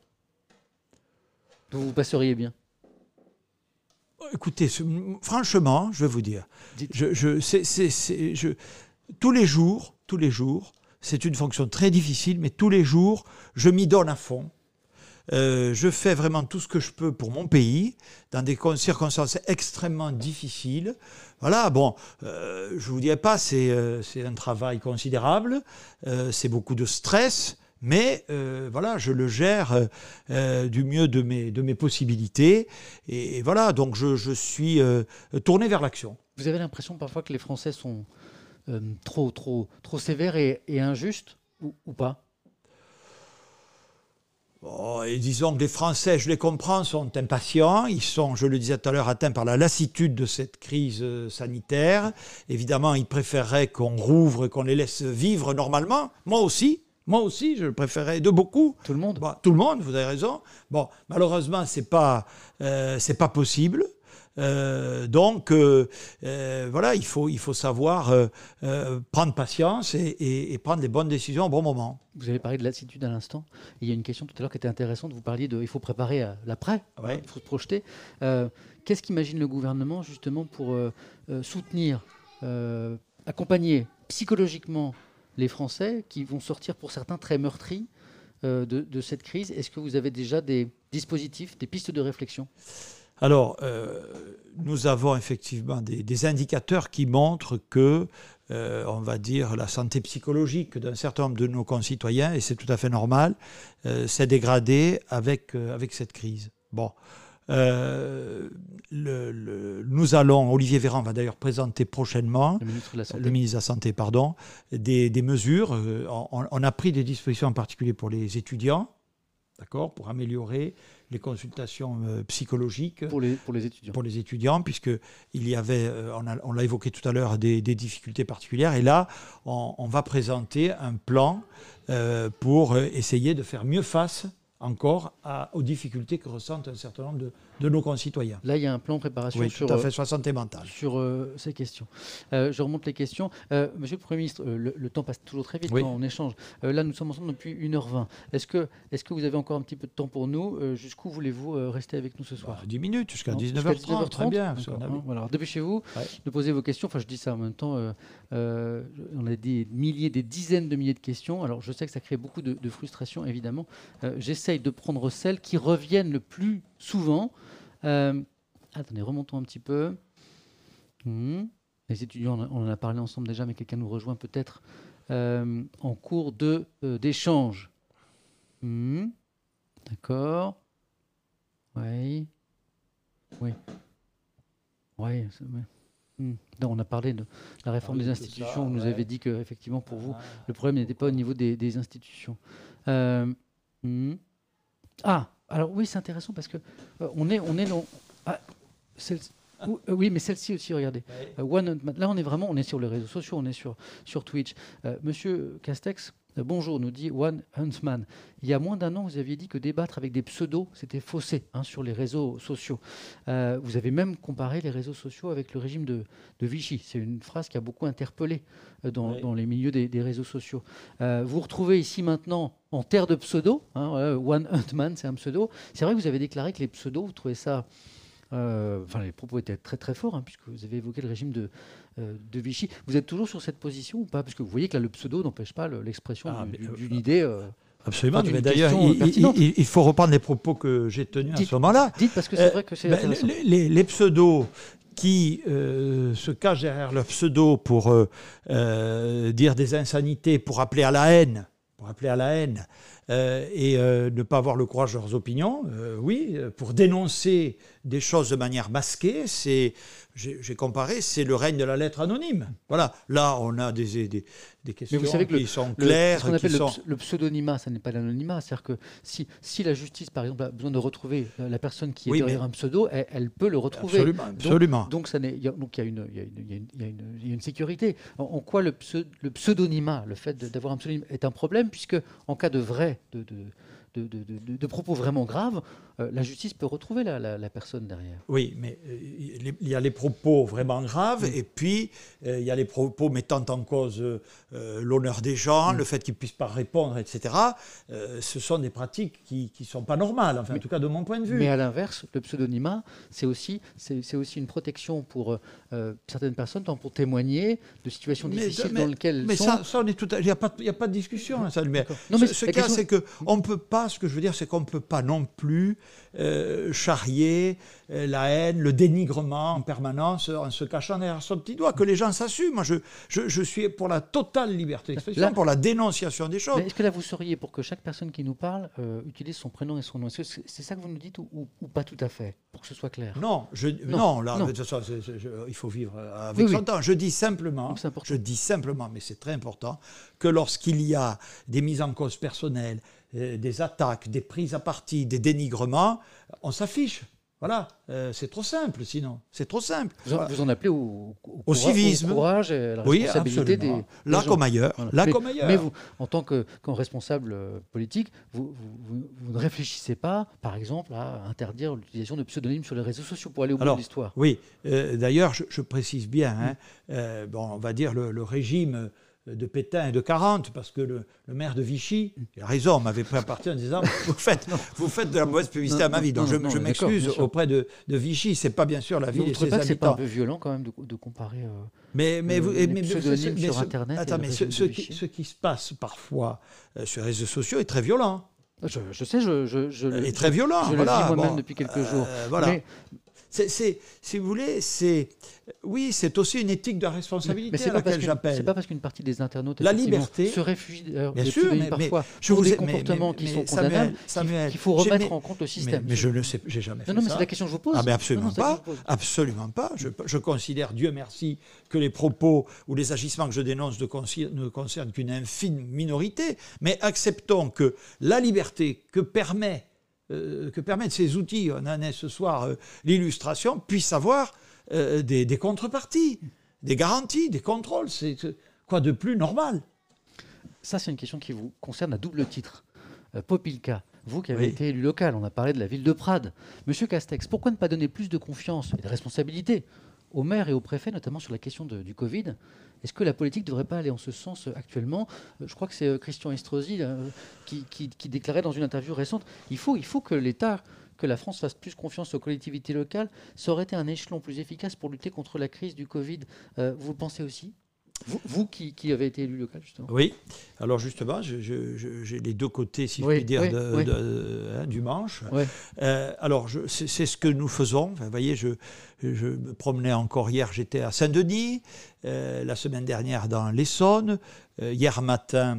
dont vous passeriez bien? Écoutez, franchement, je vais vous dire, je, je, c'est, c'est, c'est, je, tous les jours, tous les jours, c'est une fonction très difficile, mais tous les jours, je m'y donne à fond. euh, je fais vraiment tout ce que je peux pour mon pays, dans des circonstances extrêmement difficiles. Voilà, bon, euh, je ne vous dirai pas, c'est euh, c'est un travail considérable, euh, c'est beaucoup de stress, mais euh, voilà, je le gère euh, du mieux de mes, de mes possibilités. Et, et voilà, donc je, je suis euh, tourné vers l'action. Vous avez l'impression parfois que les Français sont euh, trop, trop, trop sévères et, et injustes, ou, ou pas? Oh, et disons que les Français, je les comprends, sont impatients. Ils sont, je le disais tout à l'heure, atteints par la lassitude de cette crise sanitaire. Évidemment, ils préféreraient qu'on rouvre et qu'on les laisse vivre normalement. Moi aussi. Moi aussi, je le préférais de beaucoup. Tout le monde. Bon, tout le monde, vous avez raison. Bon, malheureusement, c'est pas, euh, c'est pas possible. Euh, donc, euh, euh, voilà, il faut, il faut savoir euh, euh, prendre patience et, et, et prendre les bonnes décisions au bon moment. Vous avez parlé de lassitude à l'instant. Il y a une question tout à l'heure qui était intéressante. Vous parliez de, il faut préparer à l'après, ouais. Il faut se projeter. Euh, qu'est-ce qu'imagine le gouvernement justement pour euh, euh, soutenir, euh, accompagner psychologiquement les Français qui vont sortir pour certains très meurtris euh, de, de cette crise? Est-ce que vous avez déjà des dispositifs, des pistes de réflexion? Alors, euh, nous avons effectivement des, des indicateurs qui montrent que, euh, on va dire, la santé psychologique d'un certain nombre de nos concitoyens, et c'est tout à fait normal, euh, s'est dégradée avec, euh, avec cette crise. Bon. Euh, le, le, nous allons, Olivier Véran va d'ailleurs présenter prochainement, le ministre de la Santé, le ministre de la Santé pardon, des, des mesures. Euh, on, on a pris des dispositions en particulier pour les étudiants, d'accord, pour améliorer les consultations euh, psychologiques pour les, pour les étudiants, pour les étudiants, puisqu'il y avait, euh, on, a, on l'a évoqué tout à l'heure, des, des difficultés particulières. Et là, on, on va présenter un plan euh, pour essayer de faire mieux face encore à, aux difficultés que ressentent un certain nombre de, de nos concitoyens. Là, il y a un plan de préparation oui, sur, tout à fait, sur la santé mentale. Sur euh, ces questions. Euh, je remonte les questions. Euh, Monsieur le Premier ministre, euh, le, le temps passe toujours très vite oui. quand on échange. Euh, là, nous sommes ensemble depuis une heure vingt. Est-ce que, est-ce que vous avez encore un petit peu de temps pour nous? euh, Jusqu'où voulez-vous euh, rester avec nous ce soir? bah, dix minutes, jusqu'à dix-neuf heures trente. Très bien. Hein, voilà. Dépêchez-vous ouais. de poser vos questions. Enfin, je dis ça en même temps. Euh, euh, on a des milliers, des dizaines de milliers de questions. Alors, je sais que ça crée beaucoup de, de frustration, évidemment. Euh, J'essaye de prendre celles qui reviennent le plus souvent. Euh, attendez, remontons un petit peu. Mmh. Les étudiants, on en a parlé ensemble déjà, mais quelqu'un nous rejoint peut-être euh, en cours de, euh, d'échange. Mmh. D'accord. Oui. Oui. Oui. Mmh. On a parlé de la réforme ah oui, des institutions. Ça, vous nous ouais. avez dit que, effectivement, pour vous, ah. le problème n'était pas au niveau des, des institutions. Euh, mmh. Ah, alors oui, c'est intéressant parce que euh, on est, on est dans, ah, euh, oui, mais celle-ci aussi, regardez. Euh, One, là, on est vraiment, on est sur les réseaux sociaux, on est sur sur Twitch. Euh, Monsieur Castex, euh, bonjour, nous dit One Huntsman. Il y a moins d'un an, vous aviez dit que débattre avec des pseudos, c'était faussé hein, sur les réseaux sociaux. Euh, vous avez même comparé les réseaux sociaux avec le régime de, de Vichy. C'est une phrase qui a beaucoup interpellé euh, dans, oui. dans les milieux des, des réseaux sociaux. Euh, vous vous retrouvez ici maintenant en terre de pseudos. Hein, voilà, One Huntman, c'est un pseudo. C'est vrai que vous avez déclaré que les pseudos, vous trouvez ça... Euh, enfin, les propos étaient très très forts, hein, puisque vous avez évoqué le régime de, euh, de Vichy. Vous êtes toujours sur cette position ou pas? Parce que vous voyez que là, le pseudo n'empêche pas l'expression ah, du, du, d'une idée... Euh, Absolument, enfin, mais d'ailleurs, il, il, il faut reprendre les propos que j'ai tenus dites, à ce moment-là. Dites, parce que c'est euh, vrai que c'est ben, intéressant. Les, les, les pseudos qui euh, se cachent derrière leur pseudo pour euh, euh, dire des insanités, pour appeler à la haine, pour appeler à la haine, euh, et euh, ne pas avoir le courage de leurs opinions, euh, oui, pour dénoncer des choses de manière masquée, c'est, j'ai, j'ai comparé, c'est le règne de la lettre anonyme. Voilà, là on a des, des, des questions Mais vous savez que qui le, sont le, claires. Ce qu'on appelle qui le, sont... le pseudonymat, ça n'est pas l'anonymat. C'est-à-dire que si, si la justice, par exemple, a besoin de retrouver la personne qui est oui, derrière mais... un pseudo, elle, elle peut le retrouver. Absolument. Donc, absolument. donc, ça n'est, y a, donc il y a une, il y a une, il y a une, il y a une, il y a une sécurité. En, en quoi le, pseudo, le pseudonymat, le fait de, d'avoir un pseudonyme, est un problème, puisque en cas de vrai, de, de De, de, de, de propos vraiment graves, euh, la justice peut retrouver la, la, la personne derrière. Oui, mais euh, il y a les propos vraiment graves, mmh. et puis euh, il y a les propos mettant en cause euh, l'honneur des gens, mmh. le fait qu'ils ne puissent pas répondre, et cetera. Euh, ce sont des pratiques qui ne sont pas normales, enfin, mais, en tout cas de mon point de vue. Mais à l'inverse, le pseudonymat, c'est aussi, c'est, c'est aussi une protection pour euh, certaines personnes, pour témoigner de situations mais, difficiles mais, dans lesquelles mais sont... ça, ça, on est tout à... il n'y a, a pas de discussion. Ça, mais non, mais ce ce cas, question... c'est qu'on ne peut pas pas, ce que je veux dire, c'est qu'on ne peut pas non plus euh, charrier euh, la haine, le dénigrement en permanence en se cachant derrière son petit doigt, que les gens s'assument. Moi, je, je, je suis pour la totale liberté d'expression, pour la dénonciation des choses. Mais est-ce que là, vous seriez pour que chaque personne qui nous parle euh, utilise son prénom et son nom? Est-ce que c'est, c'est ça que vous nous dites ou, ou, ou pas tout à fait, pour que ce soit clair? Non, je, non, non, là, non. De toute façon, c'est, c'est, je, il faut vivre avec oui, son oui. temps. Je dis simplement, je dis simplement, mais c'est très important, que lorsqu'il y a des mises en cause personnelles, euh, des attaques, des prises à partie, des dénigrements, on s'affiche. Voilà, euh, c'est trop simple sinon, c'est trop simple. Vous en, voilà. vous en appelez au, au, au civisme, au courage et à la oui, responsabilité des, des là gens. comme ailleurs, voilà. là mais, comme ailleurs. Mais vous, en tant que qu'en responsable politique, vous, vous, vous, vous ne réfléchissez pas, par exemple, à interdire l'utilisation de pseudonymes sur les réseaux sociaux pour aller au bout Alors, de l'histoire? Oui, euh, d'ailleurs, je, je précise bien, hein, euh, bon, on va dire le, le régime de Pétain et de quarante, parce que le, le maire de Vichy, il a raison, m'avait pris à partir en disant vous faites, vous faites de la mauvaise publicité non, à ma vie. Donc non, je, non, je m'excuse auprès de, de Vichy, c'est pas bien sûr la ville et ses habitants. C'est pas un peu violent quand même de, de comparer. Euh, mais mais vous, les mais, pseudonymes mais, sur mais, Internet. Attends, mais ce, ce, qui, ce qui se passe parfois euh, sur les réseaux sociaux est très violent. Je, je sais, je, je, je est très violent. Je voilà, le vis moi-même bon, depuis quelques jours. Euh, voilà. Mais, C'est, c'est, si vous voulez, c'est, oui, c'est aussi une éthique de la responsabilité mais, mais à laquelle j'appelle. C'est pas parce qu'une partie des internautes la liberté se réfugie euh, bien sûr, mais, parfois mais, je pour vous des ai, comportements mais, mais, qui sont Samuel, condamnables, Samuel, qu'il faut remettre mais, en compte le système. Mais, mais je ne sais, j'ai jamais fait non, non, mais ça. c'est la question que je vous pose. Ah, mais absolument non, non, pas, absolument pas. Je, je considère, Dieu merci, que les propos ou les agissements que je dénonce ne concernent, ne concernent qu'une infime minorité. Mais acceptons que la liberté que permet Euh, que permettent ces outils, on en est ce soir euh, l'illustration, puissent avoir euh, des, des contreparties, des garanties, des contrôles. C'est, c'est quoi de plus normal? Ça, c'est une question qui vous concerne à double titre. Euh, Popilka, vous qui avez oui. été élu local, on a parlé de la ville de Prades. Monsieur Castex, pourquoi ne pas donner plus de confiance et de responsabilité aux maires et aux préfets, notamment sur la question de, du Covid? Est-ce que la politique ne devrait pas aller en ce sens actuellement? Je crois que c'est Christian Estrosi euh, qui, qui, qui déclarait dans une interview récente, il faut, il faut que l'État, que la France fasse plus confiance aux collectivités locales. Ça aurait été un échelon plus efficace pour lutter contre la crise du Covid. Euh, vous le pensez aussi? Vous, vous qui, qui avez été élu local, justement. Oui. Alors justement, je, je, je, j'ai les deux côtés, si oui, je puis dire, oui, de, oui. de, de, hein, du manche. Oui. Euh, alors, je, c'est, c'est ce que nous faisons. Enfin, vous voyez, je, je me promenais encore hier, j'étais à Saint-Denis, euh, la semaine dernière dans l'Essonne. Euh, hier matin,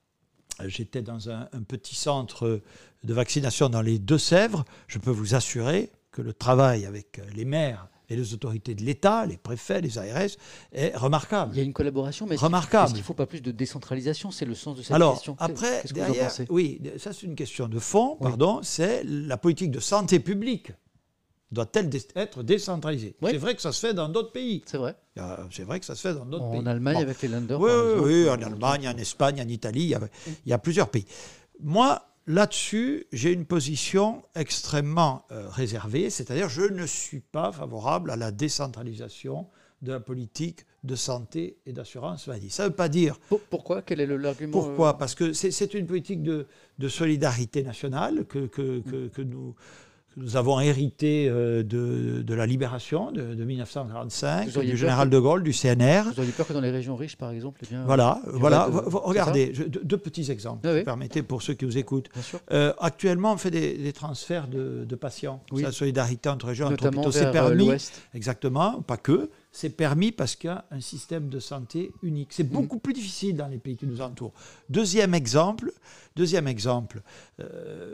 j'étais dans un, un petit centre de vaccination dans les Deux-Sèvres. Je peux vous assurer que le travail avec les maires et les autorités de l'État, les préfets, les A R S, est remarquable. Il y a une collaboration, mais est-ce remarquable. Est-ce qu'il ne faut pas plus de décentralisation? C'est le sens de cette Alors, question. après, Qu'est-ce que derrière, vous en pensez? oui, ça c'est une question de fond, oui. pardon, c'est la politique de santé publique. Doit-elle être décentralisée? Oui. C'est vrai que ça se fait dans d'autres pays. C'est vrai. C'est vrai que ça se fait dans d'autres en pays. En Allemagne, bon. Avec les Länder, oui, par exemple. Oui, en Allemagne, en Espagne, en Italie, il y a, il y a plusieurs pays. Moi, là-dessus, j'ai une position extrêmement euh, réservée, c'est-à-dire je ne suis pas favorable à la décentralisation de la politique de santé et d'assurance maladie. Ça ne veut pas dire... Pour, pourquoi? Quel est le, l'argument? Pourquoi? Parce que c'est, c'est une politique de, de solidarité nationale que, que, que, que nous... Nous avons hérité euh, de, de la libération de, de dix-neuf cent quarante-cinq, du général que, de Gaulle, du C N R. Vous auriez peur que dans les régions riches, par exemple, eh bien, voilà, voilà. De, regardez, je, deux, deux petits exemples, ah, oui. Permettez pour ceux qui nous écoutent. Euh, actuellement, on fait des, des transferts de, de patients. Oui. C'est la solidarité entre régions, entre hôpitaux. C'est permis. L'Ouest. Exactement, pas que. C'est permis parce qu'il y a un système de santé unique. C'est beaucoup mmh. plus difficile dans les pays qui nous entourent. Deuxième exemple, deuxième exemple. Euh,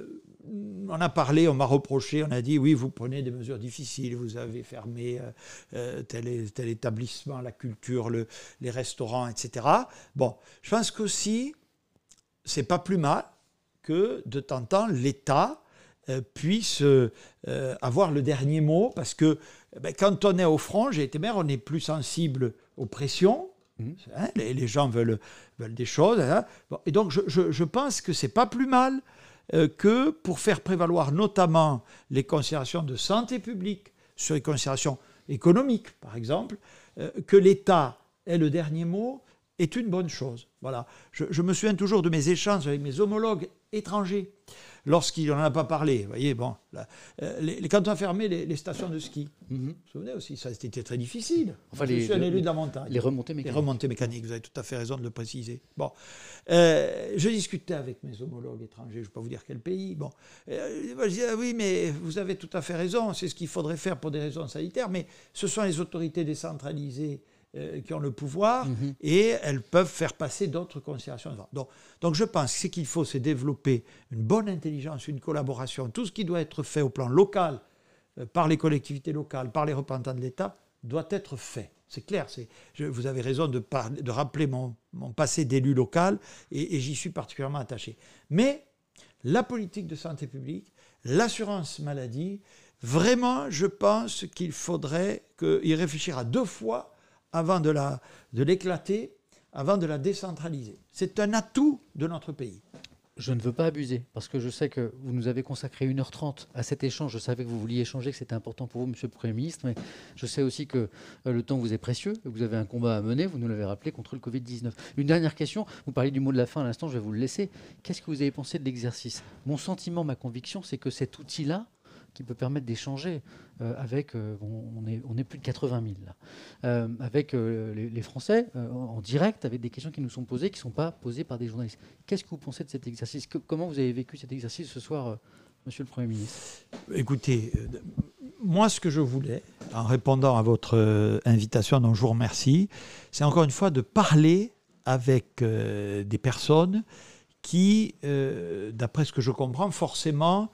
on a parlé, on m'a reproché, on a dit oui, vous prenez des mesures difficiles, vous avez fermé euh, tel, tel établissement, la culture, le, les restaurants, et cetera. Bon, je pense qu'aussi, c'est pas plus mal que de temps en temps l'État euh, puisse euh, avoir le dernier mot, parce que ben, quand on est au front, j'ai été maire, on est plus sensible aux pressions. Mmh. Hein, les, les gens veulent, veulent des choses. Hein. Bon, et donc, je, je, je pense que c'est pas plus mal euh, que pour faire prévaloir notamment les considérations de santé publique sur les considérations économiques, par exemple, euh, que l'État ait le dernier mot est une bonne chose. Voilà. Je, je me souviens toujours de mes échanges avec mes homologues étrangers, lorsqu'il n'en a pas parlé. Vous voyez, bon, là, euh, les, les, quand on a fermé les, les stations de ski, mm-hmm. vous vous souvenez aussi, ça c'était très difficile. Enfin, je les, suis un élu les, de la montagne. Les remontées mécaniques. Les remontées mécaniques, vous avez tout à fait raison de le préciser. Bon, euh, je discutais avec mes homologues étrangers, je ne vais pas vous dire quel pays. Bon, euh, je disais, ah oui, mais vous avez tout à fait raison, c'est ce qu'il faudrait faire pour des raisons sanitaires, mais ce sont les autorités décentralisées qui ont le pouvoir, mmh. et elles peuvent faire passer d'autres considérations. Donc, donc je pense que ce qu'il faut, c'est développer une bonne intelligence, une collaboration. Tout ce qui doit être fait au plan local, euh, par les collectivités locales, par les représentants de l'État, doit être fait. C'est clair, c'est, je, vous avez raison de, parler, de rappeler mon, mon passé d'élu local, et, et j'y suis particulièrement attaché. Mais la politique de santé publique, l'assurance maladie, vraiment, je pense qu'il faudrait y réfléchir à deux fois avant de, la, de l'éclater, avant de la décentraliser. C'est un atout de notre pays. Je ne veux pas abuser, parce que je sais que vous nous avez consacré une heure trente à cet échange. Je savais que vous vouliez échanger, que c'était important pour vous, Monsieur le Premier ministre, mais je sais aussi que euh, le temps vous est précieux, que vous avez un combat à mener, vous nous l'avez rappelé, contre le covid dix-neuf. Une dernière question, vous parliez du mot de la fin à l'instant, je vais vous le laisser. Qu'est-ce que vous avez pensé de l'exercice ? Mon sentiment, ma conviction, c'est que cet outil-là, qui peut permettre d'échanger euh, avec, euh, on, est, on est plus de quatre-vingt mille là, euh, avec euh, les, les Français euh, en direct, avec des questions qui nous sont posées, qui ne sont pas posées par des journalistes. Qu'est-ce que vous pensez de cet exercice ? que, Comment vous avez vécu cet exercice ce soir, euh, Monsieur le Premier ministre ? Écoutez, euh, moi ce que je voulais, en répondant à votre euh, invitation dont je vous remercie, c'est encore une fois de parler avec euh, des personnes qui, euh, d'après ce que je comprends, forcément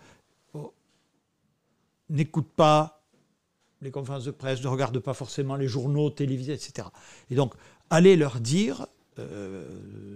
n'écoutent pas les conférences de presse, ne regardent pas forcément les journaux télévisés, et cetera. Et donc, allez leur dire, euh,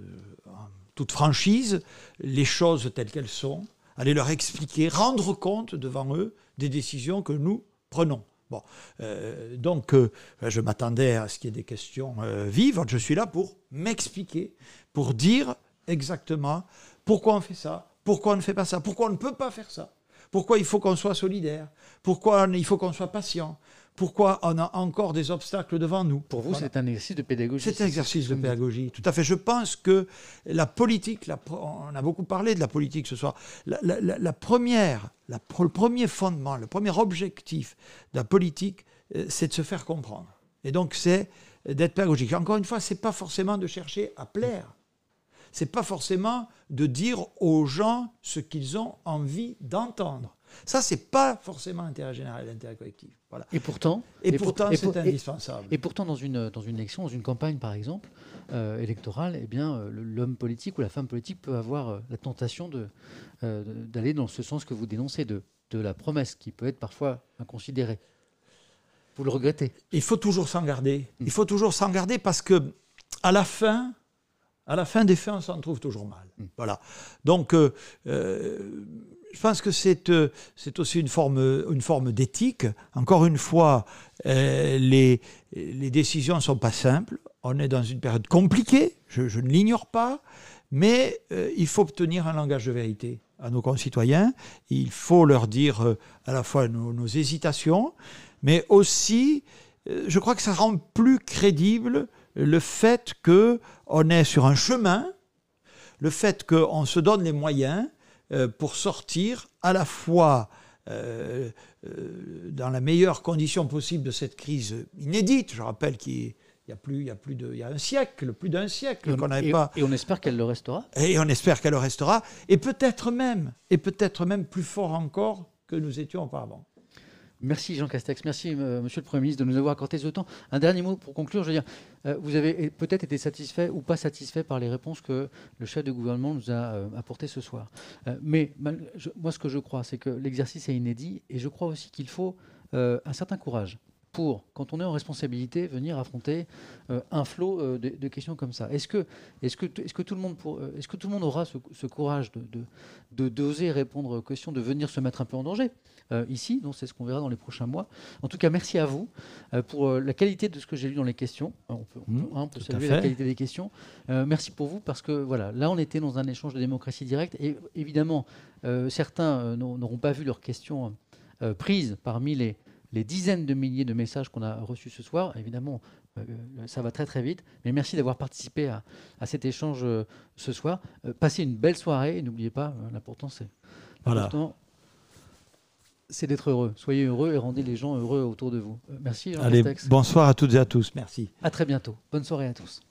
en toute franchise, les choses telles qu'elles sont, allez leur expliquer, rendre compte devant eux des décisions que nous prenons. Bon, euh, donc, euh, je m'attendais à ce qu'il y ait des questions euh, vives. Je suis là pour m'expliquer, pour dire exactement pourquoi on fait ça, pourquoi on ne fait pas ça, pourquoi on ne peut pas faire ça. Pourquoi il faut qu'on soit solidaire ? Pourquoi il faut qu'on soit patient ? Pourquoi on a encore des obstacles devant nous ? Pour vous, voilà. C'est un exercice de pédagogie. C'est un exercice de pédagogie, tout à fait. Je pense que la politique, la, on a beaucoup parlé de la politique ce soir, la, la, la, la première, la, le premier fondement, le premier objectif de la politique, c'est de se faire comprendre. Et donc, c'est d'être pédagogique. Encore une fois, ce n'est pas forcément de chercher à plaire. Ce n'est pas forcément de dire aux gens ce qu'ils ont envie d'entendre. Ça, ce n'est pas forcément l'intérêt général et l'intérêt collectif. Voilà. Et pourtant, et et pourtant pour, c'est et, indispensable. Et, et pourtant, dans une, dans une élection, dans une campagne, par exemple, euh, électorale, eh bien, euh, l'homme politique ou la femme politique peut avoir euh, la tentation de, euh, d'aller dans ce sens que vous dénoncez, de, de la promesse, qui peut être parfois inconsidérée. Vous le regrettez ? Il faut toujours s'en garder. Il faut toujours s'en garder parce que, à la fin... À la fin des faits, on s'en trouve toujours mal. Mmh. Voilà. Donc, euh, euh, je pense que c'est, euh, c'est aussi une forme, une forme d'éthique. Encore une fois, euh, les, les décisions ne sont pas simples. On est dans une période compliquée, je, je ne l'ignore pas, mais euh, il faut obtenir un langage de vérité à nos concitoyens. Il faut leur dire euh, à la fois nos, nos hésitations, mais aussi, euh, je crois que ça rend plus crédible le fait qu'on est sur un chemin, le fait qu'on se donne les moyens euh, pour sortir à la fois euh, euh, dans la meilleure condition possible de cette crise inédite. Je rappelle qu'il y a plus, il y a plus de, il y a un siècle, plus d'un siècle qu'on n'avait pas. Et on espère qu'elle le restera. Et on espère qu'elle le restera, et peut-être même, et peut-être même plus fort encore que nous étions auparavant. Merci Jean Castex, merci euh, Monsieur le Premier ministre de nous avoir accordé ce temps. Un dernier mot pour conclure, je veux dire, euh, vous avez peut-être été satisfait ou pas satisfait par les réponses que le chef de gouvernement nous a euh, apportées ce soir. Euh, mais mal, je, moi ce que je crois, c'est que l'exercice est inédit et je crois aussi qu'il faut euh, un certain courage pour, quand on est en responsabilité, venir affronter euh, un flot euh, de, de questions comme ça. Est-ce que, est-ce que, est-ce que tout le monde, pour, euh, est-ce que tout le monde aura ce, ce courage de, de, de d'oser répondre aux questions, de venir se mettre un peu en danger euh, ici? Donc c'est ce qu'on verra dans les prochains mois. En tout cas, merci à vous euh, pour euh, la qualité de ce que j'ai lu dans les questions. On peut, on peut, hein, on peut saluer la qualité des questions. Euh, merci pour vous parce que voilà, là on était dans un échange de démocratie directe et évidemment euh, certains euh, n'auront pas vu leurs questions euh, prises parmi les les dizaines de milliers de messages qu'on a reçus ce soir. Évidemment, Euh, ça va très très vite. Mais merci d'avoir participé à, à cet échange euh, ce soir. Euh, passez une belle soirée. N'oubliez pas, euh, l'important c'est voilà. c'est d'être heureux. Soyez heureux et rendez les gens heureux autour de vous. Euh, merci Jean Allez, Castex. bonsoir à toutes et à tous. Merci. À très bientôt. Bonne soirée à tous.